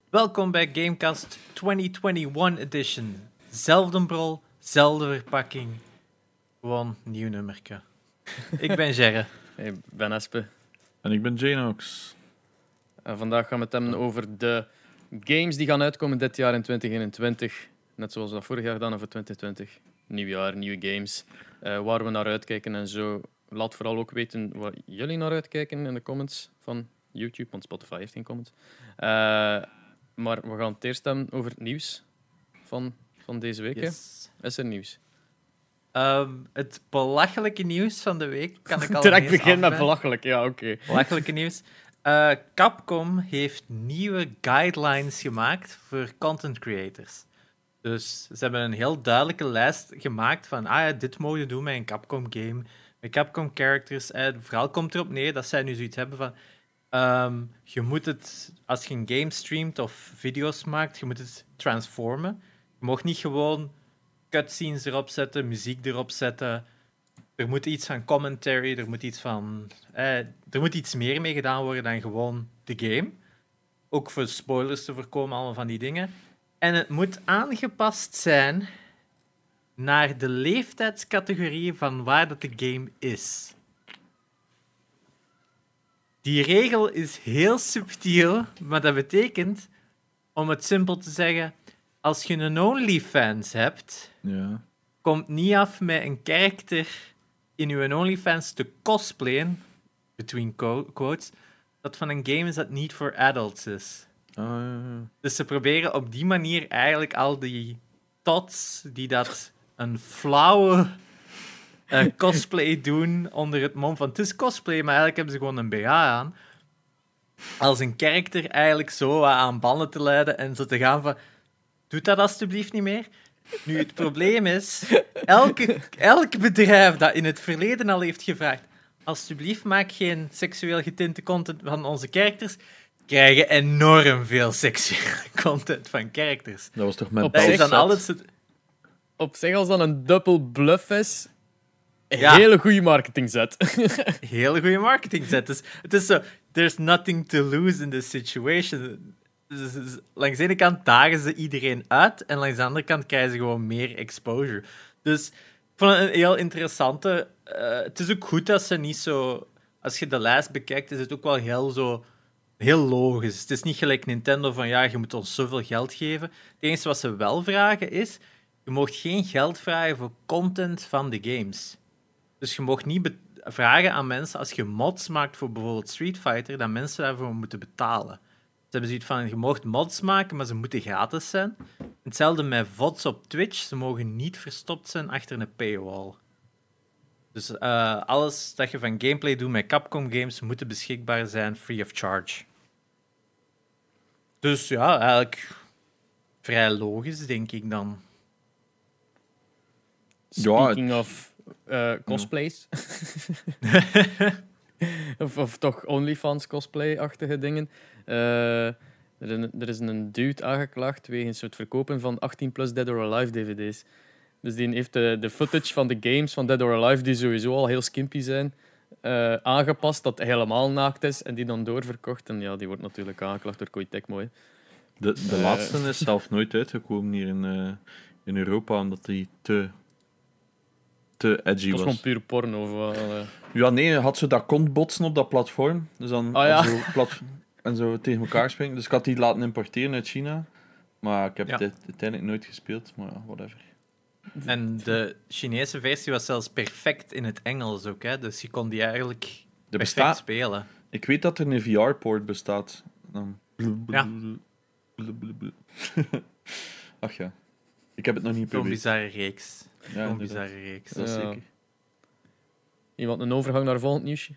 Welkom bij Gamecast 2021 Edition. Zelfde brol, zelfde verpakking. Gewoon nieuw nummerke. Ik ben Gerre. Ik ben Espe. En ik ben Janox. En vandaag gaan we het hebben over de games die gaan uitkomen dit jaar in 2021. Net zoals we dat vorig jaar gedaan hebben voor 2020. Nieuw jaar, nieuwe games. Waar we naar uitkijken en zo. Laat vooral ook weten waar jullie naar uitkijken in de comments van YouTube, want Spotify heeft geen comments. Maar we gaan het eerst hebben over het nieuws van deze week. Yes. Is er nieuws? Het belachelijke nieuws van de week kan ik al Direct begin met belachelijk, ja, oké. Belachelijke nieuws. Capcom heeft nieuwe guidelines gemaakt voor content creators. Dus ze hebben een heel duidelijke lijst gemaakt van dit mogen we doen met een Capcom game, met Capcom characters. Het verhaal komt erop neer dat zij nu zoiets hebben van je moet het, als je een game streamt of video's maakt, je moet het transformen. Je mag niet gewoon cutscenes erop zetten, muziek erop zetten. Er moet iets van commentary, er moet iets meer mee gedaan worden dan gewoon de game. Ook voor spoilers te voorkomen, allemaal van die dingen. En het moet aangepast zijn naar de leeftijdscategorie van waar dat de game is. Die regel is heel subtiel, maar dat betekent, om het simpel te zeggen, als je een OnlyFans hebt, komt niet af met een karakter in je OnlyFans te cosplayen, between quotes, dat van een game is dat niet voor adults is. Dus ze proberen op die manier eigenlijk al die tots die dat een flauwe cosplay doen onder het mom van het is cosplay, maar eigenlijk hebben ze gewoon een BH aan, als een karakter eigenlijk zo aan banden te leiden en zo te gaan van doe dat alstublieft niet meer. Nu, het probleem is, elk bedrijf dat in het verleden al heeft gevraagd alstublieft maak geen seksueel getinte content van onze characters, krijgen enorm veel seksuele content van characters. Dat was toch met Dat is dan altijd Op zich, als dat een dubbel bluff is, een Ja. hele goede marketingzet. hele goede marketingzet. Dus het is zo, there's nothing to lose in this situation. Dus langs de ene kant dagen ze iedereen uit en langs de andere kant krijgen ze gewoon meer exposure. Dus ik vond het een heel interessante. Het is ook goed dat ze niet zo. Als je de lijst bekijkt, is het ook wel heel logisch. Het is niet gelijk Nintendo van je moet ons zoveel geld geven. Het enige wat ze wel vragen is, je mag geen geld vragen voor content van de games. Dus je mag niet vragen aan mensen, als je mods maakt voor bijvoorbeeld Street Fighter, dat mensen daarvoor moeten betalen. Ze hebben zoiets van, je mag mods maken, maar ze moeten gratis zijn. Hetzelfde met VODs op Twitch. Ze mogen niet verstopt zijn achter een paywall. Dus alles dat je van gameplay doet met Capcom games moet beschikbaar zijn, free of charge. Dus ja, eigenlijk vrij logisch, denk ik dan. Speaking of cosplays. of toch OnlyFans cosplay-achtige dingen. Er is een dude aangeklaagd wegens het verkopen van 18 plus Dead or Alive DVD's. Dus die heeft de footage van de games van Dead or Alive, die sowieso al heel skimpy zijn, aangepast dat het helemaal naakt is en die dan doorverkocht. En ja, die wordt natuurlijk aangeklaagd door Koei Tecmo. De laatste is zelf nooit uitgekomen hier in Europa, omdat die te edgy Dat was was. gewoon puur porno. Ja, nee, had ze dat kon botsen op dat platform. Dus dan en zo tegen elkaar springen. Dus ik had die laten importeren uit China. Maar ik heb het uiteindelijk nooit gespeeld. Maar ja, whatever. En de Chinese versie was zelfs perfect in het Engels ook, hè? Dus je kon die eigenlijk perfect spelen. Ik weet dat er een VR-poort bestaat. Ja. Ach ja. Ik heb het nog niet Zo'n geprobeerd. bizarre reeks. Ja, Zo'n bizarre reeks. dat is Ja. zeker. Iemand een overgang naar volgend nieuwsje?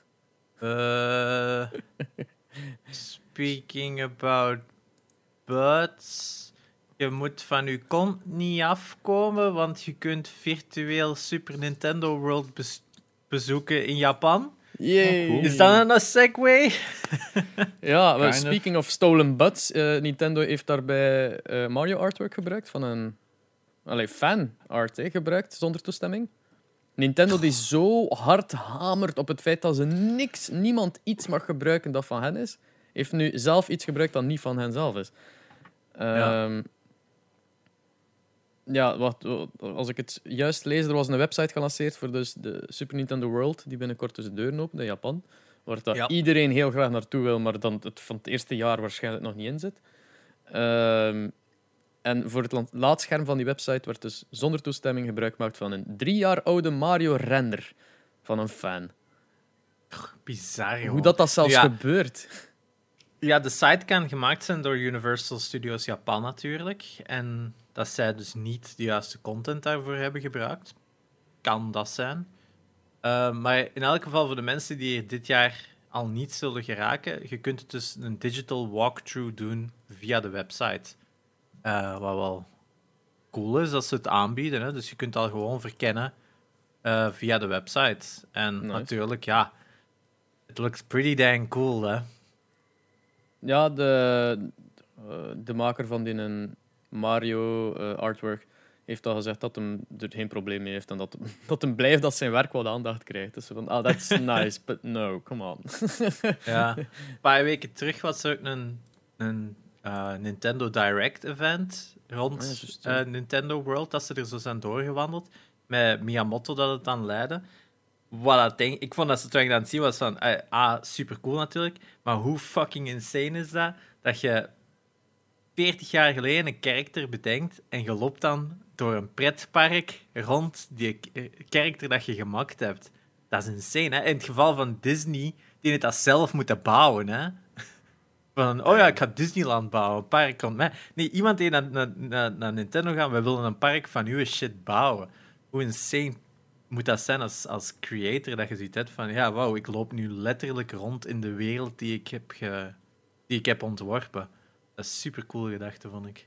Speaking about butts. Je moet van je kont niet afkomen, want je kunt virtueel Super Nintendo World bezoeken in Japan. Yay! cool. Is dat een segue? Ja, Kind speaking of stolen butts, Nintendo heeft daarbij Mario artwork gebruikt van een fan art gebruikt zonder toestemming. Nintendo die zo hard hamert op het feit dat ze niemand iets mag gebruiken dat van hen is, heeft nu zelf iets gebruikt dat niet van hen zelf is. Als ik het juist lees, er was een website gelanceerd voor dus de Super Nintendo World, die binnenkort dus de deuren opent in Japan. Waar dat iedereen heel graag naartoe wil, maar dan het van het eerste jaar waarschijnlijk nog niet in zit. En voor het laadscherm van die website werd dus zonder toestemming gebruik gemaakt van een 3 jaar oude Mario-render van een fan. Bizar, joh. Hoe dat zelfs gebeurt. Ja, de site kan gemaakt zijn door Universal Studios Japan natuurlijk. En dat zij dus niet de juiste content daarvoor hebben gebruikt. Kan dat zijn. Maar in elk geval voor de mensen die er dit jaar al niet zullen geraken, je kunt het dus een digital walkthrough doen via de website. Wat wel cool is dat ze het aanbieden. Hè? Dus je kunt al gewoon verkennen via de website. En natuurlijk, it looks pretty dang cool, hè. Ja, de maker van die Mario artwork heeft al gezegd dat hij er geen probleem mee heeft en dat hem blijft dat zijn werk wat aandacht krijgt. Dus van, that's nice, but no, come on. Ja, een paar weken terug was er ook een Nintendo Direct event rond Nintendo World, dat ze er zo zijn doorgewandeld, met Miyamoto dat het dan leidde. Ik vond dat ze toen ik aan het zien was van, super cool natuurlijk, maar hoe fucking insane is dat je 40 jaar geleden een karakter bedenkt en je loopt dan door een pretpark rond die karakter dat je gemaakt hebt. Dat is insane, hè? In het geval van Disney, die het dat zelf moeten bouwen, hè? Van, ik ga Disneyland bouwen, een park komt mij. Nee, iemand die naar Nintendo gaat, we willen een park van uw shit bouwen. Hoe insane moet dat zijn als creator, dat je ziet hebt van, wauw, ik loop nu letterlijk rond in de wereld die ik heb ontworpen. Dat is super cool gedachte, vond ik.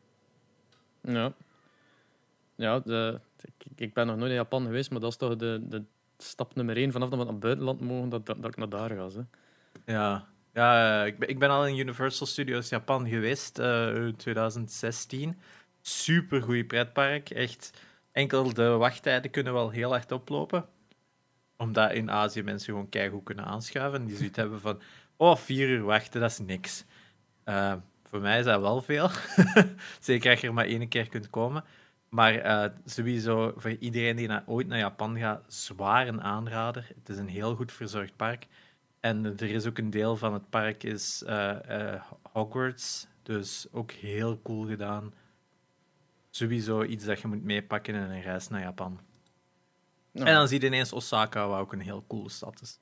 Ja, ik ben nog nooit in Japan geweest, maar dat is toch de stap nummer 1 vanaf dat we naar het buitenland mogen, dat ik naar daar ga. Ja, ik ben al in Universal Studios Japan geweest, in 2016. Super goeie pretpark, echt. Enkel de wachttijden kunnen wel heel hard oplopen. Omdat in Azië mensen gewoon keigoed kunnen aanschuiven. Die zoiets hebben van, 4 uur wachten, dat is niks. Voor mij is dat wel veel. Zeker als je er maar 1 keer kunt komen. Maar sowieso, voor iedereen die ooit naar Japan gaat, zwaar een aanrader. Het is een heel goed verzorgd park. En er is ook een deel van het park is Hogwarts. Dus ook heel cool gedaan. Sowieso iets dat je moet meepakken in een reis naar Japan. En dan zie je ineens Osaka, wat ook een heel coole stad is.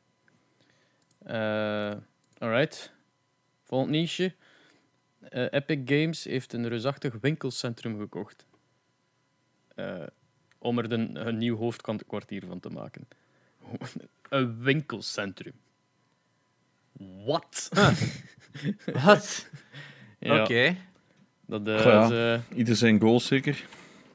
Alright. Volgend niche. Epic Games heeft een reusachtig winkelcentrum gekocht. Om er een nieuw hoofdkwartier van te maken. Een winkelcentrum. What? Wat? Ja. Oké. Ieder zijn goals, zeker?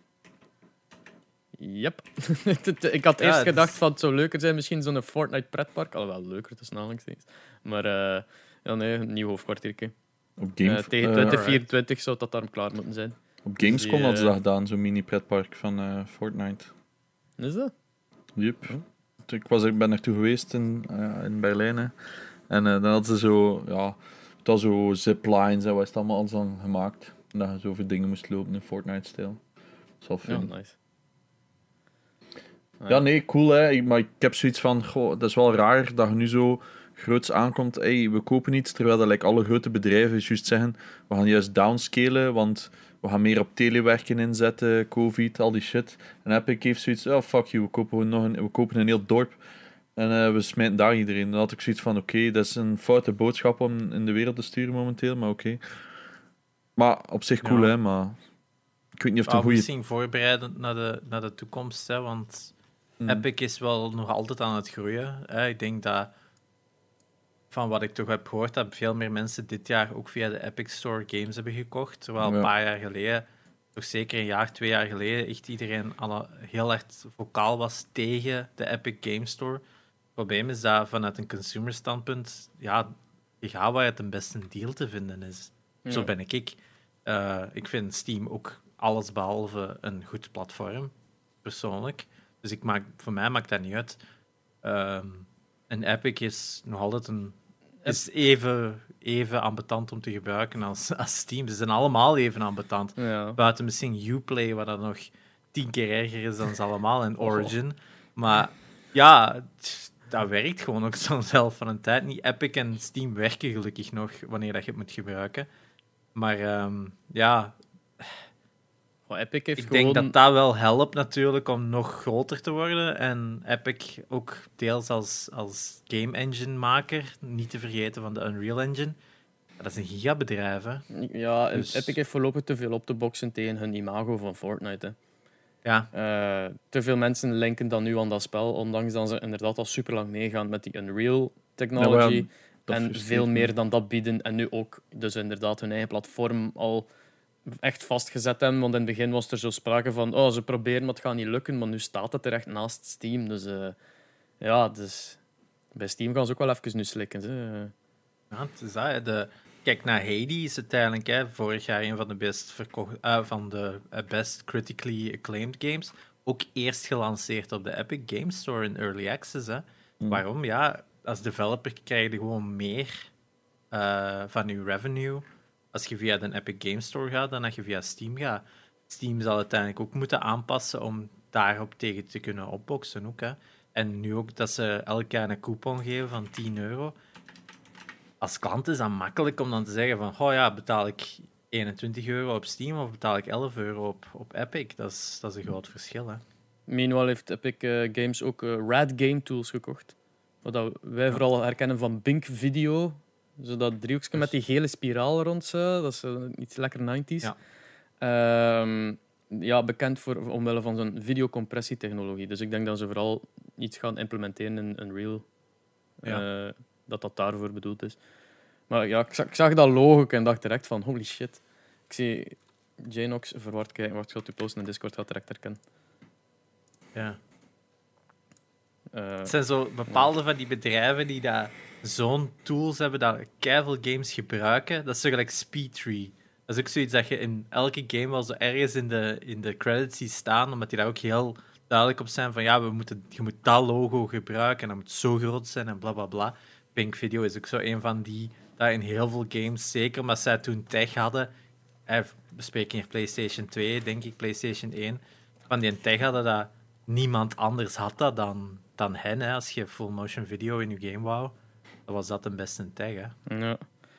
Yep. Ik had eerst gedacht van het zou leuker zijn, misschien zo'n Fortnite pretpark. Alhoewel, leuker, het is aanhalingstekens. Maar een nieuw hoofdkwartiertje. Tegen 2024 zou dat daar klaar moeten zijn. Op Gamescom hadden ze dat gedaan, zo'n mini-pretpark van Fortnite. Is dat? Yep. Ik ben naartoe geweest in Berlijn. Hè. En dan hadden ze zo, het was zo ziplines en wat is het allemaal al gemaakt. En dat je zo voor dingen moest lopen in Fortnite-stijl. Dat is wel fijn. Ja, nice. Ja, nee, cool hè. Maar ik heb zoiets van, dat is wel raar dat je nu zo groots aankomt. We kopen iets, terwijl dat alle grote bedrijven juist zeggen, we gaan juist downscalen, want we gaan meer op telewerken inzetten, COVID, al die shit. En Epic heeft zoiets, fuck you, we kopen een heel dorp en we smijten daar iedereen. Dan had ik zoiets van, oké, dat is een foute boodschap om in de wereld te sturen momenteel, maar oké. Maar op zich cool, hè, maar ik weet niet of het een goede... Misschien voorbereidend naar de toekomst, hè, want Epic is wel nog altijd aan het groeien. Hè. Ik denk dat, van wat ik toch heb gehoord, dat veel meer mensen dit jaar ook via de Epic Store games hebben gekocht. Terwijl een paar jaar geleden, toch zeker een jaar, 2 jaar geleden, echt iedereen heel erg vocaal was tegen de Epic Game Store. Het probleem is dat vanuit een consumer standpunt, je gaat waar het een beste deal te vinden is. Ja. Zo ben ik. Ik vind Steam ook alles behalve een goed platform, persoonlijk. Dus voor mij maakt dat niet uit. Een Epic is nog altijd is even ambetant om te gebruiken als Steam. Ze zijn allemaal even ambetant. Ja. Buiten misschien Uplay, wat dan nog 10 keer erger is dan ze allemaal in Origin. Maar ja, dat werkt gewoon ook zo'n zelf van een tijd niet. Epic en Steam werken gelukkig nog wanneer dat je het moet gebruiken. Maar ja, Epic heeft ik gewoon... denk dat wel helpt natuurlijk om nog groter te worden. En Epic ook deels als game engine maker, niet te vergeten van de Unreal Engine. Dat is een gigabedrijf, hè. Ja, en Dus- Epic heeft voorlopig te veel op te boksen tegen hun imago van Fortnite. Hè. Ja, Te veel mensen linken dan nu aan dat spel, ondanks dat ze inderdaad al super lang meegaan met die Unreal technology. Ja, dat en frustreert veel me. meer dan dat bieden. En nu ook dus inderdaad hun eigen platform al echt vastgezet hebben. Want in het begin was er zo sprake van ze proberen, maar het gaat niet lukken. Maar nu staat het er echt naast Steam. Dus dus bij Steam gaan ze ook wel even nu slikken. Hè. ja, het is dat, hè. Kijk naar Hades, is uiteindelijk vorig jaar een van de best critically acclaimed games. Ook eerst gelanceerd op de Epic Games Store in Early Access. Hè. Waarom? Ja, als developer krijg je gewoon meer van je revenue als je via de Epic Games Store gaat dan als je via Steam gaat. Steam zal uiteindelijk ook moeten aanpassen om daarop tegen te kunnen opboksen. Ook, hè. En nu ook dat ze elk jaar een coupon geven van €10. Als klant is dat makkelijk om dan te zeggen van, oh ja, betaal ik €21 op Steam of betaal ik €11 op Epic? Dat is een groot verschil, hè. Meanwhile heeft Epic Games ook Rad Game Tools gekocht. Wat dat wij vooral herkennen van Bink Video. Zo dat driehoekje met die gele spiraal rond ze. Dat is iets lekker 90s. Ja. Bekend omwille van zijn videocompressietechnologie. Dus ik denk dat ze vooral iets gaan implementeren in Unreal. Ja. Dat daarvoor bedoeld is. Maar ja, ik zag dat logo en dacht direct van holy shit. Ik zie Janox verward kijken. Wacht, ik ga het posten in Discord, gaat direct herkennen. Ja. Het zijn zo bepaalde van die bedrijven die daar zo'n tools hebben dat keiveel games gebruiken. Dat is zo gelijk Speedtree. Dat is ook zoiets dat je in elke game wel zo ergens in de credits ziet staan, omdat die daar ook heel duidelijk op zijn van ja, je moet dat logo gebruiken en dat moet zo groot zijn en bla bla bla. Pink Video is ook zo een van die dat in heel veel games, zeker omdat zij toen tech hadden, we spreken hier PlayStation 2, denk ik, PlayStation 1, van die tech hadden dat niemand anders had dat dan hen. Hè. Als je full motion video in je game wou, dan was dat de beste tag. Hè. Ja.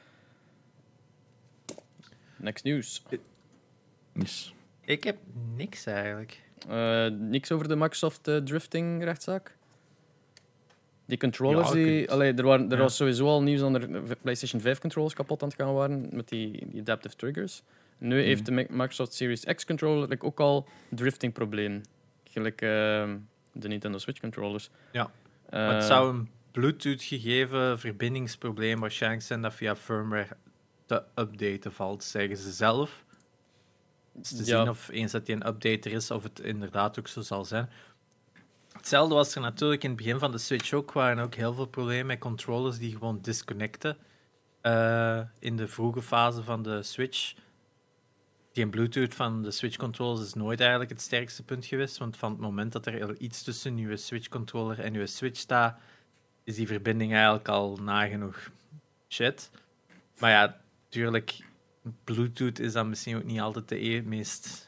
Next news. Yes. Ik heb niks eigenlijk. Niks over de Microsoft drifting rechtszaak? Die controllers, Ja, er was sowieso al nieuws dat er PlayStation 5 controllers kapot aan het gaan waren met die adaptive triggers. Nu heeft de Microsoft Series X controller ook al drifting probleem. Gelijk de Nintendo Switch controllers. Ja. Maar het zou een Bluetooth-gegeven verbindingsprobleem waarschijnlijk zijn dat via firmware te updaten valt, zeggen ze zelf. Dus te zien of eens dat die een update er is, of het inderdaad ook zo zal zijn. Hetzelfde was er natuurlijk in het begin van de Switch ook. Waren ook heel veel problemen met controllers die gewoon disconnecten in de vroege fase van de Switch. Die Bluetooth van de Switch-controllers is nooit eigenlijk het sterkste punt geweest, want van het moment dat er iets tussen je Switch-controller en je Switch staat, is die verbinding eigenlijk al nagenoeg shit. Maar ja, natuurlijk, Bluetooth is dan misschien ook niet altijd de meest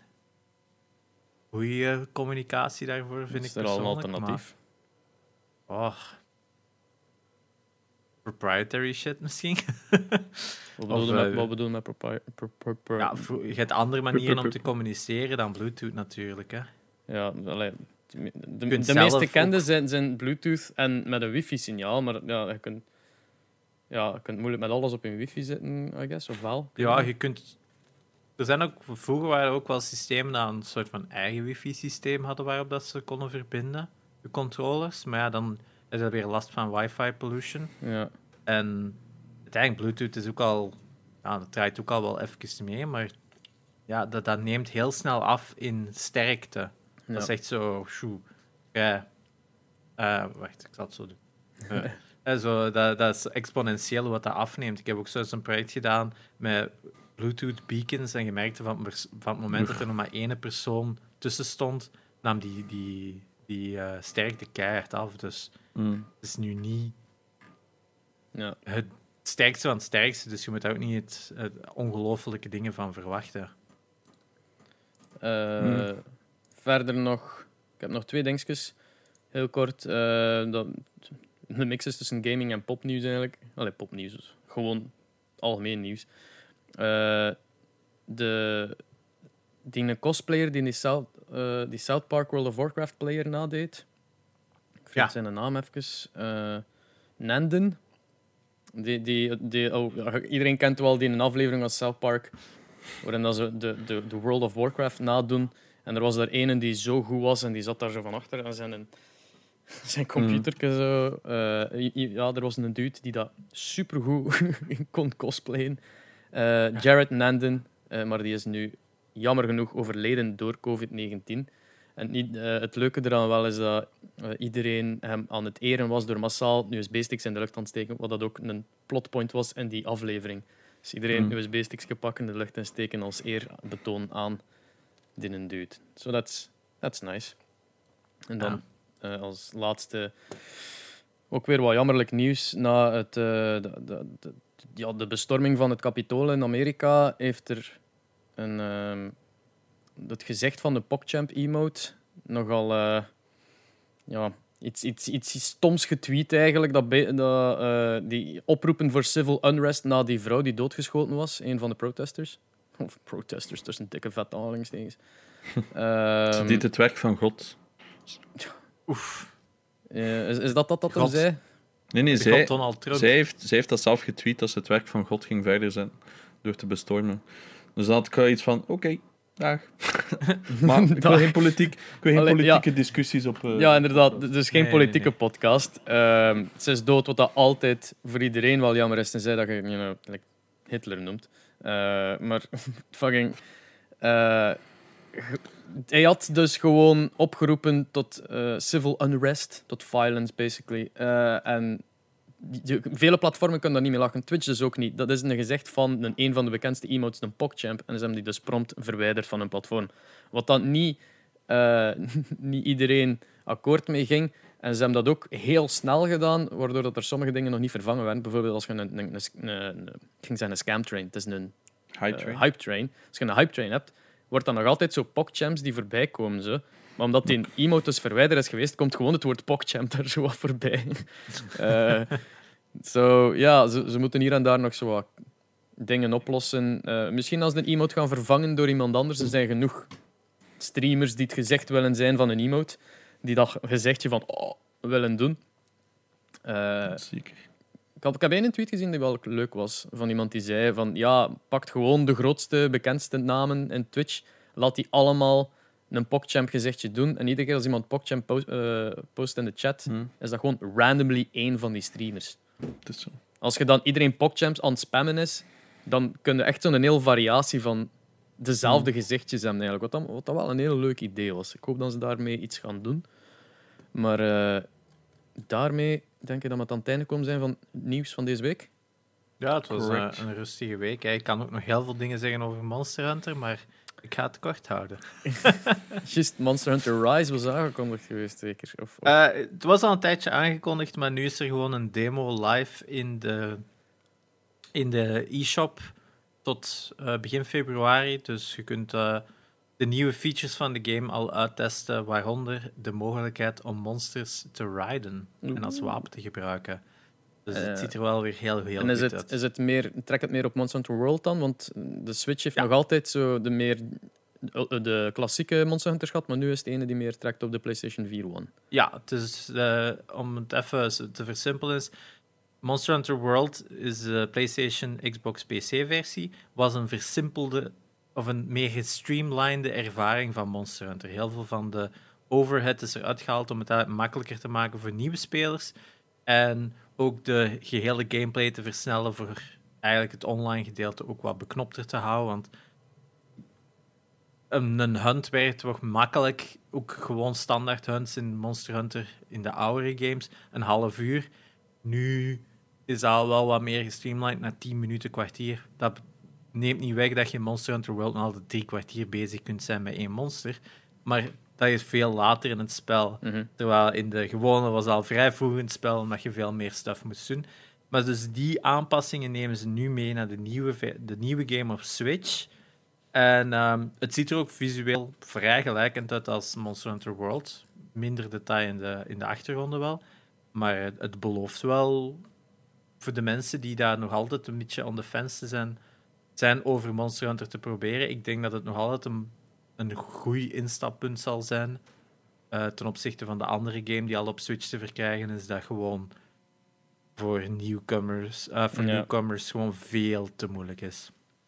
goede communicatie daarvoor, vind ik is er persoonlijk. al een alternatief? Maar, proprietary shit misschien. Wat bedoel je met proprietary? Ja, je hebt andere manieren om te communiceren dan Bluetooth natuurlijk. Hè. Ja, de kunt meeste zelf kende ook- zijn Bluetooth en met een wifi-signaal, maar ja, je kunt moeilijk met alles op je wifi zitten, I guess, of wel? Ja, je kunt... Er zijn ook... Vroeger waren er ook wel systemen dat een soort van eigen wifi-systeem hadden waarop dat ze konden verbinden, de controllers. Maar ja, dan is er weer last van wifi pollution. Ja. En uiteindelijk, Bluetooth is ook al... Ja, dat draait ook al wel even mee, maar ja, dat neemt heel snel af in sterkte. Ja. Dat is echt zo... Ja. Wacht, ik zal het zo doen. Dat is exponentieel wat dat afneemt. Ik heb ook zo eens een project gedaan met Bluetooth beacons en je merkte van het moment dat er nog maar één persoon tussen stond, nam die sterkte keihard af. Dus het is nu niet sterkste van het sterkste, dus je moet daar ook niet het ongelofelijke dingen van verwachten. Verder nog... Ik heb nog 2 dingetjes. Heel kort. De mix is tussen gaming en popnieuws eigenlijk. Allee, popnieuws. Gewoon algemeen nieuws. Die cosplayer die South Park World of Warcraft player nadeed. Ik vind zijn naam even. Nanden. Iedereen kent wel die een aflevering van South Park waarin dat ze de World of Warcraft nadoen. En er was daar ene die zo goed was en die zat daar zo van achter aan zijn computertje zo. Er was een dude die dat supergoed kon cosplayen. Jared Nanden, maar die is nu jammer genoeg overleden door COVID-19. En het leuke eraan wel is dat iedereen hem aan het eren was door massaal USB-sticks in de lucht aan te steken, wat dat ook een plotpoint was in die aflevering. Dus iedereen USB-sticks pakken, de lucht in steken als eerbetoon aan die dude. So that's nice. En dan als laatste ook weer wat jammerlijk nieuws. Na de bestorming van het Capitool in Amerika heeft er het gezicht van de PogChamp-emote nogal iets stoms getweet eigenlijk. Die oproepen voor civil unrest na die vrouw die doodgeschoten was. Een van de protesters. Of protesters, tussen dikke vette aanhalingstekens. Ze deed het werk van God. Oef. Is dat hem zei? Nee, zij heeft dat zelf getweet dat ze het werk van God ging verder zetten door te bestormen. Dus dan had ik wel iets van, oké, dag. Maar ik wil geen politieke discussies op... ja, inderdaad. Dus geen politieke podcast. Ze is dood, wat dat altijd voor iedereen wel jammer is, tenzij dat je like Hitler noemt. Maar fucking... hij had dus gewoon opgeroepen tot civil unrest, tot violence, basically. En vele platformen kunnen daar niet mee lachen. Twitch dus ook niet. Dat is een gezegd van een van de bekendste emotes, een PogChamp. En ze hebben die dus prompt verwijderd van hun platform. Wat dan niet iedereen akkoord mee ging. En ze hebben dat ook heel snel gedaan, waardoor dat er sommige dingen nog niet vervangen werden. Bijvoorbeeld als je een scam train, het is een hype train. Als je een hype train hebt, wordt dan nog altijd zo PogChamps die voorbij komen. Zo. Maar omdat die emote dus verwijderd is geweest, komt gewoon het woord PogChamp daar zo wat voorbij. Ze moeten hier en daar nog zo wat dingen oplossen. Misschien als ze een emote gaan vervangen door iemand anders, er zijn genoeg streamers die het gezegd willen zijn van een emote, die dat gezegdje van willen doen. Zeker. Ik heb één tweet gezien die wel leuk was, van iemand die zei van pakt gewoon de grootste, bekendste namen in Twitch, laat die allemaal een PogChamp gezichtje doen en iedere keer als iemand PogChamp post in de chat, is dat gewoon randomly één van die streamers. Het is zo. Als je dan iedereen PogChamps aan het spammen is, dan kun je echt zo'n hele variatie van dezelfde gezichtjes hebben eigenlijk, wat dat wel een heel leuk idee was. Ik hoop dat ze daarmee iets gaan doen. Maar daarmee denk je dat we aan het einde komen zijn van het nieuws van deze week? Ja, het was een rustige week. Ik kan ook nog heel veel dingen zeggen over Monster Hunter, maar ik ga het kort houden. Just Monster Hunter Rise was aangekondigd geweest, zeker? Het was al een tijdje aangekondigd, maar nu is er gewoon een demo live in de e-shop tot begin februari. Dus je kunt de nieuwe features van de game al uittesten, waaronder de mogelijkheid om monsters te riden en als wapen te gebruiken. Dus het ziet er wel weer heel goed uit. Trekt het meer op Monster Hunter World dan? Want de Switch heeft nog altijd zo de klassieke Monster Hunter gehad, maar nu is het ene die meer trekt op de PlayStation 4 One. Ja, het is, om het even te versimpelen is, Monster Hunter World is de PlayStation Xbox PC-versie, was een versimpelde of een meer gestreamlinede ervaring van Monster Hunter. Heel veel van de overhead is eruit gehaald om het makkelijker te maken voor nieuwe spelers. En ook de gehele gameplay te versnellen voor eigenlijk het online gedeelte ook wat beknopter te houden. Want een hunt werd toch makkelijk, ook gewoon standaard hunts in Monster Hunter in de oudere games, een half uur. Nu is dat al wel wat meer gestreamlined naar 10 minuten, kwartier. Dat neemt niet weg dat je in Monster Hunter World nog altijd 3 kwartier bezig kunt zijn met één monster. Maar dat is veel later in het spel. Mm-hmm. Terwijl in de gewone was al vrij vroeg in het spel, omdat je veel meer stuff moest doen. Maar dus die aanpassingen nemen ze nu mee naar de nieuwe game op Switch. En het ziet er ook visueel vrij gelijkend uit als Monster Hunter World. Minder detail in de achtergronden wel. Maar het belooft wel voor de mensen die daar nog altijd een beetje on the fence zijn over Monster Hunter te proberen. Ik denk dat het nog altijd een goed instappunt zal zijn. Ten opzichte van de andere game die al op Switch te verkrijgen is, dat gewoon voor nieuwkomers gewoon veel te moeilijk is.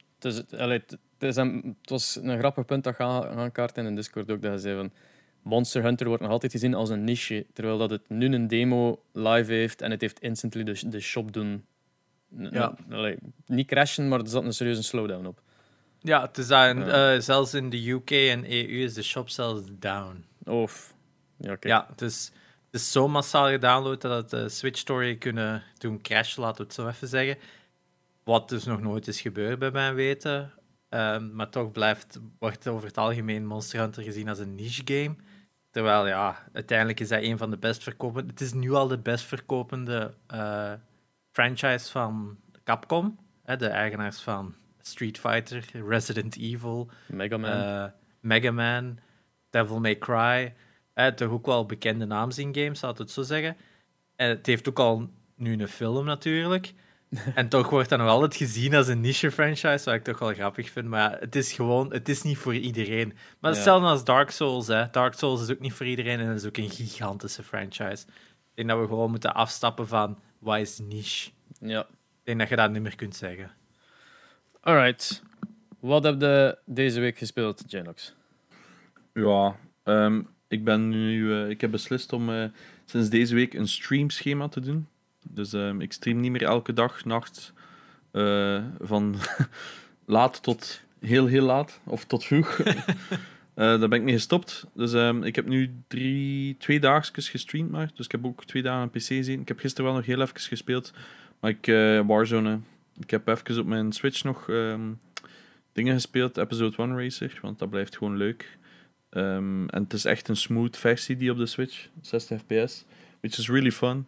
Het was een grappig punt dat je aankaart in Discord ook, dat je zei van Monster Hunter wordt nog altijd gezien als een niche, terwijl dat het nu een demo live heeft en het heeft instantly de shop doen. Niet crashen, maar er zat een serieuze slowdown op. Ja, het is zelfs in de UK en EU is de shop zelfs down. Ja, het is zo massaal gedownload dat het de Switch Story kunnen doen crashen, laten we het zo even zeggen. Wat dus nog nooit is gebeurd bij mijn weten. Maar toch wordt over het algemeen Monster Hunter gezien als een niche game. Terwijl, uiteindelijk is dat een van de best verkopende... Het is nu al de best verkopende franchise van Capcom. De eigenaars van Street Fighter, Resident Evil, Mega Man, Devil May Cry. Toch ook wel bekende namen in games, laten we het zo zeggen. En het heeft ook al nu een film natuurlijk. En toch wordt dat nog altijd gezien als een niche-franchise, wat ik toch wel grappig vind. Maar het is niet voor iedereen. Maar hetzelfde als Dark Souls. Dark Souls is ook niet voor iedereen en het is ook een gigantische franchise. Ik denk dat we gewoon moeten afstappen van, wat is niche? Ja. Ik denk dat je dat niet meer kunt zeggen. Alright. Wat heb je deze week gespeeld, Janox? Ja, ik heb beslist om sinds deze week een streamschema te doen. Dus ik stream niet meer elke dag, nacht, van laat tot heel, heel laat, of tot vroeg. Daar ben ik mee gestopt. Dus ik heb nu 2 dagjes gestreamd maar. Dus ik heb ook 2 dagen aan PC gezien. Ik heb gisteren wel nog heel even gespeeld. Maar Warzone, ik heb even op mijn Switch nog dingen gespeeld. Episode 1 Racer, want dat blijft gewoon leuk. En het is echt een smooth versie die op de Switch. 60 fps, which is really fun.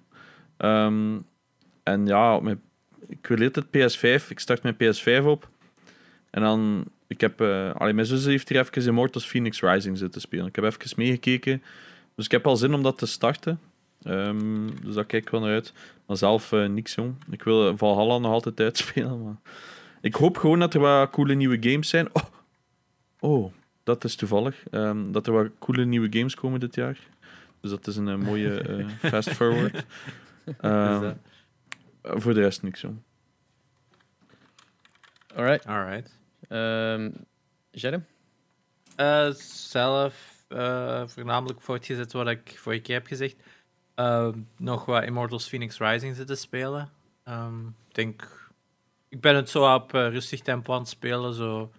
En ja, ik wil het PS5. Ik start mijn PS5 op. En dan... mijn zus heeft hier even Immortals Phoenix Rising zitten spelen. Ik heb even meegekeken. Dus ik heb al zin om dat te starten. Dus daar kijk ik wel naar uit. Maar zelf niks, jong. Ik wil Valhalla nog altijd uitspelen. Maar... Ik hoop gewoon dat er wat coole nieuwe games zijn. Oh, dat is toevallig. Dat er wat coole nieuwe games komen dit jaar. Dus dat is een mooie fast forward. Voor de rest niks, jong. Alright. Jerem? Zelf voornamelijk voortgezet wat ik vorige keer heb gezegd. Nog wat Immortals Phoenix Rising zitten spelen. Ik ben het zo op rustig tempo aan het spelen. Zo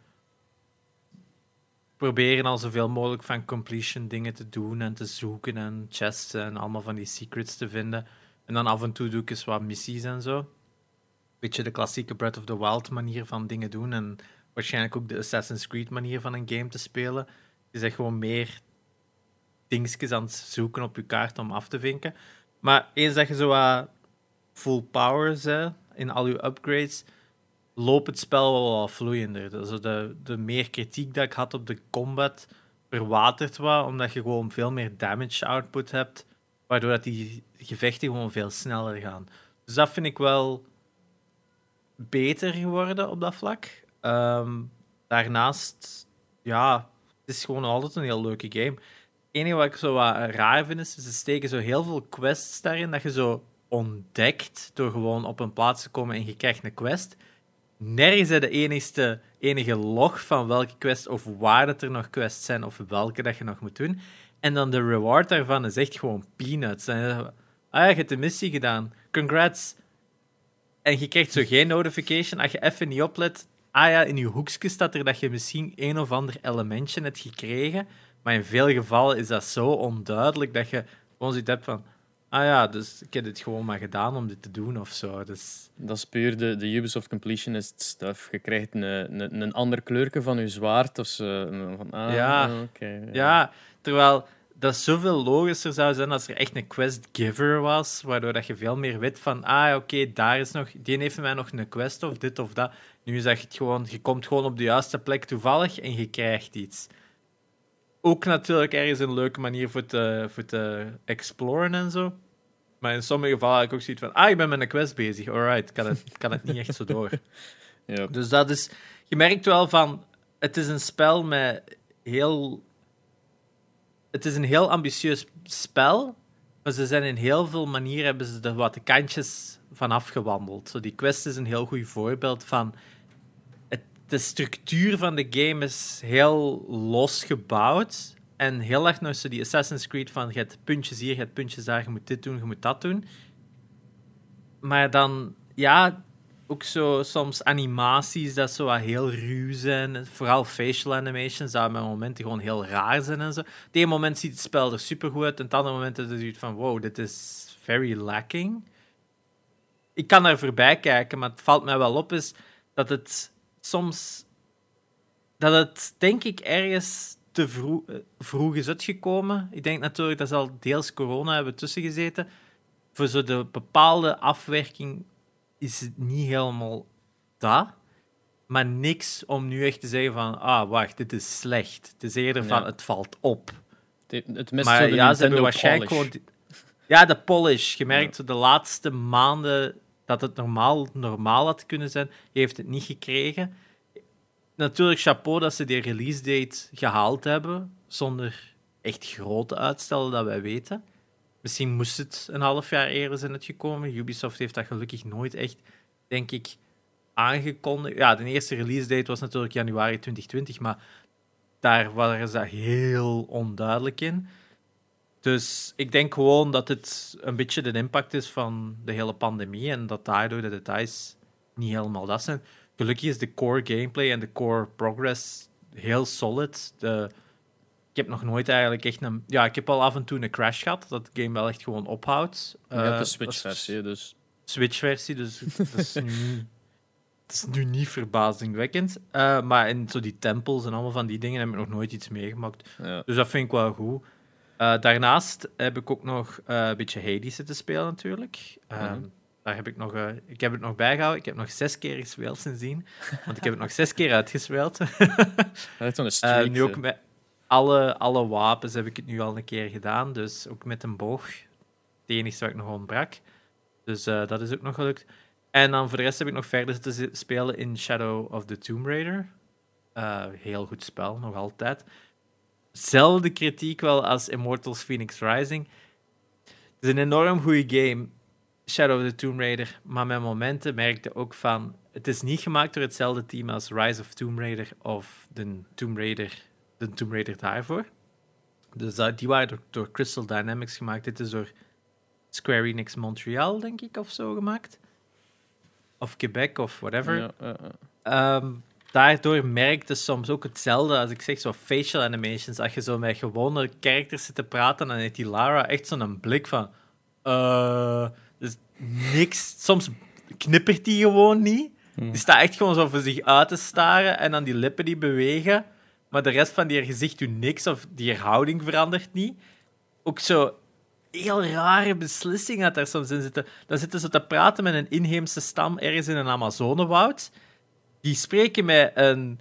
proberen al zoveel mogelijk van completion dingen te doen en te zoeken en chests en allemaal van die secrets te vinden. En dan af en toe doe ik eens wat missies en zo. Beetje de klassieke Breath of the Wild manier van dingen doen en waarschijnlijk ook de Assassin's Creed manier van een game te spelen. Je zegt gewoon meer dingetjes aan het zoeken op je kaart om af te vinken. Maar eens dat je zo wat full power bent in al je upgrades, loopt het spel wel wat vloeiender. Dus de meer kritiek dat ik had op de combat verwatert wat, omdat je gewoon veel meer damage output hebt, waardoor dat die gevechten gewoon veel sneller gaan. Dus dat vind ik wel beter geworden op dat vlak. Daarnaast, het is gewoon altijd een heel leuke game. Het enige wat ik zo wat raar vind, is ze steken zo heel veel quests daarin, dat je zo ontdekt door gewoon op een plaats te komen en je krijgt een quest. Nergens is de enige log van welke quest of waar dat er nog quests zijn of welke dat je nog moet doen. En dan de reward daarvan is echt gewoon peanuts. Dan je hebt de missie gedaan. Congrats. En je krijgt zo geen notification als je even niet oplet. In je hoekje staat er dat je misschien een of ander elementje hebt gekregen. Maar in veel gevallen is dat zo onduidelijk dat je gewoon zoiets hebt van... dus ik heb dit gewoon maar gedaan om dit te doen of zo. Dus... Dat is puur de Ubisoft completionist stuff. Je krijgt een ander kleurke van je zwaard of zo. Terwijl dat zoveel logischer zou zijn als er echt een quest giver was, waardoor dat je veel meer weet van, oké, daar is nog, die heeft mij nog een quest of dit of dat. Nu is dat gewoon, je komt gewoon op de juiste plek toevallig en je krijgt iets. Ook natuurlijk ergens een leuke manier voor te exploren en zo. Maar in sommige gevallen heb ik ook zoiets van, ik ben met een quest bezig, alright, kan het niet echt zo door. Ja. Dus dat is, je merkt wel van, het is een spel met heel... Het is een heel ambitieus spel, maar ze zijn in heel veel manieren hebben ze er wat de kantjes van afgewandeld. Zo, die quest is een heel goed voorbeeld van... De structuur van de game is heel los gebouwd en heel erg nog zo die Assassin's Creed van je hebt puntjes hier, je hebt puntjes daar, je moet dit doen, je moet dat doen. Maar dan, ja, ook zo soms animaties dat zo wat heel ruw zijn. Vooral facial animations, dat met momenten gewoon heel raar zijn en zo. Op het ene moment ziet het spel er supergoed uit en op het andere moment is het zoiets van wow, dit is very lacking. Ik kan er voorbij kijken, maar het valt mij wel op is dat het soms... Dat het, denk ik, ergens te vroeg is uitgekomen. Ik denk natuurlijk dat ze al deels corona hebben tussengezeten. Voor zo de bepaalde afwerking is het niet helemaal dat. Maar niks om nu echt te zeggen van... wacht, dit is slecht. Het is eerder van, het valt op. Het mist maar zo de ja, ze hebben Nintendo waarschijnlijk polish. gewoon... Ja, de polish. Je merkt zo de laatste maanden dat het normaal had kunnen zijn. Je heeft het niet gekregen. Natuurlijk, chapeau dat ze die release date gehaald hebben. Zonder echt grote uitstel dat wij weten. Misschien moest het een half jaar eerder zijn uitgekomen. Ubisoft heeft dat gelukkig nooit echt, denk ik, aangekondigd. Ja, de eerste release date was natuurlijk januari 2020, maar daar waren ze heel onduidelijk in. Dus ik denk gewoon dat het een beetje de impact is van de hele pandemie en dat daardoor de details niet helemaal dat zijn. Gelukkig is de core gameplay en de core progress heel solid. Ik heb nog nooit eigenlijk echt een... Ja, ik heb al af en toe een crash gehad, dat de game wel echt gewoon ophoudt. De Switch-versie, dus... Switch-versie, dus dat is nu niet verbazingwekkend. Maar in zo die tempels en allemaal van die dingen heb ik nog nooit iets meegemaakt. Ja. Dus dat vind ik wel goed. Daarnaast heb ik ook nog een beetje Hades zitten spelen, natuurlijk. Daar heb ik heb het nog bijgehouden. Ik heb nog 6 keer gespeeld sindsdien. Want ik heb het nog 6 keer uitgespeeld. Dat is zo'n streak. Nu ook met alle wapens heb ik het nu al een keer gedaan. Dus ook met een boog. Het enige wat ik nog ontbrak. Dus dat is ook nog gelukt. En dan voor de rest heb ik nog verder zitten spelen in Shadow of the Tomb Raider. Heel goed spel, nog altijd. Zelfde kritiek wel als Immortals Phoenix Rising. Het is een enorm goede game, Shadow of the Tomb Raider, maar met momenten merkte ook van... Het is niet gemaakt door hetzelfde team als Rise of Tomb Raider of de Tomb Raider daarvoor. Dus die waren door Crystal Dynamics gemaakt. Dit is door Square Enix Montreal, denk ik, of zo gemaakt. Of Quebec, of whatever. Ja. Daardoor merkte soms ook hetzelfde als ik zeg, zo facial animations. Als je zo met gewone characters zit te praten, dan heeft die Lara echt zo'n blik van... Dus niks. Soms knippert die gewoon niet. Die staat echt gewoon zo voor zich uit te staren en dan die lippen die bewegen. Maar de rest van die gezicht doet niks of die houding verandert niet. Ook zo heel rare beslissingen dat daar soms in zitten. Dan zitten ze te praten met een inheemse stam ergens in een Amazonewoud. Die spreken met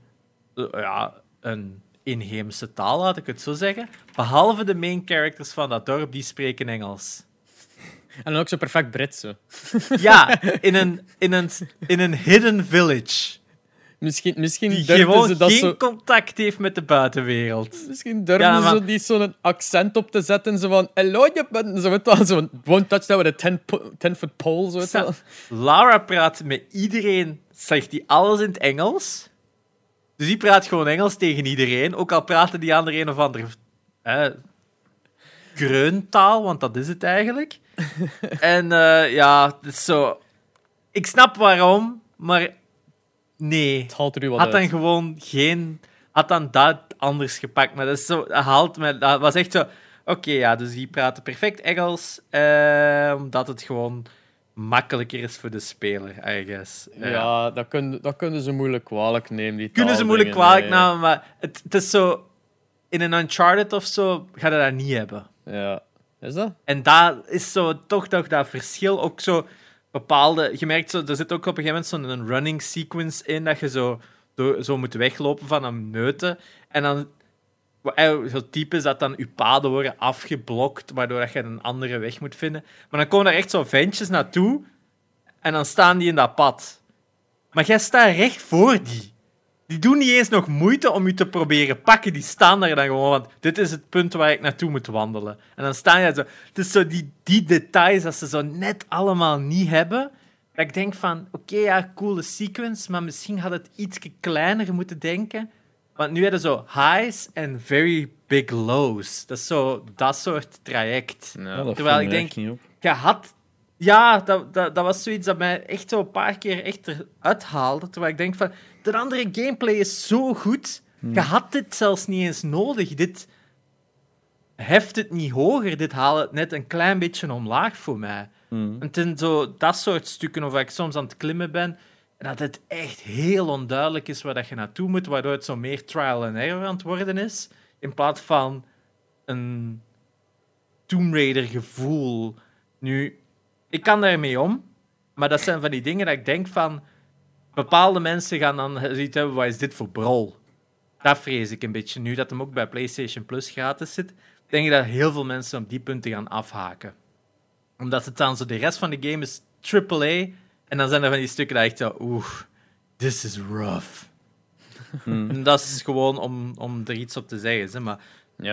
een inheemse taal, laat ik het zo zeggen. Behalve de main characters van dat dorp, die spreken Engels. En dan ook zo perfect Brits. Zo. Ja, in een hidden village. Misschien Die durfden gewoon ze dat geen zo... contact heeft met de buitenwereld. Misschien durfden ze niet zo'n accent op te zetten. Zo van, hello, je bent... Zo, won't touch that with a 10-foot pole. Zo. Lara praat met iedereen, zegt die alles in het Engels. Dus die praat gewoon Engels tegen iedereen. Ook al praten die aan een of andere kreuntaal, want dat is het eigenlijk. En het is zo... Ik snap waarom, maar nee. Het haalt er u wat had dan uit. gewoon geen... Had dan dat anders gepakt. Maar dat is zo... Dat was echt zo... Oké, dus die praten perfect Engels, omdat het gewoon makkelijker is voor de speler, I guess. Ja, dat kunnen ze moeilijk kwalijk nemen. Die Kunnen ze moeilijk kwalijk nemen, maar het is zo... in een Uncharted of zo ga je dat niet hebben. Ja, is dat? En dat is zo toch dat verschil. Ook zo bepaalde... Je merkt zo, er zit ook op een gegeven moment zo'n running sequence in, dat je zo moet weglopen van een meute. En dan... Zo typisch dat dan je paden worden afgeblokt, waardoor je een andere weg moet vinden. Maar dan komen er echt zo ventjes naartoe en dan staan die in dat pad. Maar jij staat recht voor die. Die doen niet eens nog moeite om je te proberen pakken. Die staan daar dan gewoon, want dit is het punt waar ik naartoe moet wandelen. En dan staan je zo... Het is zo die details dat ze zo net allemaal niet hebben. Dat ik denk van, oké, ja, coole sequence, maar misschien had het iets kleiner moeten denken. Want nu hebben ze zo highs en very big lows. Dat is zo dat soort traject. Ja, terwijl ik denk, je had... Ja, dat was zoiets dat mij echt zo een paar keer echt eruit haalde. Terwijl ik denk van, de andere gameplay is zo goed. Je had dit zelfs niet eens nodig. Dit heft het niet hoger. Dit haalt het net een klein beetje omlaag voor mij. En het zijn zo dat soort stukken, of ik soms aan het klimmen ben, en dat het echt heel onduidelijk is waar dat je naartoe moet, waardoor het zo meer trial and error aan het worden is, in plaats van een Tomb Raider gevoel. Nu, ik kan daarmee om, maar dat zijn van die dingen dat ik denk van, bepaalde mensen gaan dan zoiets hebben, wat is dit voor brol? Dat vrees ik een beetje. Nu dat hem ook bij PlayStation Plus gratis zit, denk ik dat heel veel mensen op die punten gaan afhaken. Omdat het dan zo, de rest van de game is AAA, en dan zijn er van die stukken dat echt zo, this is rough. En dat is gewoon om er iets op te zeggen. Zeg maar.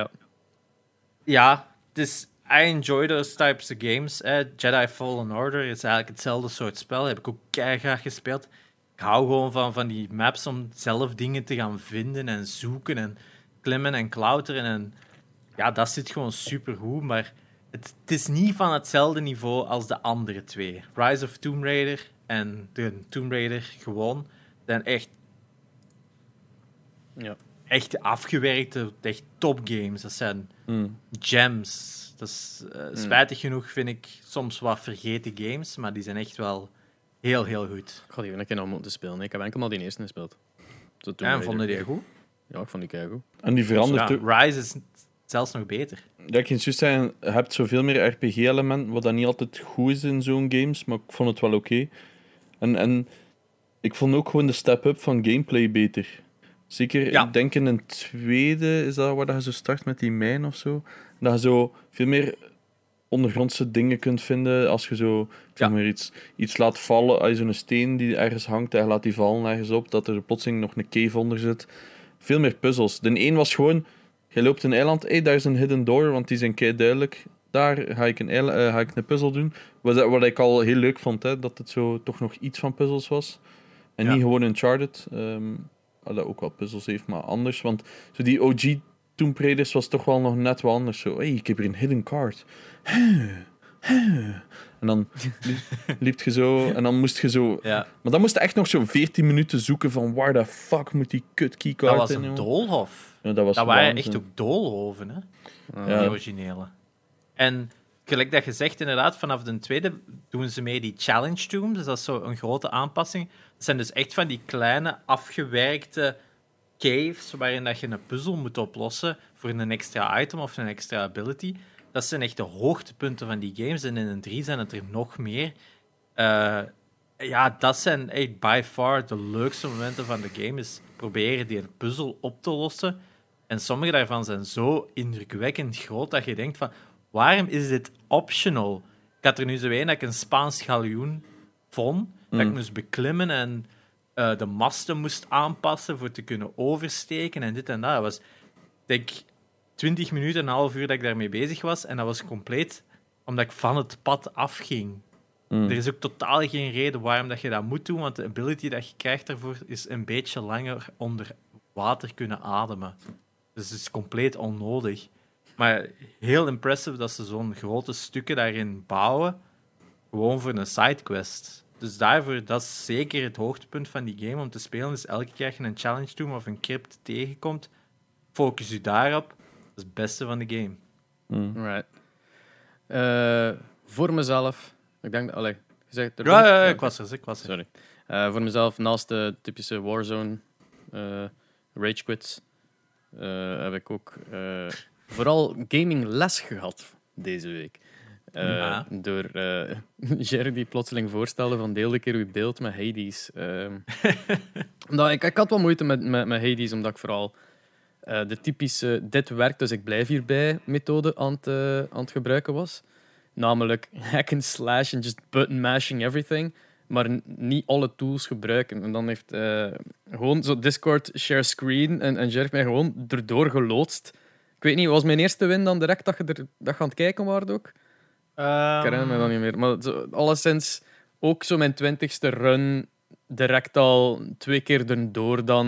Ja, dus I enjoy those types of games. Jedi Fallen Order is eigenlijk hetzelfde soort spel. Heb ik ook keihard gespeeld. Ik hou gewoon van die maps om zelf dingen te gaan vinden en zoeken en klimmen en klauteren. En ja, dat zit gewoon supergoed, maar het is niet van hetzelfde niveau als de andere twee. Rise of Tomb Raider en de Tomb Raider gewoon zijn echt afgewerkte, echt topgames. Dat zijn gems. Dat is spijtig genoeg, vind ik, soms wat vergeten games, maar die zijn echt wel heel, heel goed. Ik ga die een keer nog moeten spelen. Ik heb enkel maar die eerste gespeeld. En vonden die goed? Ja, ik vond die keigoed. En die verandert ook. Rise is zelfs nog beter. Ja, ik kan juist zeggen, je hebt zoveel meer RPG-elementen, wat dat niet altijd goed is in zo'n games, maar ik vond het wel oké. En ik vond ook gewoon de step-up van gameplay beter. Zeker, ik denk in een tweede, is dat waar dat je zo start met die mijn of zo? Dat je zo veel meer ondergrondse dingen kunt vinden als je zo zeg maar iets laat vallen, als je zo'n steen die ergens hangt en je laat die vallen ergens op, dat er plotseling nog een cave onder zit. Veel meer puzzels. De een was gewoon, je loopt een eiland, daar is een hidden door, want die zijn kei duidelijk. Daar ga ik een puzzel doen. Wat ik al heel leuk vond, hè, dat het zo toch nog iets van puzzels was. En niet gewoon Uncharted, dat ook wel puzzels heeft, maar anders. Want zo die OG Tomb Raiders was toch wel nog net wat anders. Zo, ik heb hier een hidden card. En dan liep je zo, en dan moest je zo... Ja. Maar dan moest je echt nog zo 14 minuten zoeken van waar de fuck moet die kut keycard in. Dat was een doolhof. Ja, dat waren echt ook doolhoven, hè? Ja. De originele. En gelijk dat je zegt, inderdaad, vanaf de tweede doen ze mee die challenge tombs. Dus dat is zo een grote aanpassing. Dat zijn dus echt van die kleine, afgewerkte caves waarin dat je een puzzel moet oplossen voor een extra item of een extra ability. Dat zijn echt de hoogtepunten van die games. En in een 3 zijn het er nog meer. Dat zijn echt by far de leukste momenten van de game. Is proberen die puzzel op te lossen. En sommige daarvan zijn zo indrukwekkend groot dat je denkt van, waarom is dit optional? Ik had er nu zo een dat ik een Spaans galjoen vond, dat ik moest beklimmen en de masten moest aanpassen voor te kunnen oversteken en dit en dat. Dat was, denk 20 minuten, een half uur dat ik daarmee bezig was en dat was compleet omdat ik van het pad afging. Er is ook totaal geen reden waarom dat je dat moet doen, want de ability dat je krijgt daarvoor is een beetje langer onder water kunnen ademen. Dus het is compleet onnodig. Maar heel impressive dat ze zo'n grote stukken daarin bouwen, gewoon voor een sidequest. Dus daarvoor, dat is zeker het hoogtepunt van die game om te spelen. Dus elke keer als je een challenge doet of een crypt tegenkomt, focus je daarop. Dat is het beste van de game. Right. Voor mezelf, ik denk... Allee, gezegd, Ja, ik was er. Sorry. Voor mezelf, naast de typische Warzone rage quits, heb ik ook vooral gamingles gehad deze week. Door Jerry die plotseling voorstelde van deel een keer uw beeld met Hades. Omdat ik had wel moeite met Hades, omdat ik vooral de typische dit werkt, dus ik blijf hierbij methode aan het gebruiken was. Namelijk hack and slash en just button mashing everything. Maar niet alle tools gebruiken. En dan heeft gewoon zo Discord share screen en Jerry heeft mij gewoon erdoor geloodst. Ik weet niet, was mijn eerste win dan direct dat je aan het kijken was ook? Ik herinner me dat niet meer. Maar alleszins ook zo mijn 20ste run direct al 2 keer erdoor dan.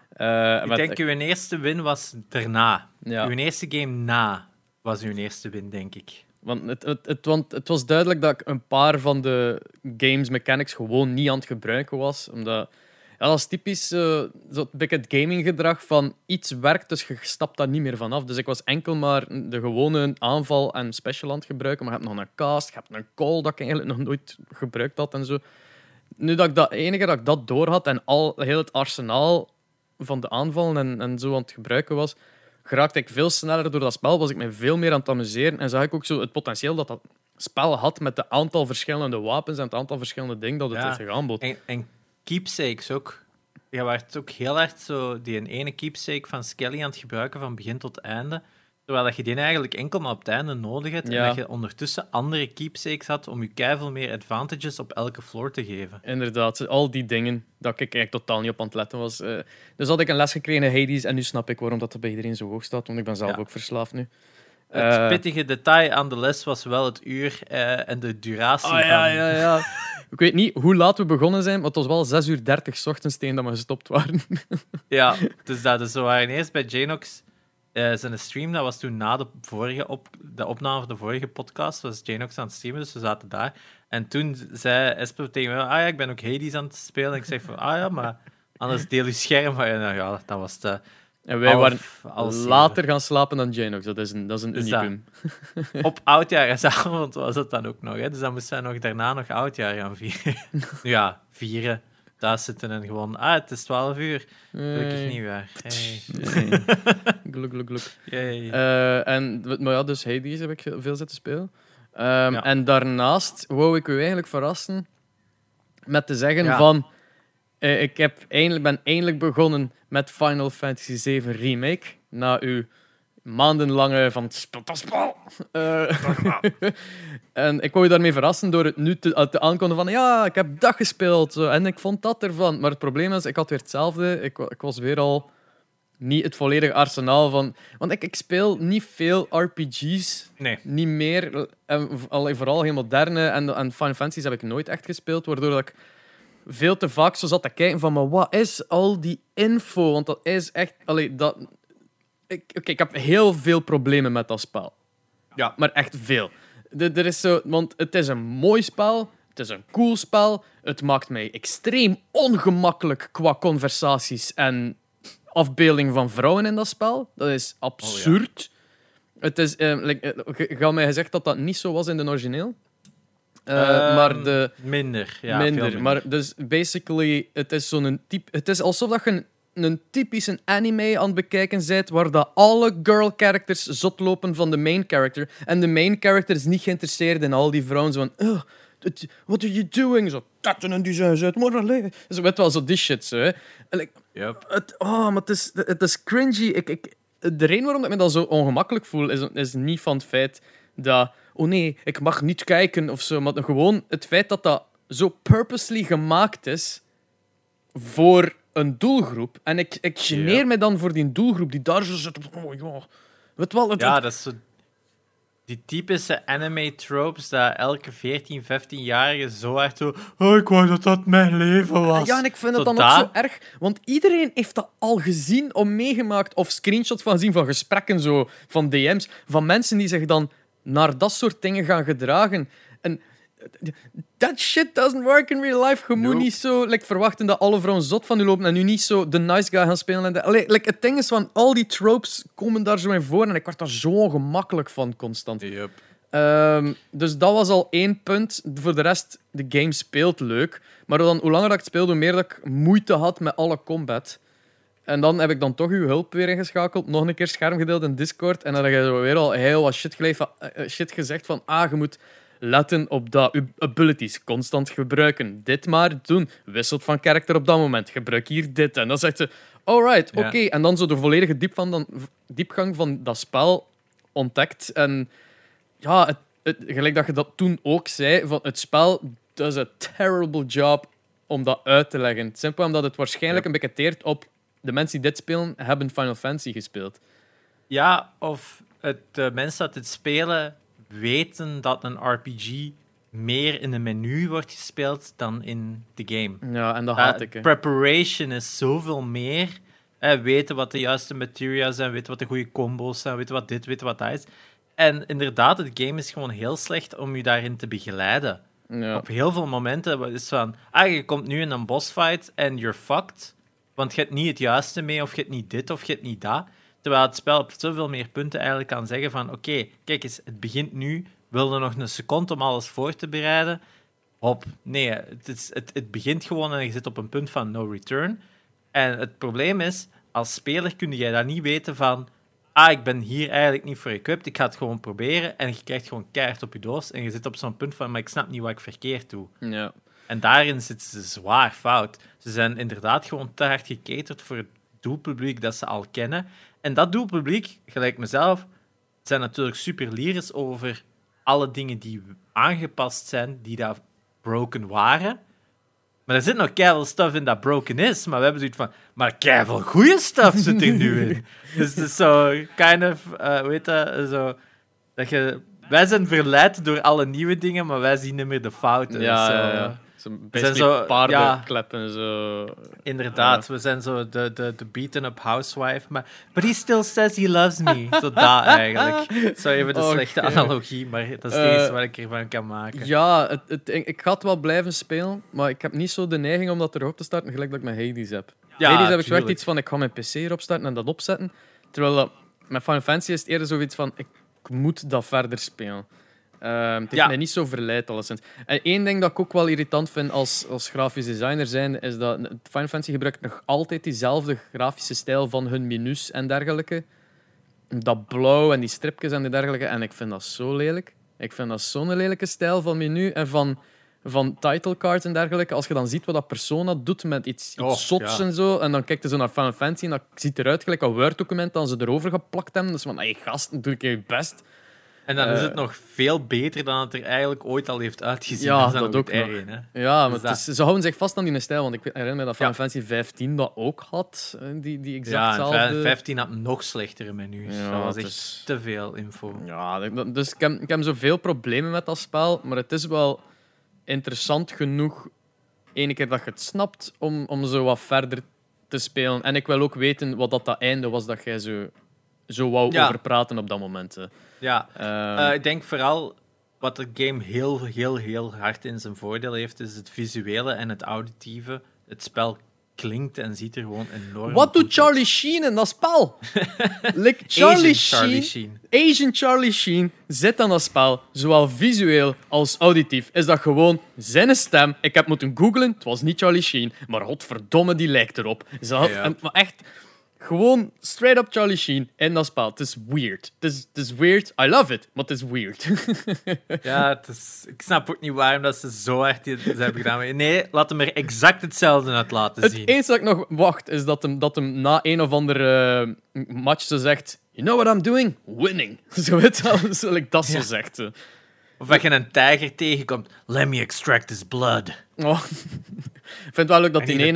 Ik denk uw eerste win was daarna. Ja. Uw eerste game na was uw eerste win, denk ik. Want het was duidelijk dat ik een paar van de games mechanics gewoon niet aan het gebruiken was. Omdat, ja, dat is typisch zo het gaming gedrag van iets werkt, dus je stapt daar niet meer vanaf. Dus ik was enkel maar de gewone aanval en special aan het gebruiken. Maar je hebt nog een cast, je hebt een call dat ik eigenlijk nog nooit gebruikt had en zo. Nu dat ik dat enige dat ik dat door had en heel het arsenaal van de aanvallen en zo aan het gebruiken was, geraakte ik veel sneller door dat spel, was ik me veel meer aan het amuseren en zag ik ook zo het potentieel dat spel had met het aantal verschillende wapens en het aantal verschillende dingen dat het zich aanbood. En keepsakes ook. Je werd ook heel hard zo die ene keepsake van Skelly aan het gebruiken van begin tot einde, terwijl dat je die eigenlijk enkel maar op het einde nodig hebt en dat je ondertussen andere keepsakes had om je keiveel meer advantages op elke floor te geven. Inderdaad, al die dingen dat ik eigenlijk totaal niet op aan het letten was. Dus had ik een les gekregen in Hades en nu snap ik waarom dat bij iedereen zo hoog staat, want ik ben zelf ook verslaafd nu. Het pittige detail aan de les was wel het uur en de duratie van... Ja. Ik weet niet hoe laat we begonnen zijn, maar het was wel 6:30 's ochtends tegen dat we gestopt waren. Ja, dus dat is zo. We waren eerst bij Janox zijn stream, dat was toen na de opname van de vorige podcast, was Janox aan het streamen, dus we zaten daar. En toen zei Esper tegen mij, ik ben ook Hades aan het spelen. En ik zeg van, maar anders deel je scherm. En ja, dat was de... En wij waren later gaan slapen dan Janox. Dat is een unicum. Op oudjaarsavond was het dan ook nog. Hè? Dus dan moesten we daarna nog oudjaar gaan vieren. Ja, vieren. Thuis zitten en gewoon... het is 12 uur. Gelukkig niet waar. Hey. Gluk. Yay. Maar ja, dus Hades heb ik veel zitten spelen. En daarnaast wou ik u eigenlijk verrassen met te zeggen van... Ik ben eindelijk begonnen met Final Fantasy VII Remake. Na uw maandenlange van het spel. En ik wou je daarmee verrassen door het nu te aankondigen van ik heb dat gespeeld zo, en ik vond dat ervan. Maar het probleem is, ik had weer hetzelfde. Ik was weer al niet het volledige arsenaal van... Want ik speel niet veel RPG's. Nee. Niet meer. Vooral heel moderne. En Final Fantasy's heb ik nooit echt gespeeld, waardoor dat ik veel te vaak zo zat te kijken van, maar wat is al die info? Want dat is echt... Ik heb heel veel problemen met dat spel. Ja. Maar echt veel. Er is zo... Want het is een mooi spel, het is een cool spel, het maakt mij extreem ongemakkelijk qua conversaties en afbeelding van vrouwen in dat spel. Dat is absurd. Het is... Je had mij gezegd dat dat niet zo was in de origineel. Maar minder. Ja, minder. Maar dus basically, het is zo'n type. Het is alsof dat je een typische anime aan het bekijken bent, waar dat alle girl characters zot lopen van de main character. En de main character is niet geïnteresseerd in al die vrouwen. Zo van, what are you doing? Zo, tatten en die zijn uit, maar alleen. Zo, weet wel, zo die shit, zo, hè. En maar het is cringy. De reden waarom ik me dat zo ongemakkelijk voel, is niet van het feit dat... Oh nee, ik mag niet kijken of zo. Maar gewoon het feit dat dat zo purposely gemaakt is voor een doelgroep. En ik geneer me dan voor die doelgroep die daar zo zit. Oh ja. Weet wel, dat is zo... Die typische anime-tropes dat elke 14, 15-jarige zo hard zo... ik wou dat mijn leven was. Ja, en ik vind het dan ook zo erg. Want iedereen heeft dat al gezien of meegemaakt. Of screenshots van gezien van gesprekken, zo, van DM's. Van mensen die zich dan naar dat soort dingen gaan gedragen. En that shit doesn't work in real life. Je moet niet zo verwachten dat alle vrouwen zot van u lopen en nu niet zo de nice guy gaan spelen. Het ding is van, al die tropes komen daar zo in voor en ik word daar zo ongemakkelijk van constant. Yep. Dus dat was al 1 punt. Voor de rest, de game speelt leuk. Maar dan, hoe langer dat ik speelde, hoe meer dat ik moeite had met alle combat. En dan heb ik dan toch uw hulp weer ingeschakeld. Nog een keer scherm gedeeld in Discord. En dan heb je zo weer al heel wat shit gezegd van... je moet letten op dat. Je abilities constant gebruiken. Dit maar doen. Wisselt van karakter op dat moment. Gebruik hier dit. En dan zegt ze... Alright, oké. En dan zo de volledige diepgang van dat spel ontdekt. En ja, gelijk dat je dat toen ook zei... Van het spel does a terrible job om dat uit te leggen. Simpel omdat het waarschijnlijk een beetje teert op... De mensen die dit spelen, hebben Final Fantasy gespeeld. Ja, of de mensen dat dit spelen weten dat een RPG meer in een menu wordt gespeeld dan in de game. Ja, en dat haat ik. Hè. Preparation is zoveel meer. Weten wat de juiste materia zijn, weten wat de goede combo's zijn, weten wat dit, weten wat dat is. En inderdaad, het game is gewoon heel slecht om je daarin te begeleiden. Ja. Op heel veel momenten is het van... je komt nu in een bossfight en you're fucked. Want je hebt niet het juiste mee, of je hebt niet dit, of je hebt niet dat. Terwijl het spel op zoveel meer punten eigenlijk kan zeggen van... Oké, kijk eens, het begint nu. Wil je nog een seconde om alles voor te bereiden? Hop. Nee, het begint gewoon en je zit op een punt van no return. En het probleem is, als speler kun jij dat niet weten van... ik ben hier eigenlijk niet voor equipped, ik ga het gewoon proberen. En je krijgt gewoon keihard op je doos. En je zit op zo'n punt van, maar ik snap niet wat ik verkeerd doe. Ja. En daarin zitten ze zwaar fout. Ze zijn inderdaad gewoon te hard gecaterd voor het doelpubliek dat ze al kennen. En dat doelpubliek, gelijk mezelf, zijn natuurlijk super lyrisch over alle dingen die aangepast zijn, die daar broken waren. Maar er zit nog keiveel stuff in dat broken is. Maar we hebben zoiets van... Maar keiveel goede stuff zit er nu in. Dus het is zo... Kind of... weet je... Zo, dat je... Wij zijn verleid door alle nieuwe dingen, maar wij zien niet meer de fouten. Ja. Zo paardenkleppen. Zo. Inderdaad, we zijn zo de beaten-up housewife. Maar but he still says he loves me. Zo dat eigenlijk. Zo even de slechte analogie, maar dat is het enige wat ik ervan kan maken. Ja, ik ga het wel blijven spelen, maar ik heb niet zo de neiging om dat erop te starten, gelijk dat ik met Hades heb. Ja, Hades heb ik echt iets van, ik ga mijn PC erop starten en dat opzetten. Terwijl dat, met Final Fantasy is het eerder zoiets van, ik moet dat verder spelen. Het heeft mij niet zo verleid, alleszins. En één ding dat ik ook wel irritant vind als grafisch designer zijn, is dat Final Fantasy gebruikt nog altijd diezelfde grafische stijl van hun menus en dergelijke. Dat blauw en die stripjes en dergelijke. En ik vind dat zo lelijk. Ik vind dat zo'n lelijke stijl van menu en van title cards en dergelijke. Als je dan ziet wat dat Persona doet met iets zots en zo, en dan kijk je zo naar Final Fantasy en dat ziet eruit gelijk een Word-document dat ze erover geplakt hebben. Dus van, hey gast, doe ik je best. En dan is het nog veel beter dan het er eigenlijk ooit al heeft uitgezien. Ja, dat ook nog. Hè? Ja, maar ze houden zich vast aan die stijl, want ik herinner me dat Final Fantasy 15 dat ook had, die exactzelfde... Ja, 15 had nog slechtere menus. Ja, dat was echt te veel info. Ja, dus ik heb zoveel problemen met dat spel, maar het is wel interessant genoeg, ene keer dat je het snapt, om zo wat verder te spelen. En ik wil ook weten wat dat einde was dat jij zo wou over praten op dat moment. Ja, ik denk vooral wat de game heel, heel, heel hard in zijn voordeel heeft, is het visuele en het auditieve. Het spel klinkt en ziet er gewoon enorm Wat doet Charlie Sheen in dat spel? Charlie Sheen, Asian Charlie Sheen zit aan dat spel, zowel visueel als auditief. Is dat gewoon zijn stem? Ik heb moeten googlen, het was niet Charlie Sheen, maar godverdomme, die lijkt erop. Maar echt... Gewoon straight up Charlie Sheen in dat spel. Het is weird. Het is weird. I love it, maar het is weird. Ja, ik snap ook niet waarom dat ze zo hard dit hebben gedaan. Nee, laat hem er exact hetzelfde uit laten zien. Het enige dat ik nog wacht, is dat hem na een of andere match zo zegt... You know what I'm doing? Winning. Zo weet je wel, ik dat zo zegt. Of dat je een tijger tegenkomt. Let me extract his blood. Oh. Ik vind wel leuk dat die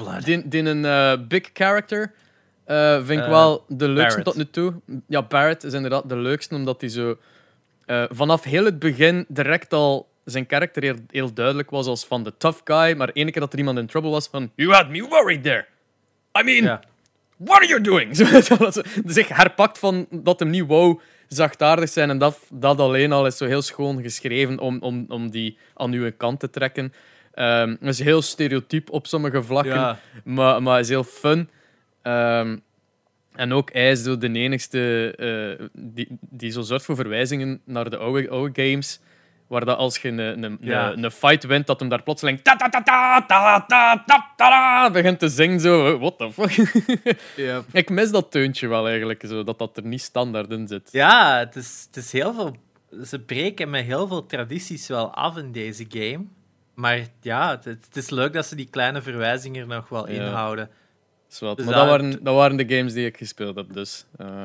een big character... vind ik wel de leukste Barrett. tot nu toe. Ja, Barrett is inderdaad de leukste, omdat hij zo... vanaf heel het begin direct al zijn karakter heel duidelijk was als van de tough guy, maar ene keer dat er iemand in trouble was van... You had me worried there. I mean, what are you doing? Zich herpakt van dat hem niet wou zachtaardig zijn en dat alleen al is zo heel schoon geschreven om die aan uw kant te trekken. Het is heel stereotyp op sommige vlakken, maar is heel fun. En ook hij is zo de enigste die zo zorgt voor verwijzingen naar de oude games. waar dat als je een fight wint, dat hem daar plotseling begint te zingen. Zo, what the fuck? Yep. Ik mis dat teuntje wel eigenlijk, zo, dat er niet standaard in zit. Ja, het is heel veel... Ze breken met heel veel tradities wel af in deze game. Maar ja, het is leuk dat ze die kleine verwijzingen er nog wel inhouden. Dus Dus maar dat waren de games die ik gespeeld heb, dus...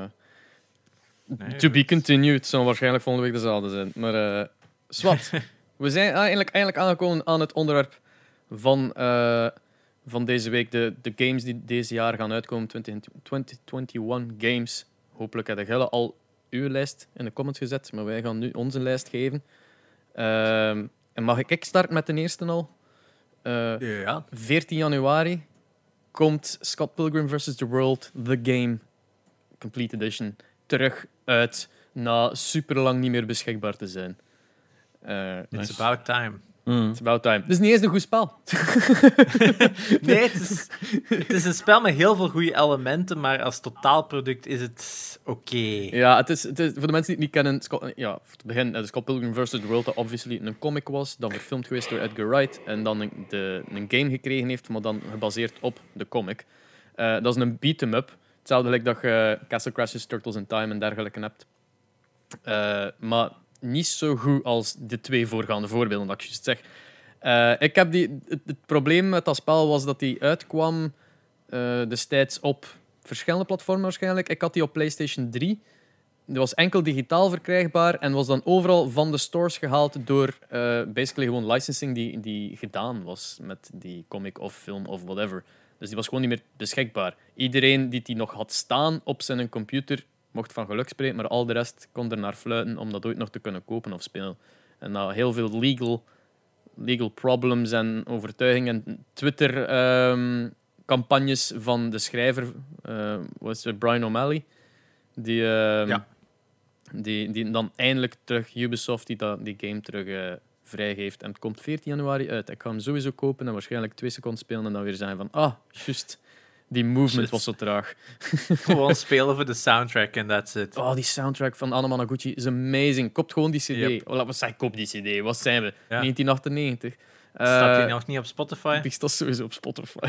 to be continued. Het zal waarschijnlijk volgende week dezelfde zijn. Maar, zwart. We zijn eigenlijk aangekomen aan het onderwerp van deze week. De games die deze jaar gaan uitkomen. 2021 games. Hopelijk heb je al uw lijst in de comments gezet. Maar wij gaan nu onze lijst geven. En mag ik starten met de eerste al? 14 januari komt Scott Pilgrim vs. The World, The Game, Complete Edition, terug uit na super lang niet meer beschikbaar te zijn. It's about time. It's about time. Het is niet eens een goed spel. Nee, het is een spel met heel veel goede elementen, maar als totaalproduct is het oké. Ja, het is, voor de mensen die het niet kennen, voor te beginnen, Scott Pilgrim vs. The World, dat obviously een comic was, dan verfilmd geweest door Edgar Wright, en dan een game gekregen heeft, maar dan gebaseerd op de comic. Dat is een beat-em-up. Hetzelfde like dat je Castle Crashers, Turtles in Time en dergelijke hebt. Maar niet zo goed als de twee voorgaande voorbeelden dat ik juist zeg. Ik heb het probleem met dat spel was dat die uitkwam destijds op verschillende platformen waarschijnlijk. Ik had die op PlayStation 3. Die was enkel digitaal verkrijgbaar en was dan overal van de stores gehaald door basically gewoon licensing die gedaan was met die comic of film of whatever. Dus die was gewoon niet meer beschikbaar. Iedereen die nog had staan op zijn computer mocht van geluk spreken, maar al de rest kon er naar fluiten om dat ooit nog te kunnen kopen of spelen. En na heel veel legal problems en overtuigingen en Twitter-campagnes van de schrijver, was het Brian O'Malley, die dan eindelijk terug Ubisoft die game terug vrijgeeft. En het komt 14 januari uit. Ik ga hem sowieso kopen en waarschijnlijk 2 seconden spelen en dan weer zijn van juist. Die movement was zo traag. Gewoon spelen voor de soundtrack en that's it. Oh, die soundtrack van Anna Managuchi is amazing. Koop gewoon die CD. Yep. Wat zeg ik? Koop die CD. Wat zijn we? 1998. Staat die nog niet op Spotify? Die staat sowieso op Spotify.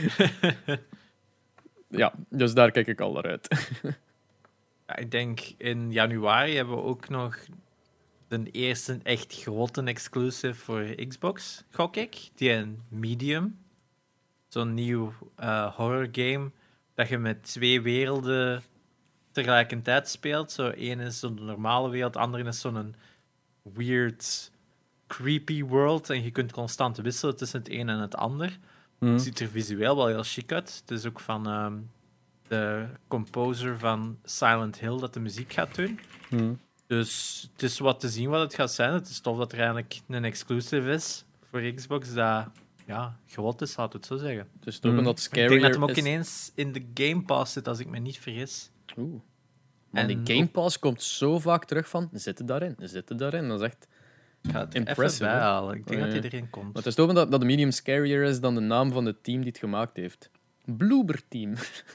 Ja, dus daar kijk ik al naar uit. Ja, ik denk in januari hebben we ook nog de eerste echt grote exclusive voor Xbox, gok ik. Die een Medium. Zo'n nieuw horror game dat je met 2 werelden tegelijkertijd speelt. Zo, één is zo'n normale wereld, de andere is zo'n weird, creepy world. En je kunt constant wisselen tussen het een en het ander. Het ziet er visueel wel heel chic uit. Het is ook van de composer van Silent Hill dat de muziek gaat doen. Dus het is wat te zien wat het gaat zijn. Het is tof dat er eigenlijk een exclusive is voor Xbox dat groot is, laat het zo zeggen. Dus ook omdat ik denk dat hem ook ineens in de Game Pass zit, als ik me niet vergis. Oeh. Maar die Game Pass komt zo vaak terug van, zitten daarin. Dat is echt impressive. Even bijhalen. Ik denk dat hij erin komt. Maar het is toch dat de medium scarier is dan de naam van het team die het gemaakt heeft. Bloober Team.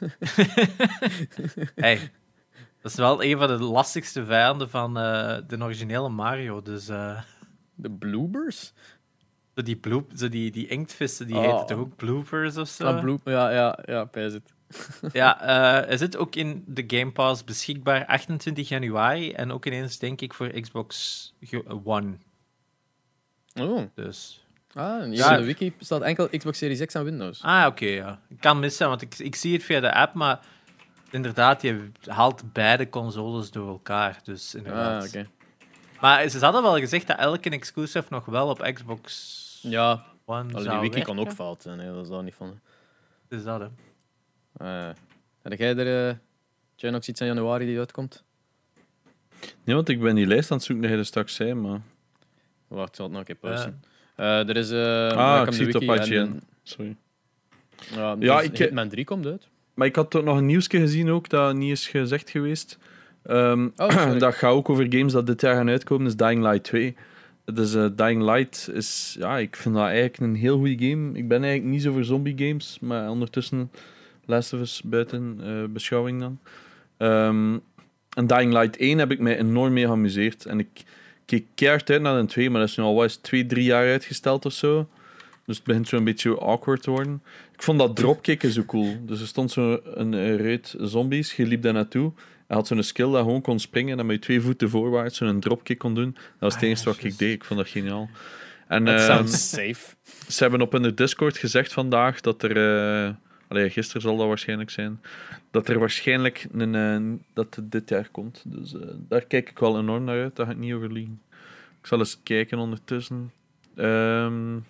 Hey, dat is wel een van de lastigste vijanden van de originele Mario. Dus, de Bloobers? Die inktvissen, die heten toch ook bloopers of zo? Ja, pijs het. Ja, hij zit ook in de Game Pass beschikbaar 28 januari en ook ineens, denk ik, voor Xbox One. Oh. Dus. In de wiki staat enkel Xbox Series X en Windows. Oké, ja. Ik kan missen, want ik zie het via de app, maar inderdaad, je haalt beide consoles door elkaar. Dus inderdaad. Oké. Maar ze hadden wel gezegd dat elke exclusive nog wel op Xbox One zou die wiki werken. kan ook fout zijn, dat is daar niet van. Dus dat, hè. Heb jij er nog iets in januari die uitkomt? Nee, want ik ben die lijst aan het zoeken dat je er straks zei, maar... Wacht, ik zal het nog een keer posten. Er is... ik zie het op IGN. Sorry. Hitman 3 komt uit. Maar ik had toch nog een nieuwsje gezien ook, dat niet is gezegd geweest. Dat gaat ook over games dat dit jaar gaan uitkomen, is Dying Light 2. Dus Dying Light is... Ja, ik vind dat eigenlijk een heel goede game. Ik ben eigenlijk niet zo voor zombie games, maar ondertussen Last of Us buiten beschouwing dan. En Dying Light 1 heb ik mij enorm mee geamuseerd. En ik keek keihard uit naar de 2, maar dat is nu al 2-3 jaar uitgesteld of zo. Dus het begint zo een beetje awkward te worden. Ik vond dat dropkicken zo cool. Dus er stond zo'n reet zombies, je liep daar naartoe. Hij had zo'n skill dat gewoon kon springen en met je 2 voeten voorwaarts zo'n dropkick kon doen. Dat was het enige wat ik deed. Ik vond dat geniaal. En, dat sounds safe. Ze hebben op in de Discord gezegd vandaag dat er... gisteren zal dat waarschijnlijk zijn. Dat er waarschijnlijk dat het dit jaar komt. Dus daar kijk ik wel enorm naar uit. Daar ga ik niet over liegen. Ik zal eens kijken ondertussen. Een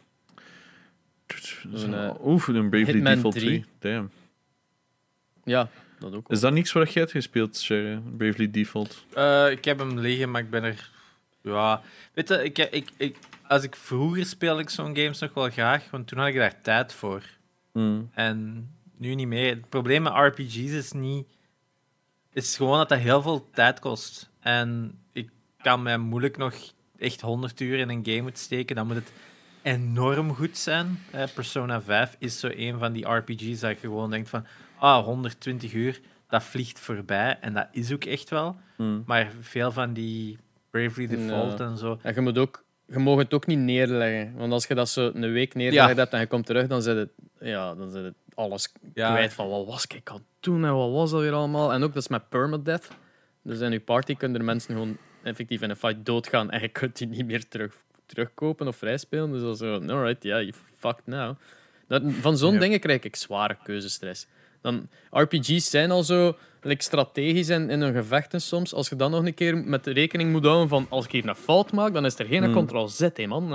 Bravely Default 2. Damn. Ja, dat ook wel. Is dat niks wat jij hebt gespeeld, Sherry? Bravely Default? Ik heb hem liggen, maar ik ben er... Ja... Weet je, als ik vroeger speelde ik zo'n games nog wel graag, want toen had ik daar tijd voor. En nu niet meer. Het probleem met RPG's is gewoon dat heel veel tijd kost. En ik kan mij moeilijk nog echt 100 uur in een game moeten steken. Dan moet het enorm goed zijn. Persona 5 is zo een van die RPG's dat je gewoon denkt van 120 uur, dat vliegt voorbij. En dat is ook echt wel. Maar veel van die Bravely Default en zo... En je mag het ook niet neerleggen. Want als je dat zo een week neergelegd hebt en je komt terug, dan zit het alles kwijt van wat was ik aan het doen en wat was dat weer allemaal. En ook, dat is met permadeath. Dus in je party kunnen er mensen gewoon effectief in een fight doodgaan en je kunt die niet meer terugkopen of vrijspelen. Dus dat is zo, alright, you fucked now. Van zo'n dingen krijg ik zware keuzestress. Dan, RPG's zijn al zo strategisch in hun gevechten soms. Als je dan nog een keer met de rekening moet houden van als ik hier een fout maak, dan is er geen Ctrl-Z, man.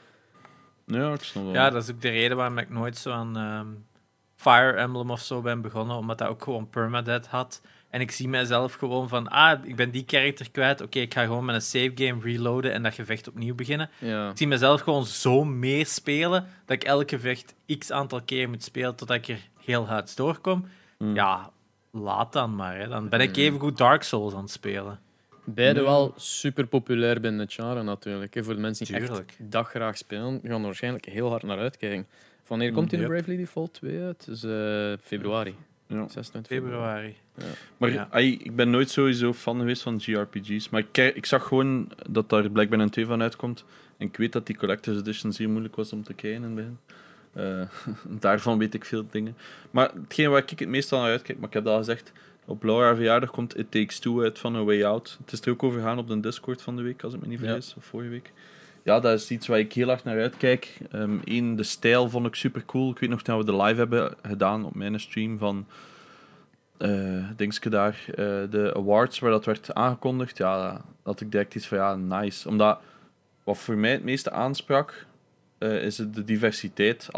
Ja, ik snap wel. Ja, dat is ook de reden waarom ik nooit zo aan Fire Emblem of zo ben begonnen, omdat dat ook gewoon permadeath had. En ik zie mijzelf gewoon van, ik ben die character kwijt, oké, ik ga gewoon met een save game reloaden en dat gevecht opnieuw beginnen. Ja. Ik zie mezelf gewoon zo meespelen dat ik elk gevecht x aantal keer moet spelen totdat ik er heel hard doorkom. Ja, laat dan maar. Hè. Dan ben ik even goed Dark Souls aan het spelen. Beide wel super populair binnen het genre natuurlijk. Hè. Voor de mensen die Tuurlijk. echt dag graag spelen, gaan er waarschijnlijk heel hard naar uitkijken. Wanneer komt die Bravely Default 2 uit? Dus februari. Ja. 26 Februari. Ja. Maar ik ben nooit sowieso fan geweest van JRPG's. Maar ik zag gewoon dat daar blijkbaar een 2 van uitkomt. En ik weet dat die Collector's Edition zeer moeilijk was om te krijgen in het begin. Daarvan weet ik veel dingen. Maar hetgeen waar ik het meestal naar uitkijk, maar ik heb dat al gezegd, op Laura verjaardag komt It Takes Two uit van A Way Out. Het is er ook over gegaan op de Discord van de week, als ik me niet vergis, of vorige week. Ja, dat is iets waar ik heel erg naar uitkijk. De stijl vond ik super cool. Ik weet nog dat we de live hebben gedaan op mijn stream van Dingske daar, de awards waar dat werd aangekondigd. Ja, dat ik direct iets van nice. Omdat wat voor mij het meeste aansprak, is het de diversiteit.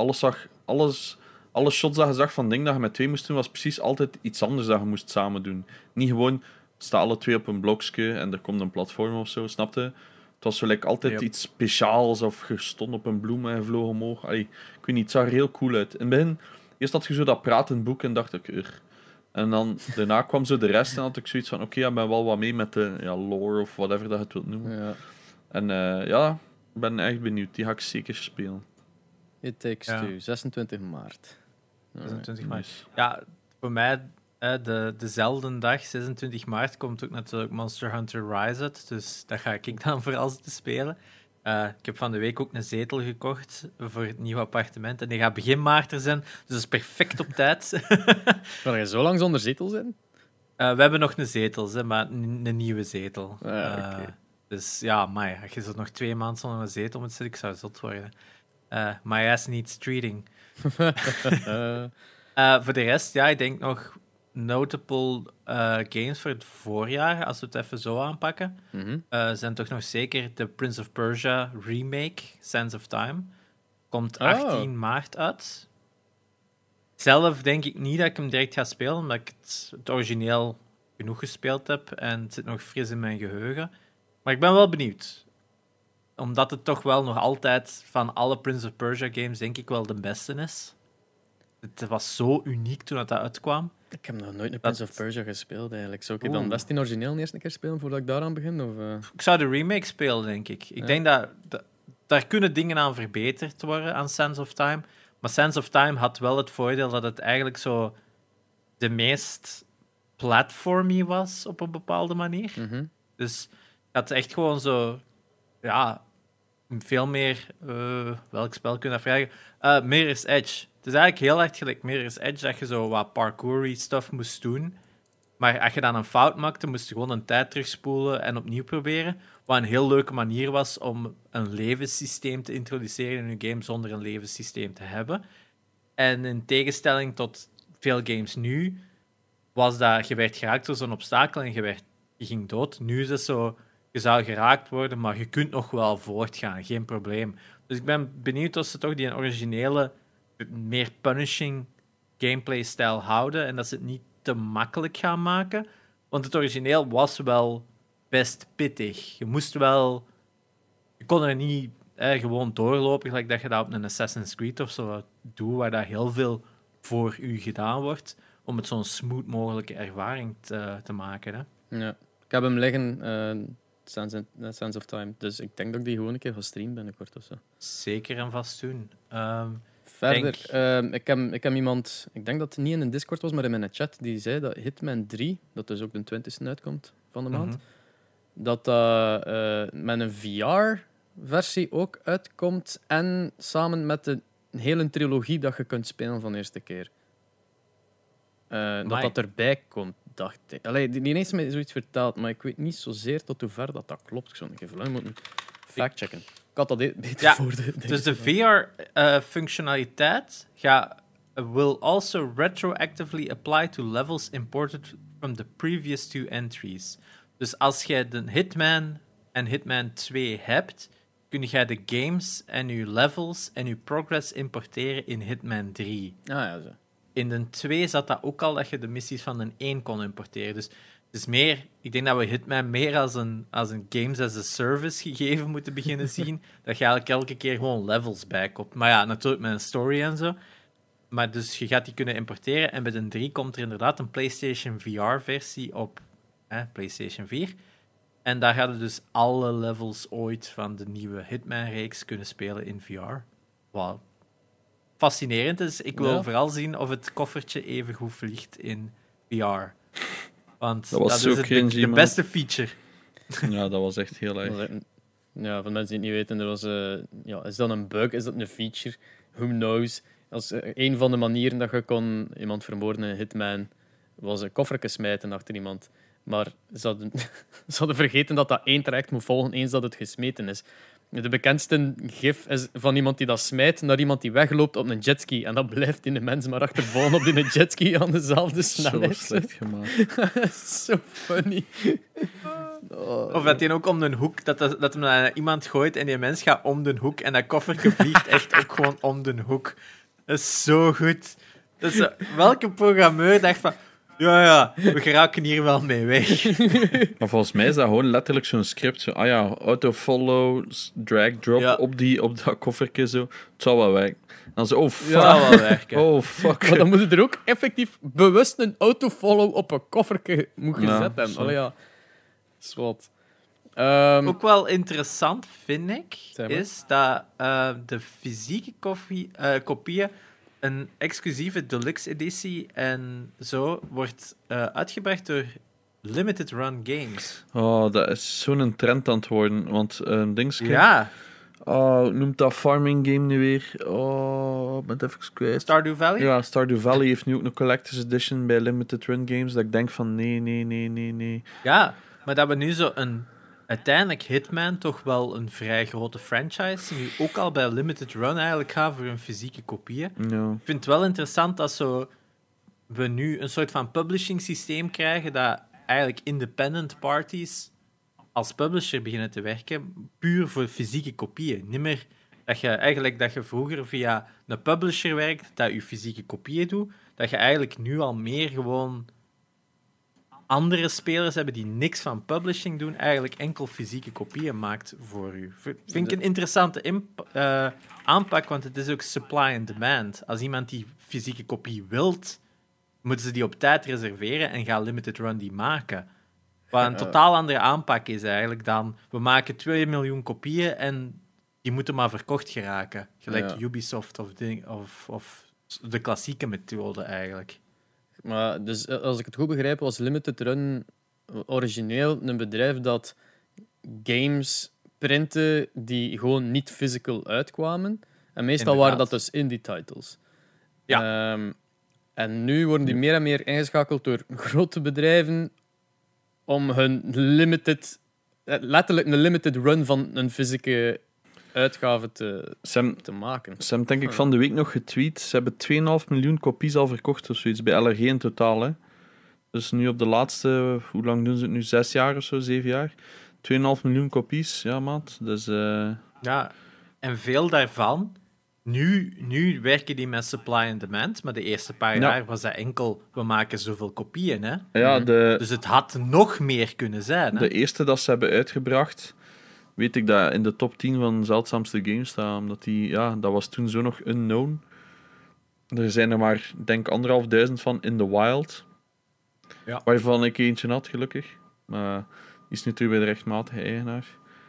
Alle shots dat je zag van dingen dat je met 2 moest doen, was precies altijd iets anders dat je moest samen doen. Niet gewoon, staan alle 2 op een blokje en er komt een platform of zo, snapte? Het was zo altijd iets speciaals, of je stond op een bloem en je vloog omhoog. Allee, ik weet niet, het zag er heel cool uit. In het begin, eerst had je zo dat pratend boek en dacht ik, En dan, daarna kwam zo de rest en had ik zoiets van, oké, ik ben wel wat mee met de lore of whatever dat je het wilt noemen. Ja. En ik ben echt benieuwd. Die ga ik zeker spelen. It Takes Two, 26 maart. 26 maart. Nice. Ja, voor mij dezelfde dag, 26 maart, komt ook natuurlijk Monster Hunter Rise uit. Dus dat ga ik dan vooral zitten spelen. Ik heb van de week ook een zetel gekocht voor het nieuwe appartement. En die gaat begin maart er zijn, dus dat is perfect op tijd. Kan je zo lang zonder zetel zijn? We hebben nog een zetel, maar een nieuwe zetel. Okay. Dus ja, maar als je zo nog 2 maanden zonder een zetel moet zitten, ik zou zot worden. My ass needs treating. Voor de rest, ik denk nog notable games voor het voorjaar, als we het even zo aanpakken. Zijn toch nog zeker de Prince of Persia remake, Sands of Time. Komt 18 maart uit. Zelf denk ik niet dat ik hem direct ga spelen, omdat ik het origineel genoeg gespeeld heb en het zit nog fris in mijn geheugen. Maar ik ben wel benieuwd. Omdat het toch wel nog altijd van alle Prince of Persia games denk ik wel de beste is. Het was zo uniek toen het uitkwam. Ik heb nog nooit een Prince of Persia gespeeld eigenlijk. Zou ik dan best in origineel eerst een keer spelen voordat ik daaraan begin? Of, Ik zou de remake spelen, denk ik. Ik denk dat daar kunnen dingen aan verbeterd worden aan Sands of Time. Maar Sands of Time had wel het voordeel dat het eigenlijk zo de meest platformy was op een bepaalde manier. Dus het had echt gewoon zo ja, veel meer... welk spel kun je dat vragen? Mirror's Edge. Het is eigenlijk heel erg gelijk Mirror's Edge, dat je zo wat parkour stuff moest doen. Maar als je dan een fout maakte, moest je gewoon een tijd terugspoelen en opnieuw proberen. Wat een heel leuke manier was om een levenssysteem te introduceren in je game zonder een levenssysteem te hebben. En in tegenstelling tot veel games nu, was dat je werd geraakt door zo'n obstakel en je ging dood. Nu is het zo, je zou geraakt worden, maar je kunt nog wel voortgaan, geen probleem. Dus ik ben benieuwd of ze toch die originele, meer punishing gameplay-stijl houden en dat ze het niet te makkelijk gaan maken. Want het origineel was wel best pittig. Je kon er niet gewoon doorlopen, gelijk dat je dat op een Assassin's Creed of zo doet, waar dat heel veel voor u gedaan wordt, om het zo'n smooth mogelijke ervaring te maken. Hè. Ja. Ik heb hem liggen, Sands of Time. Dus ik denk dat ik die gewoon een keer ga streamen binnenkort of zo. Zeker en vast doen. Verder, ik heb iemand, ik denk dat het niet in een Discord was, maar in mijn chat, die zei dat Hitman 3, dat dus ook de 20e uitkomt van de maand, dat met een VR-versie ook uitkomt en samen met een hele trilogie dat je kunt spelen van de eerste keer. Dat erbij komt, dacht ik. Allee, die ineens mij zoiets verteld, maar ik weet niet zozeer tot hoe ver dat klopt. Ik zou even moeten factchecken. Ik had dat beter voor de... Dus de VR-functionaliteit will also retroactively apply to levels imported from the previous 2 entries. Dus als jij de Hitman en Hitman 2 hebt, kun jij de games en je levels en je progress importeren in Hitman 3. Ja, zo. In de 2 zat dat ook al, dat je de missies van een 1 kon importeren. Dus het is meer... Ik denk dat we Hitman meer als een games as a service gegeven moeten beginnen zien. Dat je eigenlijk elke keer gewoon levels bijkomt. Maar ja, natuurlijk met een story en zo. Maar dus je gaat die kunnen importeren. En bij de 3 komt er inderdaad een PlayStation VR-versie op PlayStation 4. En daar gaan we dus alle levels ooit van de nieuwe Hitman-reeks kunnen spelen in VR. Wow. Fascinerend is. Ik wil vooral zien of het koffertje even goed vliegt in VR. Want dat is de beste feature. Ja, dat was echt heel erg. Ja, voor mensen die het niet weten, is dat een bug? Is dat een feature? Who knows? Als een van de manieren dat je kon iemand vermoorden in Hitman was een koffertje smijten achter iemand. Maar ze hadden vergeten dat dat 1 traject moet volgen eens dat het gesmeten is. De bekendste gif is van iemand die dat smijt naar iemand die wegloopt op een jetski. En dat blijft in de mens maar achtervolgen op die jetski aan dezelfde snelheid. Zo slecht gemaakt. Zo funny. Of dat hij ook om de hoek, dat hem naar iemand gooit en die mens gaat om de hoek en dat koffertje vliegt echt ook gewoon om de hoek. Dat is zo goed. Dus, welke programmeur dacht van... Ja, we geraken hier wel mee weg. Maar volgens mij is dat gewoon letterlijk zo'n script. Zo, autofollow, drag, drop op dat koffertje. Zo. Het zal wel werken. Dan zo, oh fuck. Ja, wel werken. Oh fuck. Maar dan moet je er ook effectief bewust een autofollow op een koffertje gezet hebben. Allee, ja. Zwat. Ook wel interessant, vind ik, is dat de fysieke kopieën een exclusieve deluxe editie en zo wordt uitgebracht door Limited Run Games. Oh, dat is zo'n trend aan het worden. Want dingetje... Ja. Oh, noemt dat farming game nu weer? Oh, ik ben het even kwijt. Stardew Valley? Ja, Stardew Valley heeft nu ook een collector's edition bij Limited Run Games. Dat ik denk van nee. Ja, maar dat we nu zo uiteindelijk Hitman toch wel een vrij grote franchise nu ook al bij Limited Run eigenlijk gaan voor een fysieke kopieën. Ja. Ik vind het wel interessant dat we nu een soort van publishing systeem krijgen dat eigenlijk independent parties als publisher beginnen te werken, puur voor fysieke kopieën. Niet meer dat je vroeger via een publisher werkt, dat je fysieke kopieën doet, dat je eigenlijk nu al meer gewoon andere spelers hebben die niks van publishing doen, eigenlijk enkel fysieke kopieën maakt voor u. Vind ik een interessante aanpak, want het is ook supply and demand. Als iemand die fysieke kopie wilt, moeten ze die op tijd reserveren en gaan Limited Run die maken. Wat een totaal andere aanpak is eigenlijk dan, we maken 2 miljoen kopieën en die moeten maar verkocht geraken. Gelijk Ubisoft of de klassieke methode eigenlijk. Maar dus, als ik het goed begrijp, was Limited Run origineel een bedrijf dat games printen die gewoon niet physical uitkwamen. En meestal waren dat dus indie titles. Ja. En nu worden die meer en meer ingeschakeld door grote bedrijven om hun letterlijk een limited run van een fysieke uitgave te maken. Sam, denk ik, van de week nog getweet. Ze hebben 2,5 miljoen kopies al verkocht of zoiets bij LRG in totaal. Hè. Dus nu op de laatste, hoe lang doen ze het nu? 6 jaar of zo, 7 jaar? 2,5 miljoen kopies, ja, maat. Dus, Ja, en veel daarvan. Nu werken die met supply and demand, maar de eerste paar jaar was dat enkel, we maken zoveel kopieën. Hè? Ja, dus het had nog meer kunnen zijn. Hè? De eerste dat ze hebben uitgebracht, weet ik dat in de top 10 van zeldzaamste games staan. Omdat dat was toen zo nog unknown. Er zijn er maar, denk 1.500 van in the wild. Ja. Waarvan ik eentje had, gelukkig. Maar die is nu terug bij de rechtmatige eigenaar.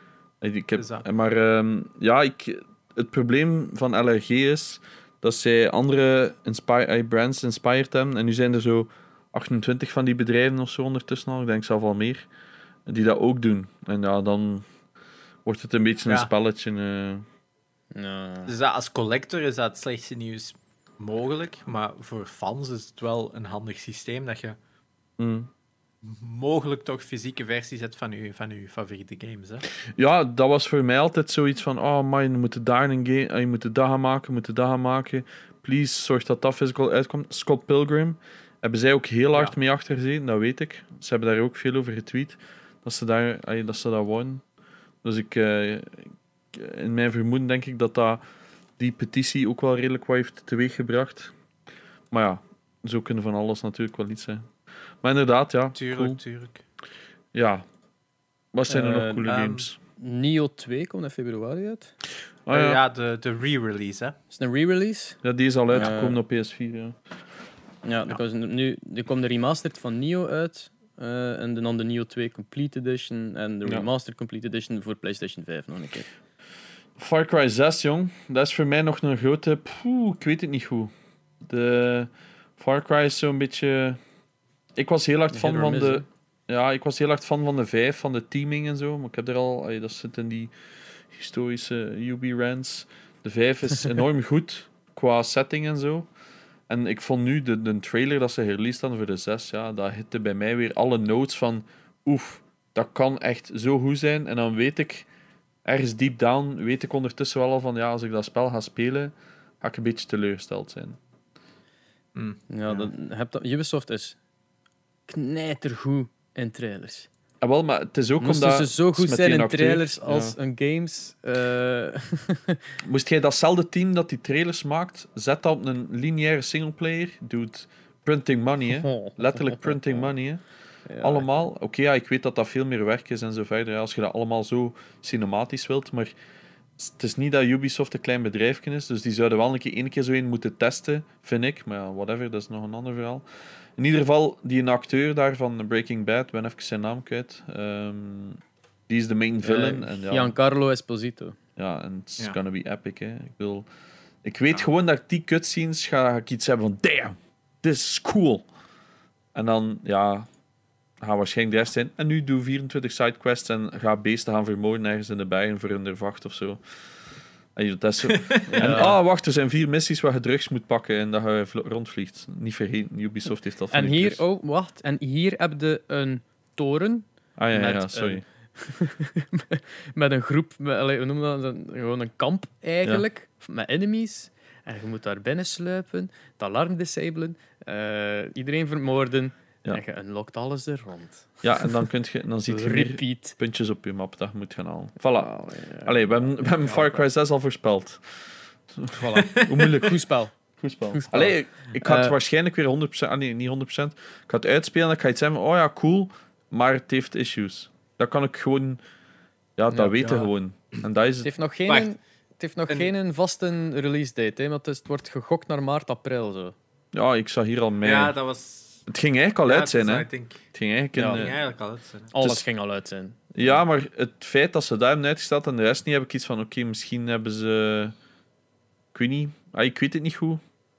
Het probleem van LRG is dat zij andere brands inspired hebben. En nu zijn er zo 28 van die bedrijven of zo ondertussen al. Ik denk zelf al meer. Die dat ook doen. En ja, dan wordt het een beetje een spelletje. Dus dat als collector is dat het slechtste nieuws mogelijk. Maar voor fans is het wel een handig systeem dat je mogelijk toch fysieke versies hebt van je favoriete games. Hè? Ja, dat was voor mij altijd zoiets van je moet daar een game, je moet dat gaan maken, Please, zorg dat dat physical uitkomt. Scott Pilgrim hebben zij ook heel hard mee achter gezeten, dat weet ik. Ze hebben daar ook veel over getweet, dat ze dat wonen. Dus in mijn vermoeden denk ik dat die petitie ook wel redelijk wat heeft teweeggebracht. Maar ja, zo kunnen van alles natuurlijk wel iets zijn. Maar inderdaad, ja. Tuurlijk. Ja. Wat zijn er nog coole games? Nioh 2 komt in februari uit. De re-release, hè. Is het een re-release? Ja, die is al uitgekomen op PS4, ja. Ja, er komt de remastered van Nioh uit. En dan de Nioh 2 Complete Edition. En de Remastered Complete Edition voor PlayStation 5 nog een keer. Far Cry 6, jong. Dat is voor mij nog een grote... ik weet het niet goed. De Far Cry is zo'n beetje... Ik was heel hard fan van de... Ja, ik was heel hard fan van de 5, van de teaming en zo. Maar ik heb er al... Dat zit in die historische UB-rants. De 5 is enorm goed qua setting en zo. En ik vond nu de trailer dat ze released hadden voor de 6, dat hitte bij mij weer alle notes van... dat kan echt zo goed zijn. En dan weet ik... Ergens deep down weet ik ondertussen wel al van... Ja, als ik dat spel ga spelen, ga ik een beetje teleurgesteld zijn. Ubisoft is knijtergoed in trailers. Wel, maar het is ook Moesten omdat... ze zo goed zijn in trailers als een games... Moest jij datzelfde team dat die trailers maakt, zet dat op een lineaire singleplayer, doet printing money, hè. Letterlijk printing money, hè. Ja, allemaal. Oké, ik weet dat dat veel meer werk is en zo verder. Als je dat allemaal zo cinematisch wilt, maar het is niet dat Ubisoft een klein bedrijfje is, dus die zouden wel één keer zo moeten testen, vind ik. Maar ja, whatever, dat is nog een ander verhaal. In ieder geval, die acteur daar van Breaking Bad, ben even zijn naam kwijt. Die is de main villain. Giancarlo Esposito. Ja, en it's gonna be epic, hè. Ik weet gewoon dat die cutscenes ga ik iets hebben van damn, this is cool. En dan, gaan waarschijnlijk de rest zijn. En nu doe 24 sidequests en ga beesten gaan vermoorden ergens in de bergen voor hun vacht of zo. En dat is zo. En wacht, er zijn 4 missies waar je drugs moet pakken en dat je rondvliegt. Niet vergeten, Ubisoft heeft dat van en hier, en hier heb je een toren. Sorry. Met een groep, hoe noem je dat? Gewoon een kamp eigenlijk, met enemies. En je moet daar binnen sluipen, het alarm disablen, iedereen vermoorden. Ja. En je unlockt alles er rond. Ja, en dan ziet je weer puntjes op je map dat je moet gaan halen. Voilà. Allee, we hebben Far Cry 6 al voorspeld. Voilà. Hoe moeilijk? Goed spel. Allee, ik ga het waarschijnlijk weer 100%... niet 100%. Ik ga het uitspelen en ik ga iets zeggen van, cool, maar het heeft issues. Dat kan ik gewoon... dat weten gewoon. En dat is het heeft nog geen vaste release date, hè, want het wordt gegokt naar maart, april. Zo. Ja, ik zag hier al mei. Ja, dat was... Het ging eigenlijk al uit zijn, hè? Het ging eigenlijk al uit zijn. Alles ging al uit zijn. Ja, maar het feit dat ze daar hebben uitgesteld en de rest niet, heb ik iets van, misschien hebben ze... Ik weet niet. Ik weet het niet goed.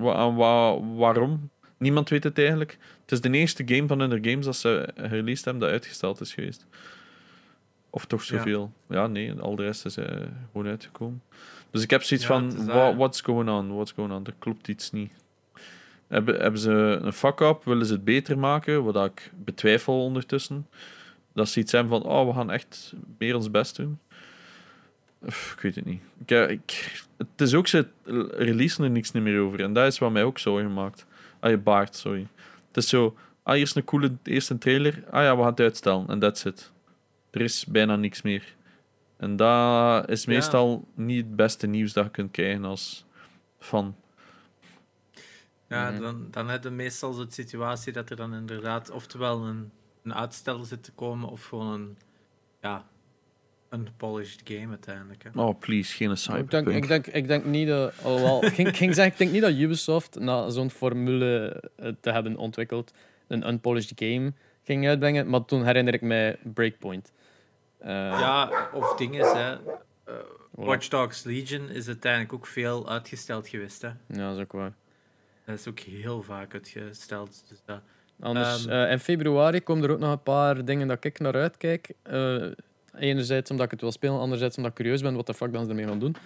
Waarom? Niemand weet het eigenlijk. Het is de eerste game van hun games dat ze released hebben dat uitgesteld is geweest. Of toch zoveel? Ja, nee, al de rest is gewoon uitgekomen. Dus ik heb zoiets Ja, van, het is dat. what's going on? Er klopt iets niet. Hebben ze een fuck-up? Willen ze het beter maken? Wat ik betwijfel ondertussen. Dat ze iets hebben van, we gaan echt meer ons best doen. Ik weet het niet. Het is ook, ze releasen er niks meer over. En dat is wat mij ook zorgen maakt. Baart, sorry. Het is zo, hier is een coole eerste trailer. We gaan het uitstellen. En that's it. Er is bijna niks meer. En dat is meestal niet het beste nieuws dat je kunt krijgen als fan. Ja, dan heb je meestal zo'n situatie dat er dan inderdaad oftewel een uitstel zit te komen of gewoon een polished game uiteindelijk. Hè. Oh, please, geen Cyberpunk. Ik denk niet dat... ik denk niet dat Ubisoft na zo'n formule te hebben ontwikkeld een unpolished game ging uitbrengen, maar toen herinner ik mij Breakpoint. Of dingen, hè. Watch Dogs Legion is uiteindelijk ook veel uitgesteld geweest. Hè. Ja, dat is ook waar. Dat is ook heel vaak uitgesteld. Dus dat... Anders, in februari komen er ook nog een paar dingen dat ik naar uitkijk. Enerzijds omdat ik het wil spelen, anderzijds omdat ik curieus ben wat de fuck dan ze ermee gaan doen.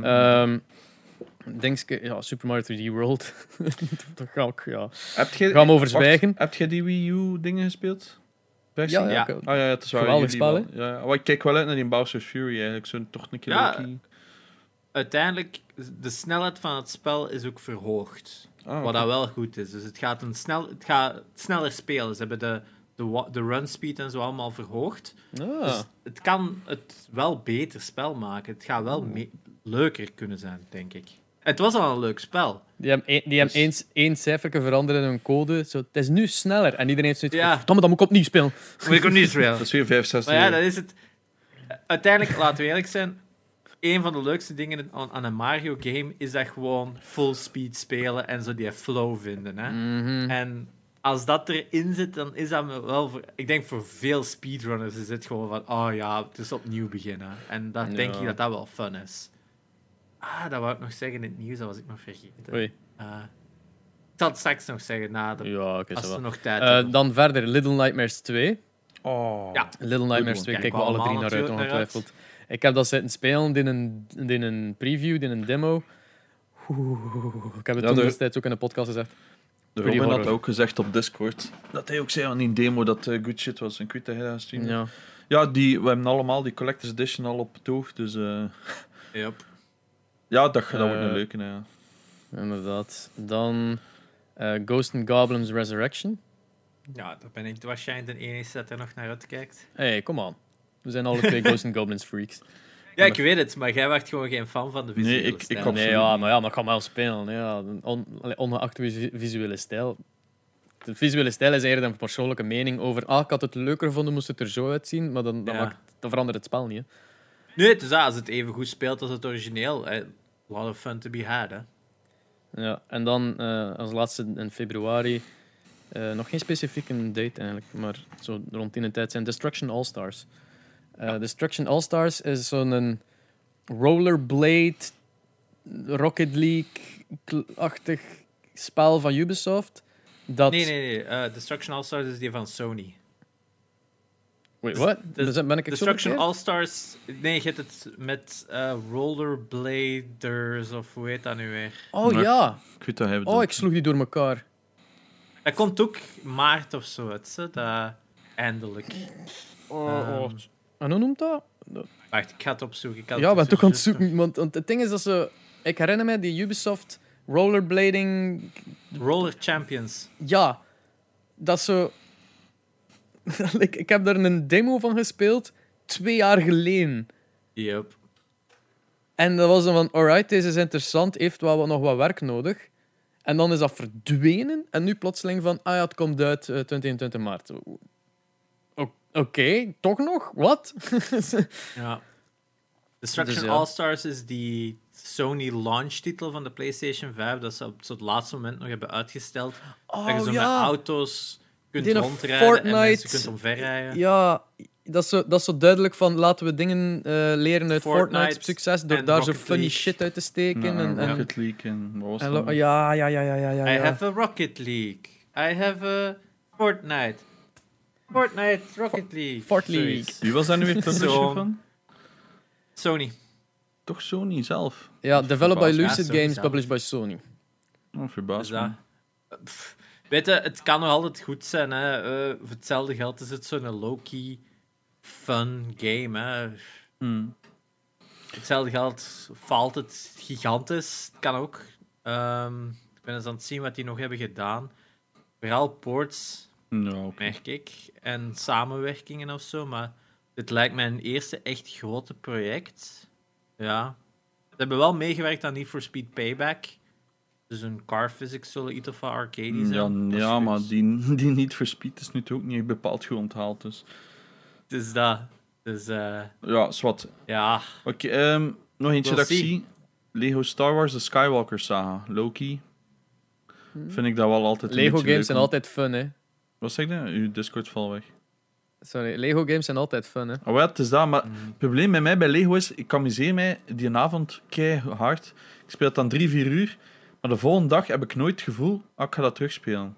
Super Mario 3D World. Dat ga ik, ga me over zwijgen. Heb jij die Wii U dingen gespeeld? Ja. Het is waar. Geweldig spel, hè? Ja, ik kijk wel uit naar die Bowser's Fury eigenlijk. Zo toch een keer uiteindelijk, de snelheid van het spel is ook verhoogd. Wat dat wel goed is. Dus het gaat sneller spelen. Ze hebben de run speed en zo allemaal verhoogd. Dus het kan het wel beter spel maken. Het gaat wel leuker kunnen zijn, denk ik. Het was al een leuk spel. Die hebben eens één cijferke veranderd in hun code. Zo, het is nu sneller. En iedereen heeft zoiets van, verdomme, dan moet ik opnieuw spelen. Moet ik opnieuw spelen. Dat is weer 65. Maar dat is het. Uiteindelijk, laten we eerlijk zijn, een van de leukste dingen aan een Mario game is dat gewoon full speed spelen en zo die flow vinden. Hè? Mm-hmm. En als dat erin zit, dan is dat wel ik denk voor veel speedrunners is het gewoon van, het is opnieuw beginnen. En dan denk ik dat dat wel fun is. Dat wou ik nog zeggen in het nieuws, dat was ik nog vergeten. Oei. Ik zal het straks nog zeggen, als we nog tijd hebben. Dan verder, Little Nightmares 2. Ja. Little Nightmares 2, kijken we alle drie naar uit, ongetwijfeld. Ik heb dat zitten spelen in een preview, in een demo. Ik heb het toen destijds ook in een podcast gezegd. De Robin had ook gezegd op Discord dat hij ook zei aan die demo dat good shit was. En ik weet dat hij dat streamde. Ja, we hebben allemaal die Collector's Edition al op het oog, dus... Yep. Ja, dat wordt een leuke, ja. Inderdaad. Dan Ghosts and Goblins Resurrection. Ja, daar ben ik waarschijnlijk de enige dat er nog naar uitkijkt. Hey, come on. We zijn alle twee Ghosts and Goblins freaks. Ja, ik weet het, maar jij werd gewoon geen fan van de visuele stijl. Maar dat kan wel spelen. Ja. Ongeacht de visuele stijl. De visuele stijl is eerder een persoonlijke mening over... ik had het leuker gevonden, moest het er zo uitzien, maar dan verandert het spel niet. Hè. Nee, het is als het even goed speelt als het origineel. A lot of fun to be had, hè. Ja, en dan als laatste in februari... nog geen specifieke date eigenlijk, maar zo rond die tijd zijn Destruction All-Stars. Destruction All-Stars is zo'n rollerblade, Rocket League-achtig spel van Ubisoft. Nee. Destruction All-Stars is die van Sony. Wait, what? Ben ik Destruction All-Stars... Nee, je hebt het met rollerbladers, of hoe heet dat nu weer? Oh, maar ja. Ik weet dat hij bedoelt. Ik sloeg die door elkaar. Dat komt ook maart of zo uit, dat eindelijk. En hoe noemt dat? Wacht, ik ga het opzoeken. Ik ben toch aan het zoeken. Want het ding is dat ze... Ik herinner me die Ubisoft rollerblading... Roller Champions. Ja. Dat is zo... Ik heb daar een demo van gespeeld 2 jaar geleden. Yep. En dat was dan van, alright, deze is interessant, heeft wel nog wat werk nodig. En dan is dat verdwenen. En nu plotseling van, het komt uit 2021 maart. Oké, toch nog? Wat? Ja. Destruction All-Stars is die Sony launch-titel van de PlayStation 5, dat ze op het laatste moment nog hebben uitgesteld. Dat je zo met auto's kunt rondrijden Fortnite, en mensen kunt omverrijden. Ja, dat is zo duidelijk van, laten we dingen leren uit Fortnite succes, door daar zo funny shit uit te steken. Rocket League en wat was dat? Ja. I have a Rocket League. I have a Fortnite. Fortnite, Rocket League. Fortnite. Wie was daar nu weer publisher van? Sony. Toch Sony zelf? Ja, developed by Ja, Lucid Sony Games, zelf. published by Sony. Oh, verbaasd me. Weet je, het kan nog altijd goed zijn. Hè. Voor hetzelfde geld is het zo'n low-key fun game. Hè. Hetzelfde geld valt het gigantisch. Het kan ook. Ik ben eens aan het zien wat die nog hebben gedaan. Vooral ports, merk ik. En samenwerkingen of zo. Maar dit lijkt mij een eerste echt grote project. Ja. Ze hebben wel meegewerkt aan Need for Speed Payback. Dus een car physics zullen iets of wat arcade zijn. Ja, maar die niet for Speed is nu ook niet bepaald goed onthaald. Dus. Dus dat. Dus, ja, zwart. ja. Oké, nog eentje We'll dat ik zie. Lego Star Wars, de Skywalker saga. Loki. Vind ik dat wel altijd een Lego beetje games leuk zijn om- altijd fun, hè. Wat zeg je? Uw Discord valt weg. Sorry, Lego games zijn altijd fun, hè. Oh ja, het is dat, maar het probleem bij mij bij Lego is, ik amuseer mij die avond keihard. Ik speel het dan 3-4 uur, maar de volgende dag heb ik nooit het gevoel, ik ga dat terugspelen.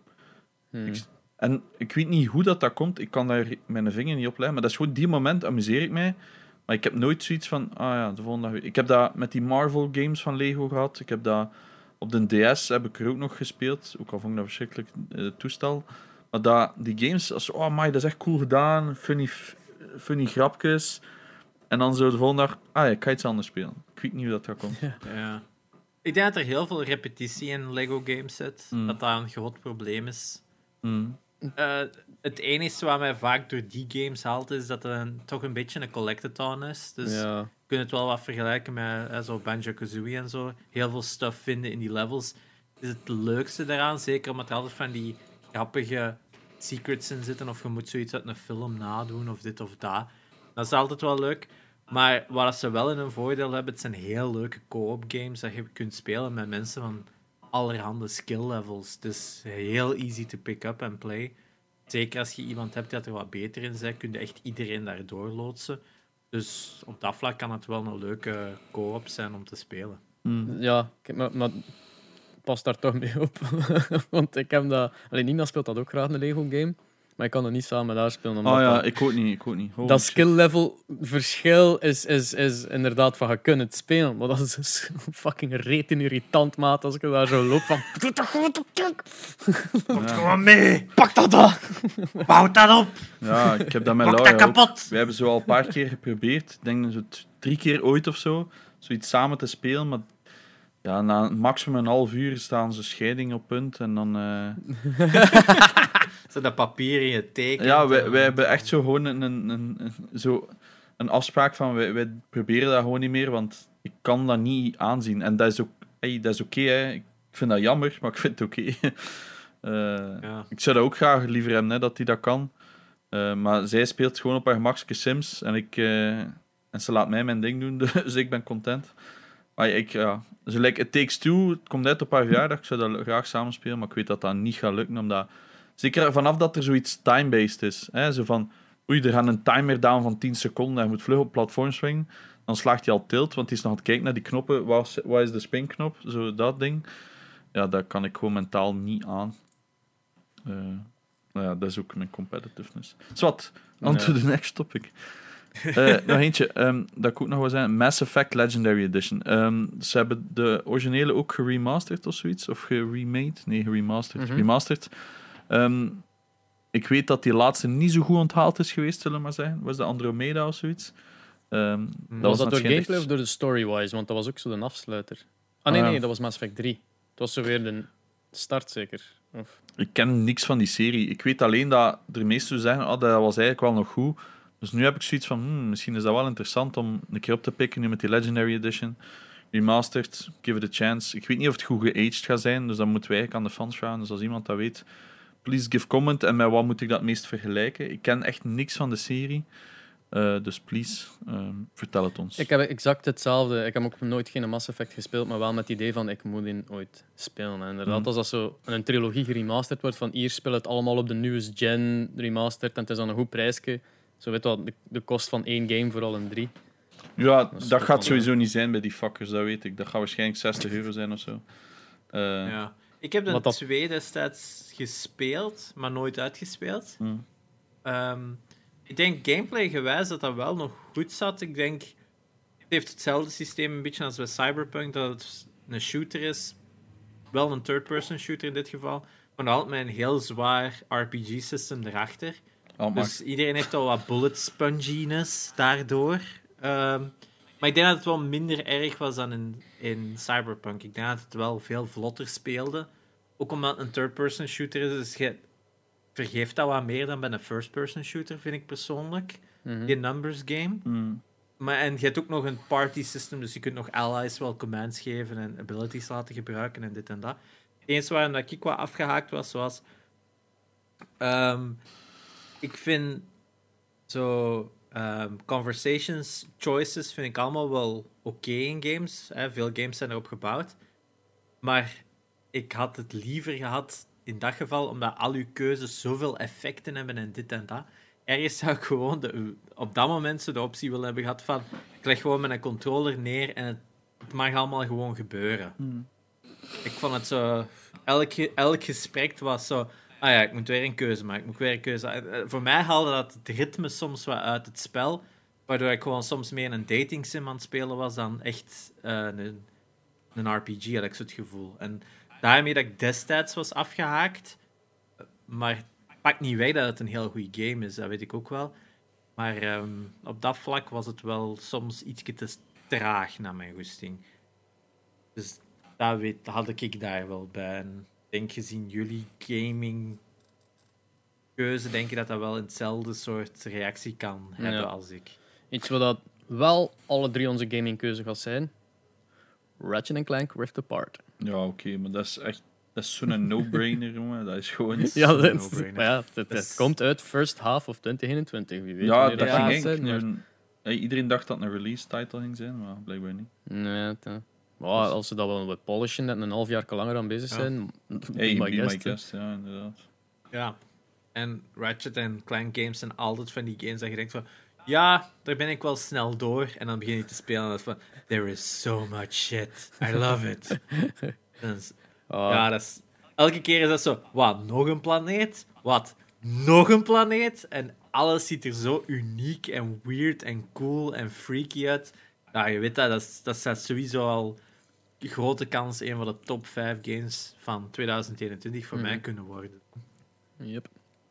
En ik weet niet hoe dat komt, ik kan daar mijn vinger niet op leggen, maar dat is gewoon die moment amuseer ik mij. Maar ik heb nooit zoiets van, de volgende dag weer. Ik heb dat met die Marvel games van Lego gehad, ik heb dat op de DS heb ik er ook nog gespeeld, ook al vond ik dat verschrikkelijk toestel. Maar die games, als dat is echt cool gedaan, funny grapjes. En dan zo de volgende dag, ik ga iets anders spelen. Ik weet niet hoe dat komt. Ja. Ik denk dat er heel veel repetitie in Lego games zit. Dat dat een groot probleem is. Het enige wat mij vaak door die games haalt, is dat het toch een beetje een collectathon is. Dus je kunt het wel wat vergelijken met zo Banjo-Kazooie en zo. Heel veel stuff vinden in die levels. Is het leukste daaraan, zeker omdat er altijd van die grappige secrets in zitten, of je moet zoiets uit een film nadoen, of dit of dat. Dat is altijd wel leuk. Maar wat ze wel in een voordeel hebben, het zijn heel leuke co-op games dat je kunt spelen met mensen van allerhande skill levels. Dus heel easy to pick up and play. Zeker als je iemand hebt dat er wat beter in is, kun je echt iedereen daardoor loodsen. Dus op dat vlak kan het wel een leuke co-op zijn om te spelen. Ja, maar pas daar toch mee op. Want ik heb dat... Nina speelt dat ook graag, een Lego-game. Maar ik kan het niet samen daar spelen. Omdat ik ook niet. Dat skill-level verschil is inderdaad van, je kunt het spelen. Maar dat is dus fucking reten irritant, maat, als ik daar zo loop van... Kom gewoon mee! Pak dat dan! Bouw dat op! Ja, ik heb dat met Maak Laura dat kapot! We hebben zo al een paar keer geprobeerd. Ik denk zo 3 keer ooit of zo. Zoiets samen te spelen, maar... Ja, na maximum een half uur staan ze scheiding op punt en dan... Zo dat papier in je teken. Ja, wij hebben echt zo gewoon een afspraak van wij proberen dat gewoon niet meer, want ik kan dat niet aanzien. En dat is ook dat is oké, hè. Ik vind dat jammer, maar ik vind het oké. Ik zou dat ook graag liever hebben, hè, dat hij dat kan. Maar zij speelt gewoon op haar gemakske Sims en ze laat mij mijn ding doen, dus ik ben content. Maar zo like It Takes Two, het komt uit op haar verjaardag, ik zou dat graag samenspelen, maar ik weet dat dat niet gaat lukken, omdat... Zeker vanaf dat er zoiets time-based is. Hè? Zo van, er gaat een timer down van 10 seconden en je moet vlug op het platform swingen. Dan slaagt hij al tilt, want hij is nog aan het kijken naar die knoppen. Wat is de spinknop? Zo dat ding. Ja, dat kan ik gewoon mentaal niet aan. Dat is ook mijn competitiveness. Zwat, on to the next topic. Nog eentje, dat ik ook nog wil zeggen. Mass Effect Legendary Edition. Ze hebben de originele ook geremasterd of zoiets. Of geremade? Nee, geremasterd. Remastered. Ik weet dat die laatste niet zo goed onthaald is geweest, zullen we maar zeggen. Was de Andromeda of zoiets? Was dat door gameplay of door de story-wise? Want dat was ook zo de afsluiter. Nee, dat was Mass Effect 3. Het was zo weer de start, zeker. Of... Ik ken niks van die serie. Ik weet alleen dat er meesten zeggen, dat was eigenlijk wel nog goed. Dus nu heb ik zoiets van, misschien is dat wel interessant om een keer op te pikken, nu met die Legendary Edition. Remastered, give it a chance. Ik weet niet of het goed geaged gaat zijn, dus dan moeten wij eigenlijk aan de fans vragen. Dus als iemand dat weet, please give comment. En met wat moet ik dat meest vergelijken? Ik ken echt niks van de serie. Dus please, vertel het ons. Ik heb exact hetzelfde. Ik heb ook nooit geen Mass Effect gespeeld, maar wel met het idee van, ik moet die ooit spelen. En inderdaad, als dat zo een trilogie geremasterd wordt, van hier speel het allemaal op de newest gen remastered, en het is dan een goed prijsje. Zo weet wat, de kost van 1 game voor al een 3. Ja, dat gaat sowieso niet zijn bij die fuckers, dat weet ik. Dat gaat waarschijnlijk €60 zijn of zo. Ja. Ik heb de 2 destijds gespeeld, maar nooit uitgespeeld. Ik denk gameplay-gewijs dat wel nog goed zat. Ik denk, het heeft hetzelfde systeem een beetje als bij Cyberpunk, dat het een shooter is. Wel een third-person shooter in dit geval, maar nog altijd met een heel zwaar RPG-system erachter. Dus iedereen heeft al wat bullet sponginess daardoor. Maar ik denk dat het wel minder erg was dan in Cyberpunk. Ik denk dat het wel veel vlotter speelde. Ook omdat het een third-person shooter is, dus je vergeeft dat wat meer dan bij een first-person shooter, vind ik persoonlijk. Die numbers game. En je hebt ook nog een party system, dus je kunt nog allies wel commands geven en abilities laten gebruiken en dit en dat. Eens waarom dat ik wat afgehaakt was... ik vind zo... conversations, choices vind ik allemaal wel oké in games. Veel games zijn erop gebouwd. Maar ik had het liever gehad in dat geval, omdat al uw keuzes zoveel effecten hebben en dit en dat. Ergens zou ik gewoon op dat moment de optie willen hebben gehad van ik leg gewoon mijn controller neer en het mag allemaal gewoon gebeuren. Ik vond het zo... Elk gesprek was zo... Ah ja, ik moet weer een keuze maken. Voor mij haalde dat het ritme soms wat uit het spel, waardoor ik gewoon soms meer een dating sim aan het spelen was dan echt een RPG, had ik zo het gevoel. En daarmee dat ik destijds was afgehaakt, maar pakt niet weg dat het een heel goede game is, dat weet ik ook wel. Maar op dat vlak was het wel soms iets te traag naar mijn goesting. Dus dat had ik daar wel bij. En ik denk, gezien jullie gaming keuze, denk je dat wel hetzelfde soort reactie kan hebben als ik. Iets wat dat wel alle drie onze gamingkeuze gaat zijn. Ratchet & Clank Rift Apart. Ja, oké, maar dat is echt... Dat is zo'n no-brainer, jongen. Dat is gewoon... Het komt uit first half of 2021. Wie weet ja, dat ging eigenlijk... Iedereen dacht dat het een release title ging zijn, maar blijkbaar niet. Nee, als ze dat wel wat polishen en een half jaar langer aan bezig zijn... Be my guest, ja, inderdaad. Ja, en Ratchet & Clank games zijn altijd van die games dat je denkt van... Ja, daar ben ik wel snel door. En dan begin je te spelen en dat is van... There is so much shit. I love it. Ja, dat is... Elke keer is dat zo... Wat, nog een planeet? Wat, nog een planeet? En alles ziet er zo uniek en weird en cool en freaky uit. Ja, je weet dat staat sowieso al... grote kans een van de top 5 games van 2021 voor mij kunnen worden. Yep.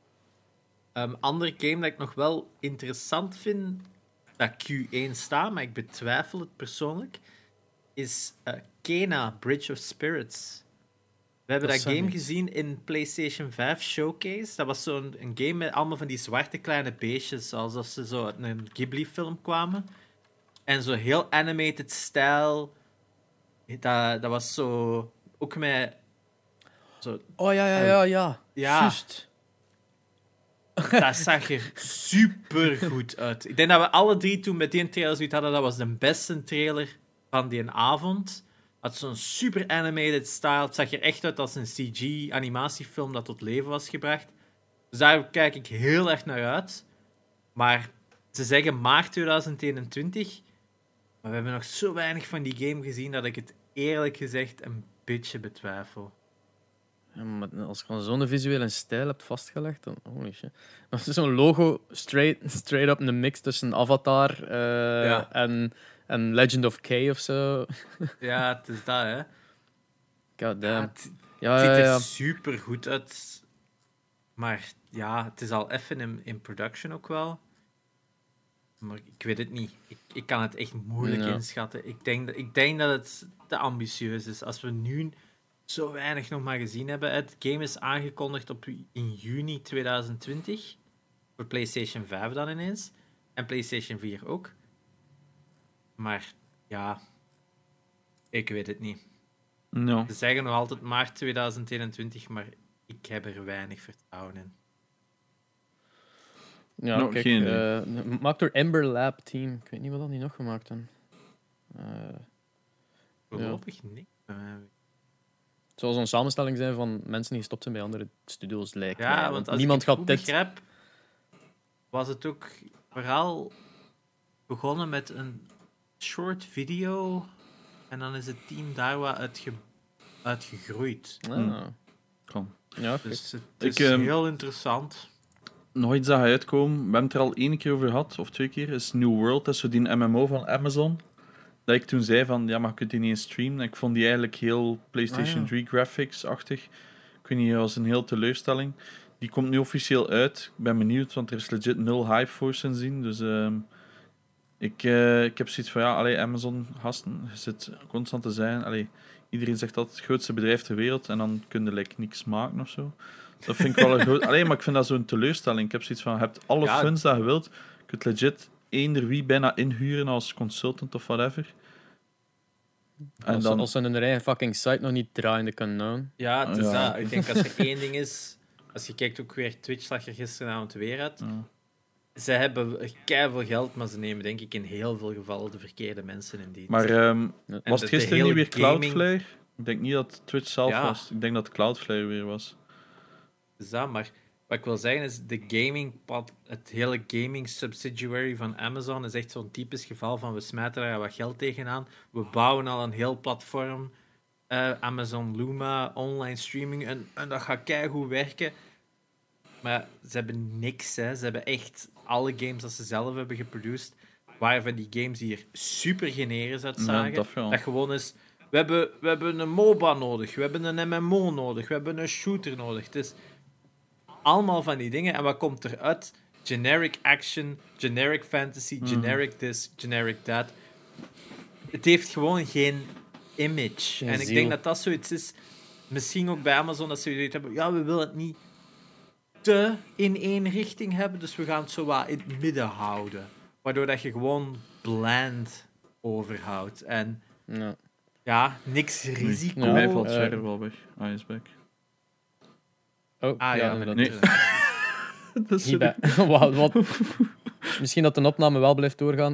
Ander game dat ik nog wel interessant vind, dat Q1 staat, maar ik betwijfel het persoonlijk, is Kena, Bridge of Spirits. We hebben dat game gezien in PlayStation 5 Showcase. Dat was zo'n game met allemaal van die zwarte kleine beestjes, alsof ze zo uit een Ghibli-film kwamen. En zo heel animated stijl. Dat was zo... Ook met... Zo, ja. Juist. Dat zag er super goed uit. Ik denk dat we alle drie toen met die trailer zoiets hadden, dat was de beste trailer van die avond. Het had zo'n super animated style. Het zag er echt uit als een CG-animatiefilm dat tot leven was gebracht. Dus daar kijk ik heel erg naar uit. Maar ze zeggen maart 2021... Maar we hebben nog zo weinig van die game gezien dat ik het eerlijk gezegd een beetje betwijfel. Ja, maar als je gewoon zo'n visuele stijl hebt vastgelegd, dan holy shit. Dat is zo'n logo straight up een mix tussen Avatar en Legend of K of zo. Ja, het is dat, hè. God damn. Het ziet er super goed uit. Maar ja, het is al even in production ook wel. Maar ik weet het niet. Ik kan het echt moeilijk inschatten. Ik denk dat het te ambitieus is. Als we nu zo weinig nog maar gezien hebben. Het game is aangekondigd in juni 2020. Voor PlayStation 5 dan ineens. En PlayStation 4 ook. Maar ja, ik weet het niet. No. Ze zeggen nog altijd maart 2021, maar ik heb er weinig vertrouwen in. Ja, kijk, gemaakt door Ember Lab Team. Ik weet niet wat die nog gemaakt hebben. Voorlopig niet. Het zal zo'n samenstelling zijn van mensen die gestopt zijn bij andere studios, lijkt mij. Ja, want als niemand ik het gaat goed dit... begrijp, was het ook vooral begonnen met een short video en dan is het team daar wat uitgegroeid. Ah. Kan. Ja, dus het is heel interessant. nog iets dat gaat uitkomen. We hebben het er al 1 keer over gehad, of 2 keer. Is New World, dat is zo die MMO van Amazon. Dat ik toen zei van, ja, maar je kunt die niet eens streamen. Ik vond die eigenlijk heel PlayStation 3 graphics-achtig. Ik weet niet, dat was een heel teleurstelling. Die komt nu officieel uit. Ik ben benieuwd, want er is legit 0 hype voor sindsdien. Dus ik heb zoiets van, ja, Amazon, gasten, je zit constant te zijn. Iedereen zegt dat het grootste bedrijf ter wereld en dan kun je niks maken of zo. Dat vind ik wel een groot... maar ik vind dat zo'n teleurstelling. Ik heb zoiets van, je hebt alle funds dat je wilt. Je kunt legit eender wie bijna inhuren als consultant of whatever. En als ze hun eigen fucking site nog niet draaiende kunnen houden. Ja, het is dat. Ik denk als er één ding is... Als je kijkt ook weer Twitch, lag er gisteravond weer uit. Ja. Ze hebben keiveel geld, maar ze nemen denk ik in heel veel gevallen de verkeerde mensen in dienst. Maar was het gisteren niet weer Cloudflare? Ik denk niet dat Twitch zelf was. Ik denk dat Cloudflare weer was. Dus dat, maar wat ik wil zeggen is, het hele gaming subsidiary van Amazon is echt zo'n typisch geval van we smijten daar wat geld tegenaan. We bouwen al een heel platform, Amazon Luma, online streaming, en dat gaat keigoed werken. Maar ze hebben niks, hè. Ze hebben echt alle games dat ze zelf hebben geproduceerd, waarvan die games hier super generisch uitzagen. Dat gewoon is, we hebben een MOBA nodig, we hebben een MMO nodig, we hebben een shooter nodig. Het is allemaal van die dingen. En wat komt eruit? Generic action, generic fantasy, generic this, generic that. Het heeft gewoon geen image. En ik denk dat dat zoiets is, misschien ook bij Amazon, dat ze zoiets hebben, ja, we willen het niet te in één richting hebben, dus we gaan het zo wat in het midden houden. Waardoor dat je gewoon bland overhoudt. En niks risico. Bij mij valt Sverre wel weg. Is back. Nee. Dat is wat? Misschien dat de opname wel blijft doorgaan.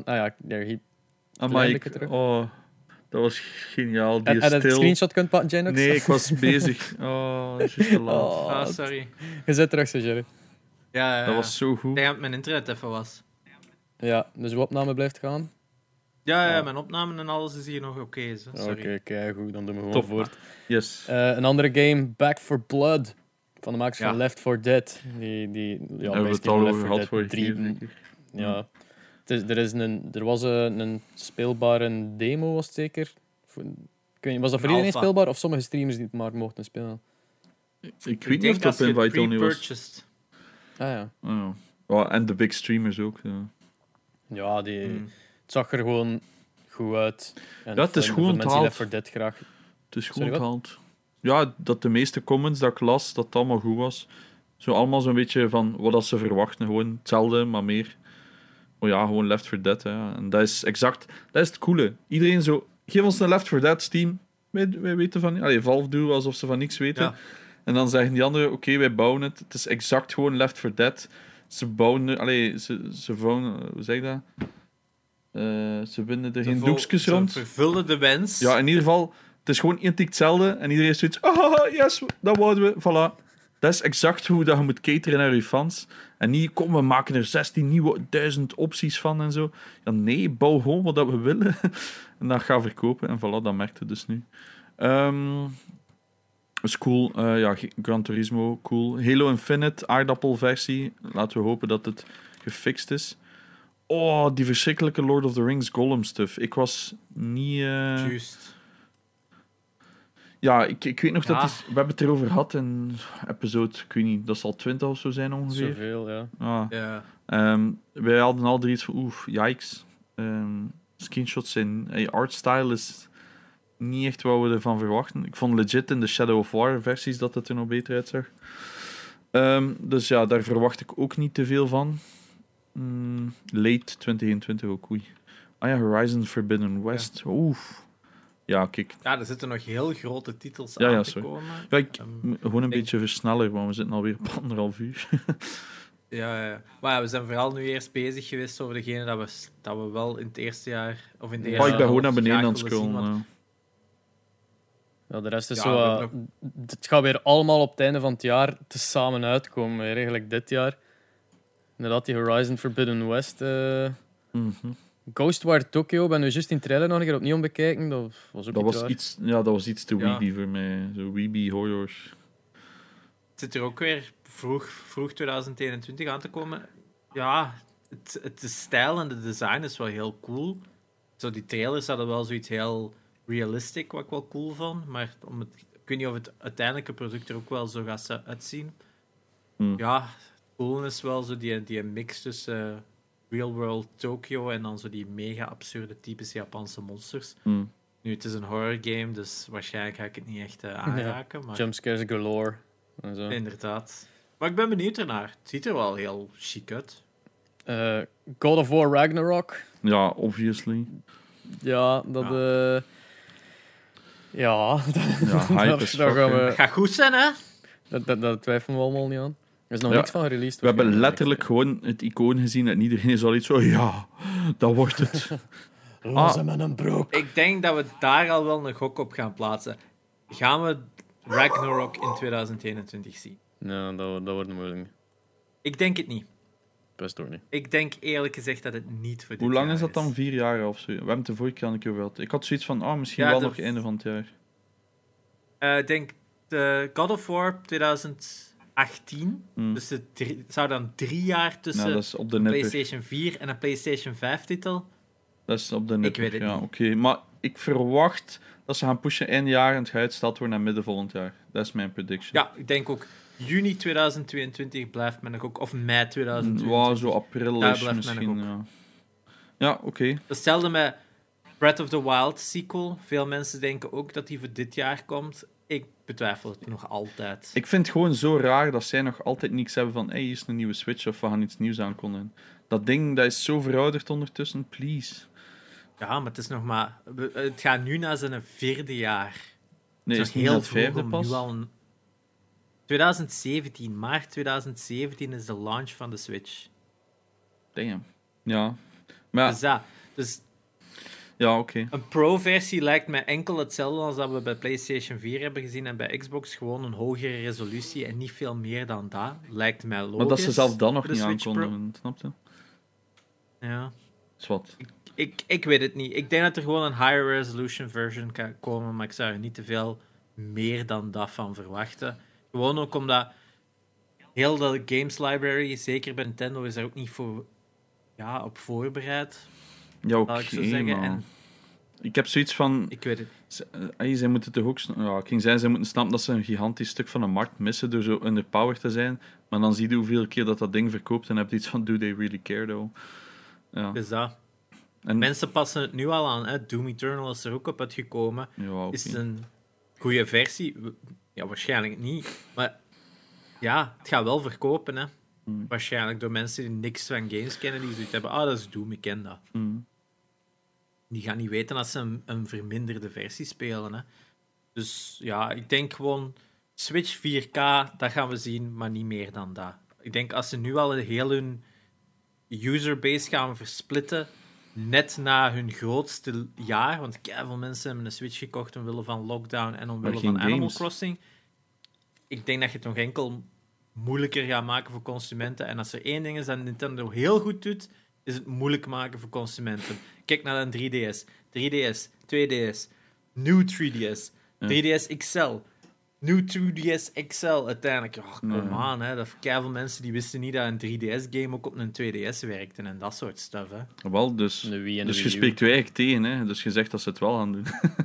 Dat was geniaal. Die en een screenshot kunt pakken, Janox? Nee, ik was bezig. Dat is juist te laat. Sorry. Je zit terug, Jerry. Ja. Dat was zo goed. Ik denk dat mijn internet even was. Ja, dus uw opname blijft gaan? Ja, mijn opname en alles is hier nog oké. Sorry. Oké, goed. Dan doen we gewoon voort. Yes. Een andere game, Back 4 Blood. Van de makers van Left 4 Dead. Die hebben we het al over gehad voor 3. Ja. Er was een speelbare demo, was het zeker? Was dat voor iedereen speelbaar? Of sommige streamers die het maar mochten spelen? Ik weet niet of dat op invite only was. Ja. En de big streamers ook. Ja, het zag er gewoon goed uit. En het is goed onthaald. Left 4 Dead graag. Het is goed onthaald. Ja, dat de meeste comments dat ik las, dat het allemaal goed was. Zo allemaal zo'n beetje van wat ze verwachten. Gewoon hetzelfde, maar meer. Gewoon Left 4 Dead. Hè. En dat is exact... Dat is het coole. Iedereen zo... Geef ons een Left 4 Dead, Steam. Wij weten van... Valve doen alsof ze van niks weten. Ja. En dan zeggen die anderen... Oké, wij bouwen het. Het is exact gewoon Left 4 Dead. Ze bouwen... Ze bouwen... Hoe zeg je dat? Ze vinden er geen doekjes rond. Ze vervullen de wens. Ja, in ieder geval... Het is gewoon identiek hetzelfde. En iedereen is zoiets... Yes, dat wouden we. Voilà. Dat is exact hoe dat je moet cateren naar je fans. En niet, kom, we maken er 16.000 opties van en zo. Ja, nee, bouw gewoon wat dat we willen. En dat gaan verkopen. En voilà, dat merkte dus nu. Is cool. Gran Turismo, cool. Halo Infinite, aardappelversie. Laten we hopen dat het gefixt is. Die verschrikkelijke Lord of the Rings Gollum stuff. Ik was niet... Juist. Ja, ik weet nog dat we hebben het erover gehad in episode, ik weet niet, dat zal 20 of zo zijn ongeveer. Zoveel, ja. Wij hadden al drie iets van, yikes. Screenshots in artstyle is niet echt wat we ervan verwachten. Ik vond legit in de Shadow of War versies dat het er nog beter uitzag. Dus ja, daar verwacht ik ook niet te veel van. Late 2021 ook, oei. Horizon Forbidden West. Ja, kijk. Ja, er zitten nog heel grote titels aan te komen. Ja, gewoon een beetje versneller, want we zitten alweer op 1,5 uur. Ja. Maar we zijn vooral nu eerst bezig geweest over degene dat we wel in het eerste jaar... Of in de eerste ik ben gewoon naar beneden aan het scrollen. Ja, de rest is zo... Het gaat weer allemaal op het einde van het jaar tezamen uitkomen. Eigenlijk dit jaar. Inderdaad, die Horizon Forbidden West... Ghostwire Tokyo, ben nu juist in het trailer nog een keer opnieuw bekijken. Dat was ook dat was iets te weeby voor mij. Zo weeby horror. zit er ook weer vroeg 2021 aan te komen. Ja, de stijl en de design is wel heel cool. Zo, die trailers hadden wel zoiets heel realistic, wat ik wel cool vond. Maar ik weet niet of het uiteindelijke product er ook wel zo gaat uitzien. Ja, cool is wel zo die mix tussen Real World Tokyo en dan zo die mega absurde typische Japanse monsters. Nu, het is een horror game, dus waarschijnlijk ga ik het niet echt aanraken. Maar... Jumpscares galore. En zo. Inderdaad. Maar ik ben benieuwd ernaar. Het ziet er wel heel chic uit. God of War Ragnarok. Ja, obviously. Ja, dat... Ja, hype is Dat gaat goed zijn, hè? Dat twijfelen we allemaal niet aan. Er is nog niks van gereleased. We hebben letterlijk gewoon het icoon gezien en iedereen is al iets zo... Ja, dat wordt het. Met een broek. Ik denk dat we daar al wel een gok op gaan plaatsen. Gaan we Ragnarok in 2021 zien? Ja, dat wordt moeilijk. Ik denk het niet. Best ook niet. Ik denk eerlijk gezegd dat het niet voor dit Hoe lang jaar is dat dan? 4 jaar of zo? We hebben het de vorige keer een keer gehad. Ik had zoiets van, misschien wel nog einde van het jaar. Ik denk de God of War 2018. Dus het zou dan 3 jaar tussen dat is op de een nipper. PlayStation 4 en een PlayStation 5-titel. Dat is op de nipper. Ik weet het niet. Oké. Maar ik verwacht dat ze gaan pushen einde jaar en het gaat uitgesteld worden naar midden volgend jaar. Dat is mijn prediction. Ja, ik denk ook juni 2022 blijft men nog ook. Of mei 2022. Wow, zo april Daar is blijft misschien. men ook. Ja, oké. Hetzelfde met Breath of the Wild sequel. Veel mensen denken ook dat die voor dit jaar komt. Ik betwijfel het nog altijd. Ik vind het gewoon zo raar dat zij nog altijd niks hebben van hier is een nieuwe Switch of we gaan iets nieuws aankondigen. Dat ding dat is zo verouderd ondertussen, please. Ja, maar het is nog maar... Het gaat nu naar zijn 4e jaar. Nee, het is niet het 5e pas? 2017, maart 2017 is de launch van de Switch. Damn. Ja. Maar ja. Dus ja, oké. Een Pro-versie lijkt mij enkel hetzelfde als dat we bij PlayStation 4 hebben gezien en bij Xbox. Gewoon een hogere resolutie en niet veel meer dan dat. Lijkt mij logisch. Maar dat ze zelf dan nog niet Switch aankondigen, snap je? Ja. Zwat. Ik weet het niet. Ik denk dat er gewoon een higher resolution version kan komen, maar ik zou er niet te veel meer dan dat van verwachten. Gewoon ook omdat heel de games library, zeker bij Nintendo, is daar ook niet op voorbereid. Ja, oké, ik zo zeggen. En ik heb zoiets van... Ik weet het. Zij moeten toch ook... Ja, ik ging zeggen, zij moeten snappen dat ze een gigantisch stuk van de markt missen door zo underpowered te zijn. Maar dan zie je hoeveel keer dat ding verkoopt en heb je iets van, do they really care, though? Ja. Dus dat. En mensen passen het nu al aan. Hè? Doom Eternal is er ook op uitgekomen. Ja, okay. Is het een goede versie? Ja, waarschijnlijk niet. Maar ja, het gaat wel verkopen, hè. Waarschijnlijk door mensen die niks van games kennen, die zoiets hebben, dat is Doom, ik ken dat. Die gaan niet weten dat ze een verminderde versie spelen, hè. Dus ja, ik denk gewoon Switch 4K, dat gaan we zien, maar niet meer dan dat. Ik denk als ze nu al heel hun userbase gaan versplitten, net na hun grootste jaar, want veel mensen hebben een Switch gekocht omwille van lockdown en omwille van Animal Crossing. Ik denk dat je het nog enkel moeilijker gaat maken voor consumenten. En als er één ding is dat Nintendo heel goed doet, is het moeilijk maken voor consumenten. Kijk naar een 3DS. 3DS, 2DS, nieuw 3DS, 3DS XL, nieuw 2DS XL uiteindelijk. Oh, come on, hè. Dat veel mensen die wisten niet dat een 3DS-game ook op een 2DS werkte en dat soort stuff, hè. Wel, dus je spreekt wij eigenlijk tegen, hè. Dus je zegt dat ze het wel gaan doen.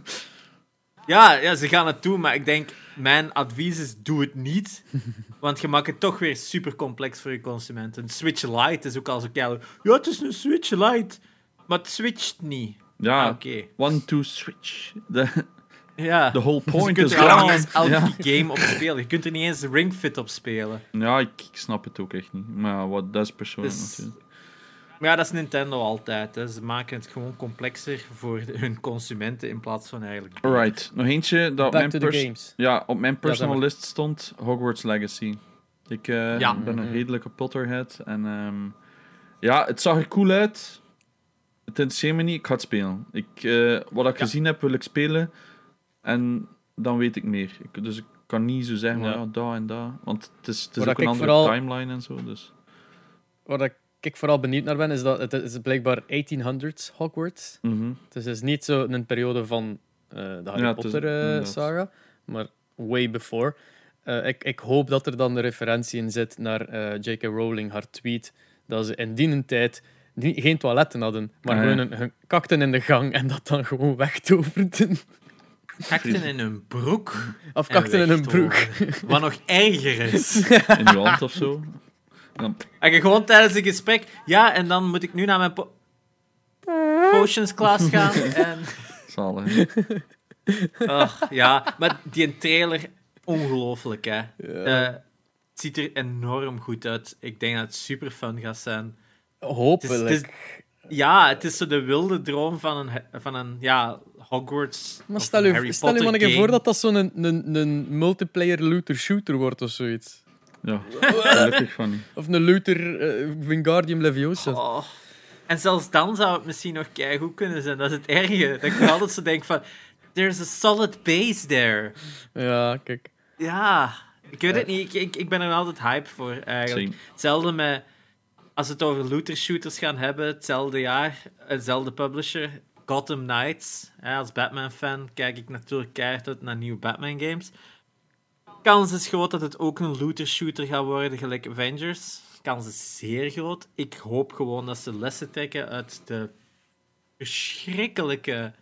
Ja, ze gaan het doen, maar ik denk, mijn advies is, doe het niet. Want je maakt het toch weer super complex voor je consumenten. Een Switch Lite is ook al zo keihard. Ja, het is een Switch Lite, maar het switcht niet. Ja, oké. One, two, switch. Ja. The whole point dus je is kunt er gone. niet eens elke game op spelen. Je kunt er niet eens Ring Fit op spelen. Ja, ik snap het ook echt niet. Maar dat is persoonlijk natuurlijk. Maar ja, dat is Nintendo altijd. Hè. Ze maken het gewoon complexer voor hun consumenten in plaats van eigenlijk... Alright, nog eentje dat op mijn personal list stond. Hogwarts Legacy. Ik ben een redelijke Potterhead. En het zag er cool uit. Het interesseert me niet, ik ga het spelen. Wat ik gezien heb, wil ik spelen. En dan weet ik meer. Dus ik kan niet zo zeggen, dat en dat. Want het is ook een andere timeline en zo. Dus. Wat ik vooral benieuwd naar ben, is dat het is blijkbaar 1800s Hogwarts. Dus het is niet zo een periode van de Harry Potter saga, maar way before. Ik hoop dat er dan de referentie in zit naar J.K. Rowling, haar tweet, dat ze in die tijd geen toiletten hadden, maar gewoon een kakten in de gang en dat dan gewoon wegtoverden. Kakten in hun broek. Of kakten in hun broek. Wat nog erger is. In je hand of zo. Dan... En je gewoon tijdens een gesprek... Ja, en dan moet ik nu naar mijn potions class gaan. En... Zalig. Ja, maar die trailer, ongelooflijk, hè. Ja. Het ziet er enorm goed uit. Ik denk dat het super fun gaat zijn. Hopelijk. Het is zo de wilde droom van een Hogwarts. Maar of stel een je Harry maar Potter een keer game. voor dat een multiplayer looter shooter wordt of zoiets. Ja, gelukkig van niet. Of een looter Wingardium Leviosa. Oh. En zelfs dan zou het misschien nog keigoed kunnen zijn. Dat is het erge. Dat ik altijd zo denk van... There's a solid base there. Ja, kijk. Ja, ik weet het niet. Ik ben er nog altijd hype voor, eigenlijk. Same. Hetzelfde met... Als we het over looter-shooters gaan hebben, hetzelfde jaar, hetzelfde publisher, Gotham Knights. Als Batman-fan kijk ik natuurlijk keihard uit naar nieuwe Batman-games. Kans is groot dat het ook een looter-shooter gaat worden, gelijk Avengers. Kans is zeer groot. Ik hoop gewoon dat ze lessen trekken uit de verschrikkelijke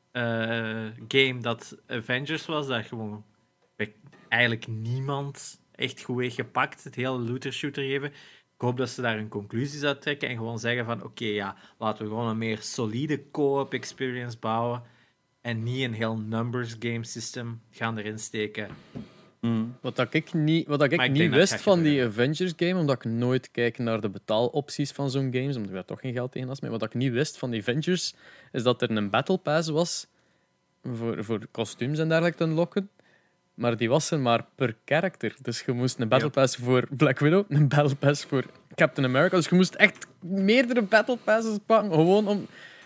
game dat Avengers was. Daar gewoon eigenlijk niemand echt goed heeft gepakt. Het hele looter-shooter geven. Ik hoop dat ze daar een conclusies uit trekken en gewoon zeggen van oké, laten we gewoon een meer solide co-op experience bouwen en niet een heel numbers game system gaan erin steken. Wat ik niet wist van die Avengers game, omdat ik nooit kijk naar de betaalopties van zo'n games, omdat ik daar toch geen geld tegen had. Maar wat ik niet wist van die Avengers, is dat er een Battle Pass was voor kostuums en dergelijke te unlocken. Maar die was er maar per character. Dus je moest een Battle Pass voor Black Widow, een Battle Pass voor Captain America. Dus je moest echt meerdere Battle Passes pakken, gewoon om...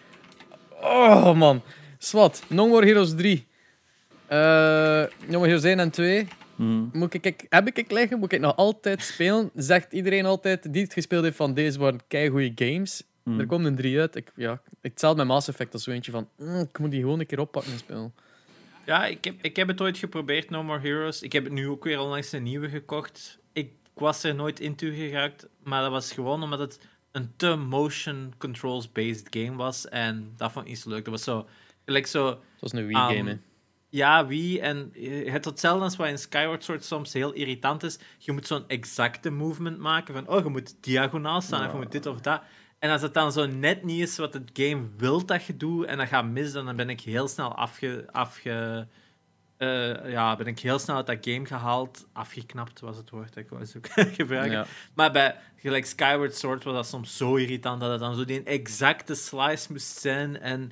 Oh, man. Swat. No More Heroes 3. No More Heroes 1 en 2. Heb ik liggen? Moet ik nog altijd spelen? Zegt iedereen altijd die het gespeeld heeft van deze waren keigoeie games. Er komt een 3 uit. Hetzelfde met Mass Effect. Dat is zo eentje van... ik moet die gewoon een keer oppakken en spelen. Ja, ik heb het ooit geprobeerd, No More Heroes. Ik heb het nu ook weer onlangs een nieuwe gekocht. Ik was er nooit in toe geraakt, maar dat was gewoon omdat het een te motion controls-based game was. En dat vond ik niet zo leuk. Dat was zo... Gelijk zo... Het was een Wii-game, hè. Ja, Wii. En het hetzelfde als wat in Skyward Sword soms heel irritant is. Je moet zo'n exacte movement maken van je moet diagonaal staan of je moet dit of dat. En als het dan zo net niet is wat het game wil dat je doet en dat gaat mis, dan ben ik heel snel ben ik heel snel uit dat game gehaald. Afgeknapt was het woord dat ik wou gebruiken. Ja. Maar bij gelijk Skyward Sword was dat soms zo irritant dat het dan zo die exacte slice moest zijn. En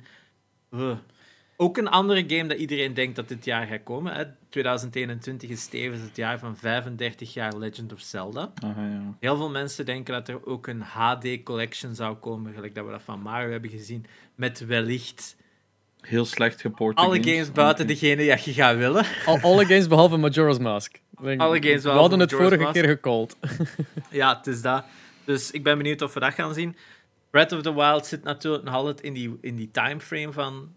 ook een andere game dat iedereen denkt dat dit jaar gaat komen. Hè. 2021 is tevens het jaar van 35 jaar Legend of Zelda. Ja. Heel veel mensen denken dat er ook een HD-collection zou komen, gelijk dat we dat van Mario hebben gezien, met wellicht... Heel slecht geporte alle games buiten degene die je gaat willen. Alle games behalve Majora's Mask. Alle games behalve we hadden het Majora's vorige keer gecalled. Ja, het is dat. Dus ik ben benieuwd of we dat gaan zien. Breath of the Wild zit natuurlijk nog altijd in die timeframe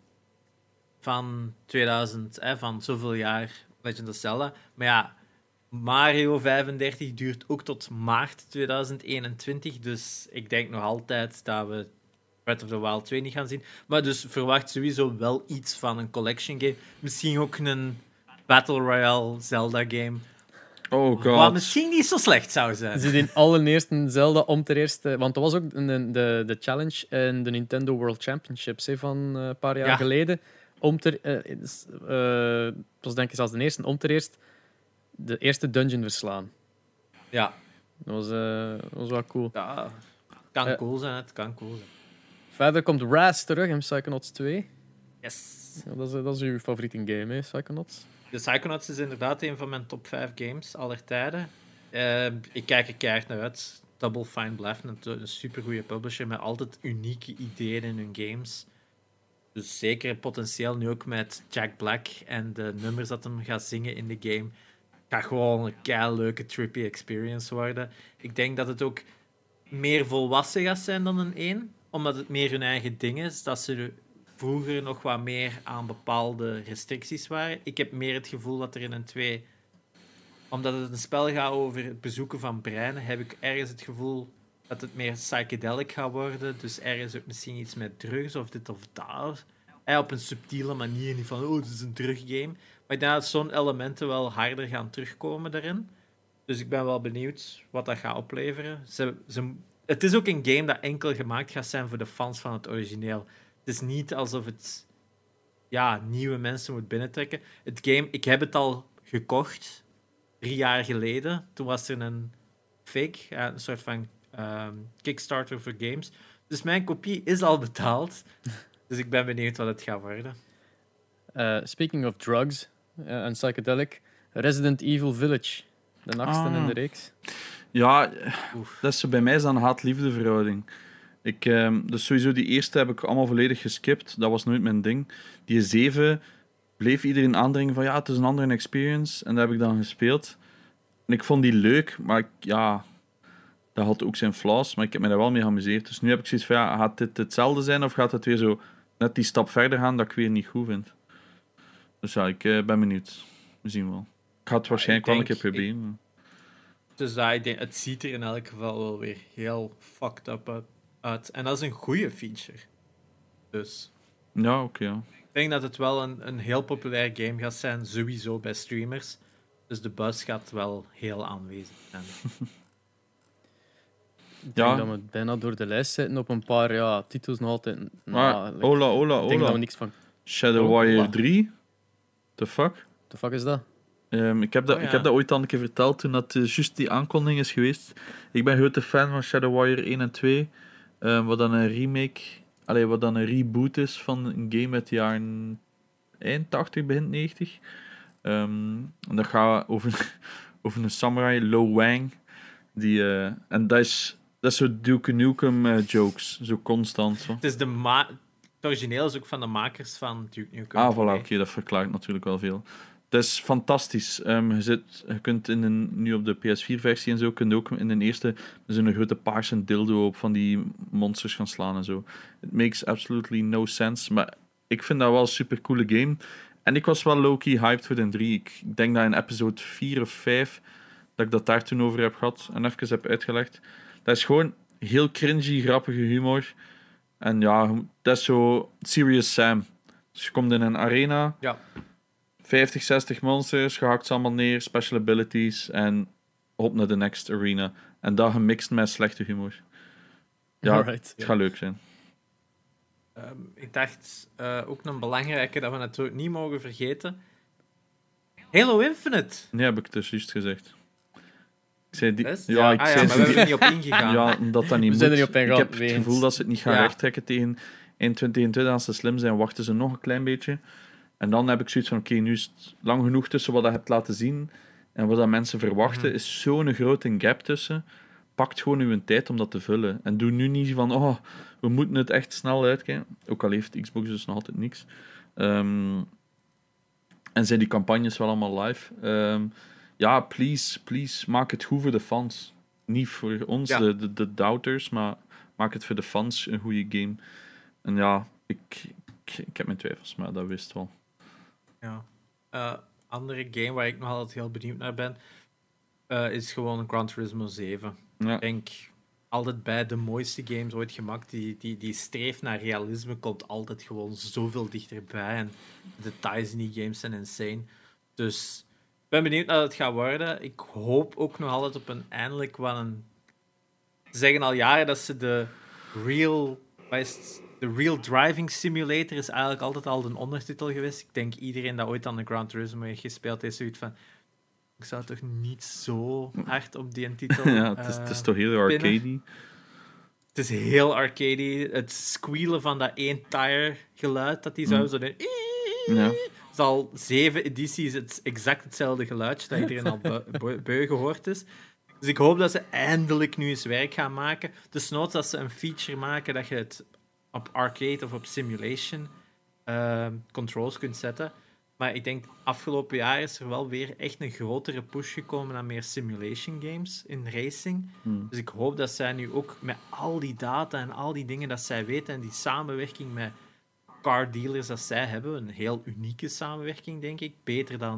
van 2000, van zoveel jaar Legend of Zelda. Maar ja, Mario 35 duurt ook tot maart 2021. Dus ik denk nog altijd dat we Breath of the Wild 2 niet gaan zien. Maar dus verwacht sowieso wel iets van een collection game. Misschien ook een Battle Royale Zelda game. Oh god. Wat misschien niet zo slecht zou zijn. Ze die allereerste Zelda om ten eerste... Want dat was ook de challenge in de Nintendo World Championships van een paar jaar geleden. Het was denk ik zelfs de eerste om ter eerst de eerste dungeon verslaan. Ja. Dat was wel cool. Ja, kan cool zijn, het kan cool zijn. Verder komt Raz terug in Psychonauts 2. Yes. Ja, dat is uw favoriete game, hè, Psychonauts? De Psychonauts is inderdaad een van mijn top 5 games aller tijden. Ik kijk er keihard naar uit. Double Fine blijft een supergoeie publisher met altijd unieke ideeën in hun games. Dus zeker potentieel nu ook met Jack Black en de nummers dat hem gaat zingen in de game. Gaat gewoon een keileuke trippy experience worden. Ik denk dat het ook meer volwassen gaat zijn dan een 1, omdat het meer hun eigen ding is. Dat ze vroeger nog wat meer aan bepaalde restricties waren. Ik heb meer het gevoel dat er in een 2 omdat het een spel gaat over het bezoeken van breinen, heb ik ergens het gevoel dat het meer psychedelic gaat worden. Dus ergens ook misschien iets met drugs of dit of dat. Op een subtiele manier, niet van, dit is een druggame. Maar ik denk dat zo'n elementen wel harder gaan terugkomen daarin. Dus ik ben wel benieuwd wat dat gaat opleveren. Het is ook een game dat enkel gemaakt gaat zijn voor de fans van het origineel. Het is niet alsof het nieuwe mensen moet binnentrekken. Het game, ik heb het al gekocht 3 jaar geleden. Toen was er een fake, een soort van Kickstarter voor games. Dus mijn kopie is al betaald. Dus ik ben benieuwd wat het gaat worden. Speaking of drugs en psychedelic, Resident Evil Village. De 8e in de reeks. Ja, dat is bij mij een haat-liefde verhouding. Dus sowieso die eerste heb ik allemaal volledig geskipt. Dat was nooit mijn ding. Die 7 bleef iedereen aandringen van het is een andere experience. En dat heb ik dan gespeeld. En ik vond die leuk, maar dat had ook zijn flaws. Maar ik heb me daar wel mee geamuseerd. Dus nu heb ik zoiets van, gaat dit hetzelfde zijn of gaat het weer zo net die stap verder gaan dat ik weer niet goed vind? Dus ja, ik ben benieuwd. We zien wel. Ik ga het waarschijnlijk wel een keer proberen. Dus ik denk, het ziet er in elk geval wel weer heel fucked up uit. En dat is een goede feature. Dus. Ja, oké. Ik denk dat het wel een heel populair game gaat zijn, sowieso bij streamers. Dus de buzz gaat wel heel aanwezig zijn. Ik denk dat we bijna door de lijst zitten op een paar titels nog altijd. Hola. Ik denk dat we niks van... Shadow Warrior 3? The fuck? The fuck is dat? Ik heb dat ooit al een keer verteld toen dat juist die aankondiging is geweest. Ik ben grote fan van Shadow Warrior 1 en 2. Wat dan een remake... wat dan een reboot is van een game uit de jaren eind 80, begin 90. En dat gaat over een samurai, Lo Wang. En dat is zo Duke Nukem jokes. Zo constant. Zo. Het is het origineel is ook van de makers van Duke Nukem. Voilà, oké, dat verklaart natuurlijk wel veel. Het is fantastisch. Je kunt nu op de PS4-versie en zo, kun je ook in de eerste zo'n grote paarse dildo op van die monsters gaan slaan en zo. It makes absolutely no sense, maar ik vind dat wel een super coole game. En ik was wel low-key hyped voor de 3. Ik denk dat in episode 4 of 5 dat ik dat daar toen over heb gehad en even heb uitgelegd. Dat is gewoon heel cringy, grappige humor. En dat is zo Serious Sam. Dus je komt in een arena... Ja. 50, 60 monsters, je hakt ze allemaal neer, special abilities en op naar de next arena. En dat gemixt met slechte humor. Ja, Alright. Het gaat leuk zijn. Ik dacht ook een belangrijke dat we natuurlijk niet mogen vergeten. Halo Infinite. Nee, heb ik dus juist gezegd. Ik zei die... maar we hebben er niet op ingegaan. Ja, omdat dat niet moet. Zijn er niet op ingegaan, Ik heb het gevoel dat ze het niet gaan rechttrekken tegen 2021. Als ze slim zijn, wachten ze nog een klein beetje. En dan heb ik zoiets van, oké, nu is het lang genoeg tussen wat je hebt laten zien en wat dat mensen verwachten, is zo'n grote gap tussen. Pakt gewoon uw tijd om dat te vullen. En doe nu niet van, we moeten het echt snel uitkijken. Ook al heeft Xbox dus nog altijd niks. En zijn die campagnes wel allemaal live. Please, maak het goed voor de fans. Niet voor ons, de doubters, maar maak het voor de fans een goede game. En ik heb mijn twijfels, maar dat wist wel. Ja. Andere game waar ik nog altijd heel benieuwd naar ben, is gewoon Gran Turismo 7. Ja. Ik denk altijd bij de mooiste games ooit gemaakt. Die streef naar realisme komt altijd gewoon zoveel dichterbij. En de details in die games zijn insane. Dus ik ben benieuwd naar wat het gaat worden. Ik hoop ook nog altijd op eindelijk wel een... Ze zeggen al jaren dat ze de Real Driving Simulator is eigenlijk altijd al de ondertitel geweest. Ik denk iedereen dat ooit aan de Gran Turismo heeft gespeeld, heeft zoiets van... Ik zou toch niet zo hard op die titel het is toch heel arcadey? Het is heel arcadey. Het squealen van dat 1 tire geluid dat die zou zo doen. Ja. Het is al 7 edities het exact hetzelfde geluidje dat iedereen al beu gehoord is. Dus ik hoop dat ze eindelijk nu eens werk gaan maken. Dus nooit dat ze een feature maken dat je het op arcade of op simulation controls kunt zetten. Maar ik denk, afgelopen jaar is er wel weer echt een grotere push gekomen naar meer simulation games in racing. Dus ik hoop dat zij nu ook met al die data en al die dingen dat zij weten en die samenwerking met car dealers dat zij hebben, een heel unieke samenwerking, denk ik. Beter dan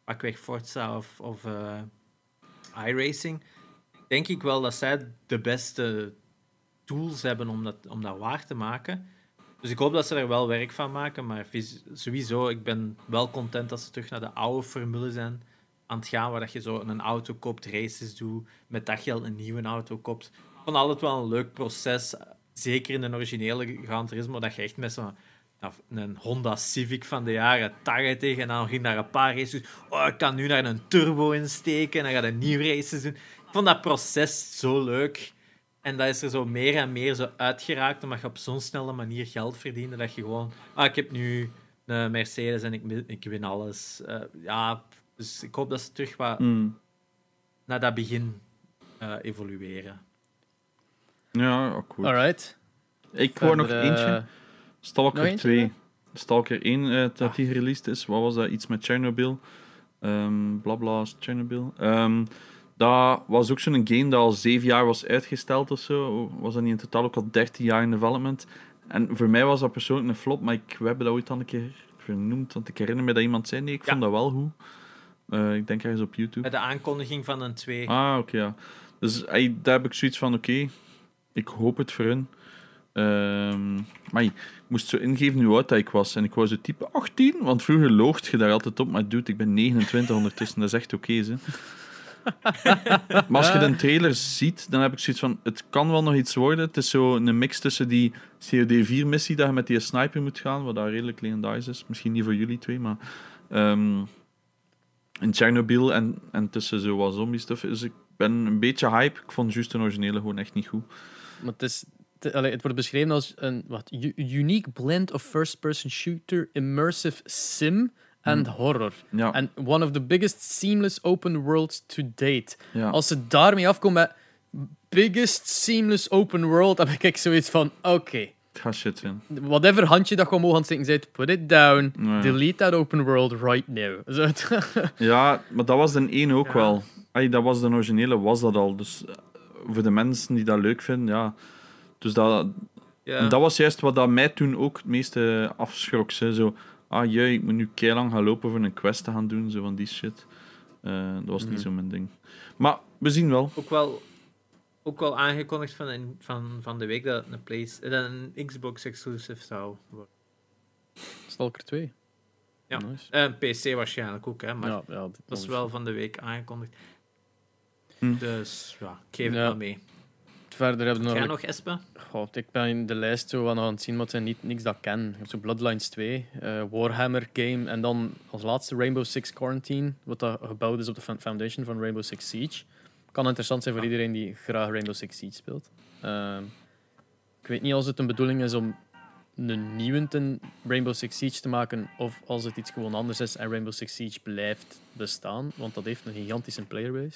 pakweg Forza of iRacing, denk ik wel dat zij de beste tools hebben om dat waar te maken. Dus ik hoop dat ze er wel werk van maken, maar sowieso, ik ben wel content dat ze terug naar de oude formule zijn aan het gaan, waar dat je zo een auto koopt, races doet, met dat geld een nieuwe auto koopt. Ik vond altijd wel een leuk proces, zeker in de originele Gran Turismo, dat je echt met een Honda Civic van de jaren 80 en dan ging naar een paar races. Oh, ik kan nu naar een turbo insteken en dan ga je nieuwe races doen. Ik vond dat proces zo leuk. En dat is er zo meer en meer zo uitgeraakt, omdat je op zo'n snelle manier geld verdiende, dat je gewoon... ik heb nu een Mercedes en ik win alles. Dus ik hoop dat ze terug wat naar dat begin evolueren. Ja, goed. Alright. Ik wou nog eentje. Stalker 2. Ja? Stalker 1, dat die gereleased is. Wat was dat? Iets met Chernobyl. Blabla, Chernobyl. Dat was ook zo'n game dat al 7 jaar was uitgesteld of zo. Was dat niet in totaal ook al 13 jaar in development? En voor mij was dat persoonlijk een flop, maar we hebben dat ooit al een keer vernoemd. Want ik herinner me dat iemand zei, nee, ik vond dat wel goed. Ik denk ergens op YouTube. Met de aankondiging van een 2. Oké, ja. Dus daar heb ik zoiets van, oké, ik hoop het voor hun. Maar ik moest zo ingeven hoe oud dat ik was. En ik wou zo type 18, want vroeger loogt je daar altijd op. Maar dude, ik ben 29 ondertussen, dat is echt oké. Maar als je de trailer ziet, dan heb ik zoiets van, het kan wel nog iets worden. Het is zo een mix tussen die COD4-missie dat je met die sniper moet gaan, wat daar redelijk legendarisch is. Misschien niet voor jullie twee, maar... in Chernobyl en tussen zo wat zombie-stuff. Dus ik ben een beetje hype. Ik vond juist de originele gewoon echt niet goed. Maar het wordt beschreven als een unique blend of first-person shooter, immersive sim and horror. Ja. And one of the biggest seamless open worlds to date. Ja. Als ze daarmee afkomen met biggest seamless open world, dan heb ik zoiets van, oké. Het gaat shit zijn. Whatever handje dat gewoon mogen aan steken zit, put it down, Nee. delete that open world right now. Ja, maar dat was de 1 ook wel. Dat was de originele, was dat al. Dus voor de mensen die dat leuk vinden, ja. Dus dat was juist wat dat mij toen ook het meeste afschrok. Zo, ik moet nu keilang gaan lopen voor een quest te gaan doen, zo van die shit. Dat was niet zo mijn ding. Maar we zien wel. Ook wel aangekondigd van de week dat een Xbox exclusive zou worden. Stalker 2. Ja, nice. PC waarschijnlijk ook, hè, maar dat is wel van de week aangekondigd. Dus ja, ik geef het wel mee. Verder hebben we nog Espe? Ik ben in de lijst zo aan het zien, maar het zijn niks dat ik ken. Je hebt zo Bloodlines 2, Warhammer game en dan als laatste Rainbow Six Quarantine, wat dat gebouwd is op de foundation van Rainbow Six Siege. Kan interessant zijn voor iedereen die graag Rainbow Six Siege speelt. Ik weet niet als het een bedoeling is om een nieuwe Rainbow Six Siege te maken of als het iets gewoon anders is en Rainbow Six Siege blijft bestaan, want dat heeft een gigantische playerbase.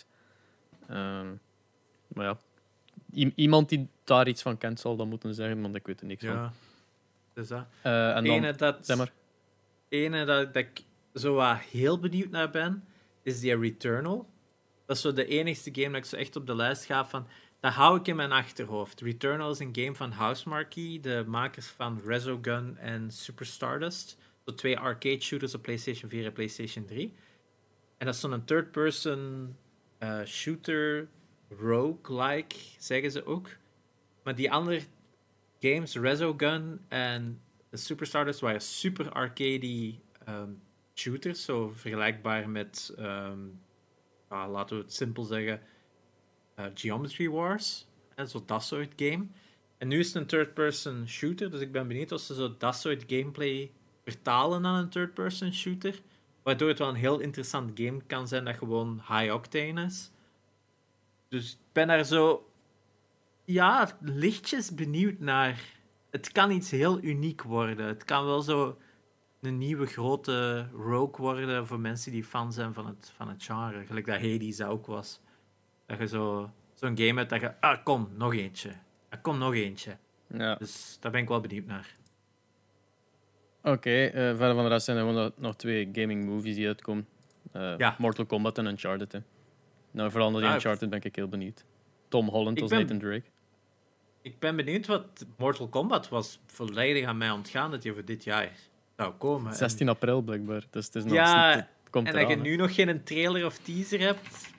Maar ja, iemand die daar iets van kent zal dat moeten zeggen, want ik weet er niks van. Dus dat. En dan, ene dat ik zo wat heel benieuwd naar ben, is die Returnal. Dat is zo de enigste game dat ik zo echt op de lijst ga van... Dat hou ik in mijn achterhoofd. Returnal is een game van Housemarque, de makers van Resogun en Super Stardust. Zo 2 arcade shooters op PlayStation 4 en PlayStation 3. En dat is zo'n third-person shooter, roguelike, zeggen ze ook. Maar die andere games, Resogun en Super Stardust, waren super arcade shooters. Zo vergelijkbaar met, laten we het simpel zeggen, Geometry Wars. En zo dat soort game. En nu is het een third-person shooter, dus ik ben benieuwd of ze zo dat soort gameplay vertalen naar een third-person shooter. Waardoor het wel een heel interessant game kan zijn dat gewoon high-octane is. Dus ik ben daar zo... Ja, lichtjes benieuwd naar. Het kan iets heel uniek worden. Het kan wel zo een nieuwe grote rogue worden voor mensen die fan zijn van het genre. Gelijk dat Hades ook was. Dat je zo'n game hebt dat je... kom, nog eentje. Kom, nog eentje. Ja. Dus daar ben ik wel benieuwd naar. Oké, verder van de rest zijn er gewoon nog 2 gaming movies die uitkomen. Mortal Kombat en Uncharted. Hè. Nou, vooral naar die Uncharted ben ik heel benieuwd. Tom Holland als Nathan Drake. Ik ben benieuwd wat Mortal Kombat was volledig aan mij ontgaan dat je voor dit jaar zou komen. 16 april blijkbaar. Dus het is nog komt En eraan, dat je nu nog geen trailer of teaser hebt...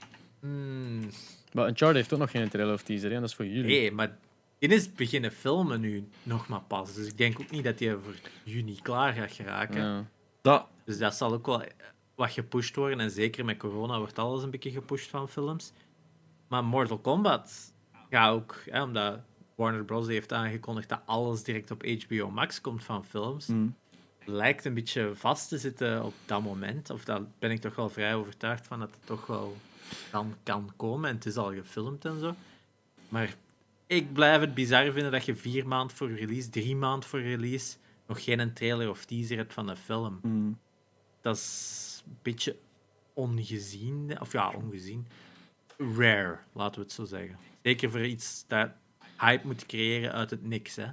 Maar Uncharted heeft ook nog geen trailer of teaser, hè? Dat is voor jullie. Nee, maar die is beginnen filmen nu nog maar pas. Dus ik denk ook niet dat die voor juni klaar gaat geraken. Ja. Dus dat zal ook wel wat gepusht worden. En zeker met corona wordt alles een beetje gepusht van films. Maar Mortal Kombat gaat ook, omdat Warner Bros. Heeft aangekondigd dat alles direct op HBO Max komt van films. Lijkt een beetje vast te zitten op dat moment. Of daar ben ik toch wel vrij overtuigd van dat het toch wel kan komen. En het is al gefilmd en zo. Maar ik blijf het bizar vinden dat je 4 maanden voor release, 3 maanden voor release, nog geen trailer of teaser hebt van de film. Dat is een beetje ongezien. Of ja, ongezien. Rare, laten we het zo zeggen. Zeker voor iets dat hype moet creëren uit het niks. Hè.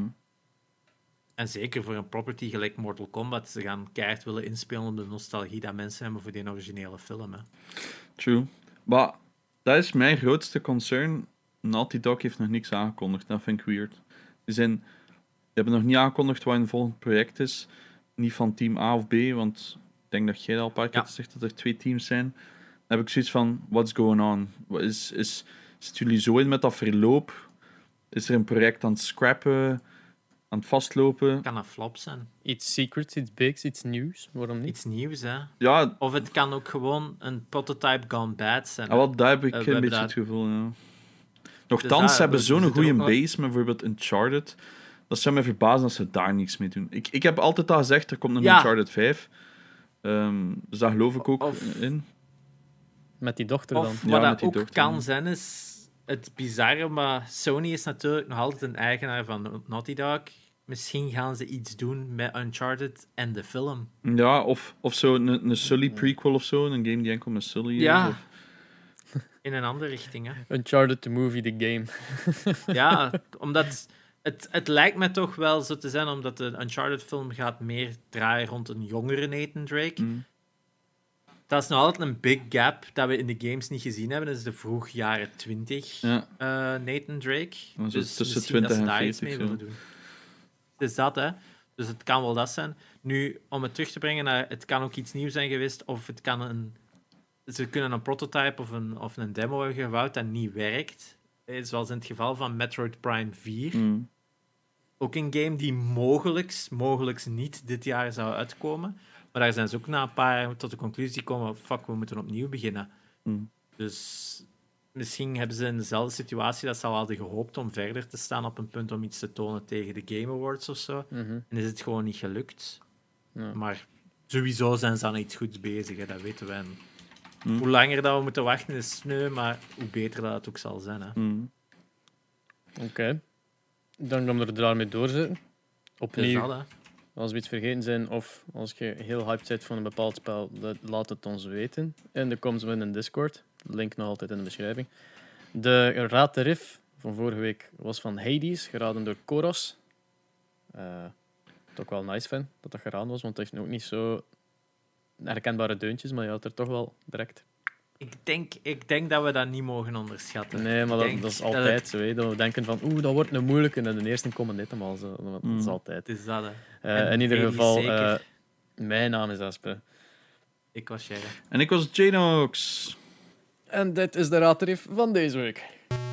En zeker voor een property gelijk Mortal Kombat. Ze gaan keihard willen inspelen op de nostalgie dat mensen hebben voor die originele film. Hè. True. Maar dat is mijn grootste concern. Naughty Dog heeft nog niks aangekondigd. Dat vind ik weird. Die hebben nog niet aangekondigd wat hun volgend project is. Niet van team A of B, want ik denk dat jij al een paar keer zegt dat er 2 teams zijn. Dan heb ik zoiets van, what's going on? Zitten jullie zo in met dat verloop? Is er een project aan het scrappen, aan het vastlopen? Kan een flop zijn. Iets secrets, iets bigs, iets nieuws. Waarom niet? Iets nieuws, hè. Ja. Of het kan ook gewoon een prototype gone bad zijn. Daar heb ik een beetje het gevoel, ja. Nochtans, ze hebben zo'n goede base, met bijvoorbeeld Uncharted. Dat zou mij verbazen als ze daar niks mee doen. Ik heb altijd al gezegd, er komt een Uncharted 5. Dus daar geloof ik ook in. Met die dochter dan. Of wat dat ook kan zijn, is het bizarre, maar Sony is natuurlijk nog altijd een eigenaar van Naughty Dog. Misschien gaan ze iets doen met Uncharted en de film. Ja, of zo een Sully prequel of zo. Een game die enkel met Sully is. Ja. Of... In een andere richting, hè. Uncharted the movie, the game. Ja, omdat... Het lijkt me toch wel zo te zijn, omdat de Uncharted-film gaat meer draaien rond een jongere Nathan Drake. Dat is nog altijd een big gap dat we in de games niet gezien hebben. Dat is de vroeg jaren 20 Nathan Drake. Dus tussen misschien 20 dat ze en daar 40 iets mee zo. willen doen. Het is dat, hè. Dus het kan wel dat zijn. Nu, om het terug te brengen naar... Het kan ook iets nieuws zijn geweest, of het kan ze kunnen een prototype of een demo hebben gebouwd dat niet werkt. Zoals in het geval van Metroid Prime 4. Ook een game die mogelijks niet dit jaar zou uitkomen. Maar daar zijn ze ook na een paar jaar tot de conclusie gekomen, fuck, we moeten opnieuw beginnen. Dus misschien hebben ze in dezelfde situatie dat ze al hadden gehoopt om verder te staan op een punt om iets te tonen tegen de Game Awards of zo. En is het gewoon niet gelukt. Maar sowieso zijn ze aan iets goeds bezig, hè, dat weten wij. Hoe langer dat we moeten wachten is sneu, maar hoe beter dat het ook zal zijn. Hè. Oké. Dan gaan we er daarmee doorzetten. Opnieuw, dat, als we iets vergeten zijn of als je heel hyped bent voor een bepaald spel, laat het ons weten. En dan komen we in een Discord. Link nog altijd in de beschrijving. De Raad de Riff van vorige week was van Hades, geraden door Koros. Toch wel nice fan dat geraden was, want het heeft ook niet zo herkenbare deuntjes, maar je had er toch wel direct. Ik denk dat we dat niet mogen onderschatten. Nee, maar dat is altijd zo. Dat we denken van, dat wordt een moeilijke en de eerste komen net allemaal zo. Dat is altijd. Het is dat, hè. In ieder geval, mijn naam is Asper. Ik was Jerry. En ik was Janox. En dit is de Raad de Riff van deze week.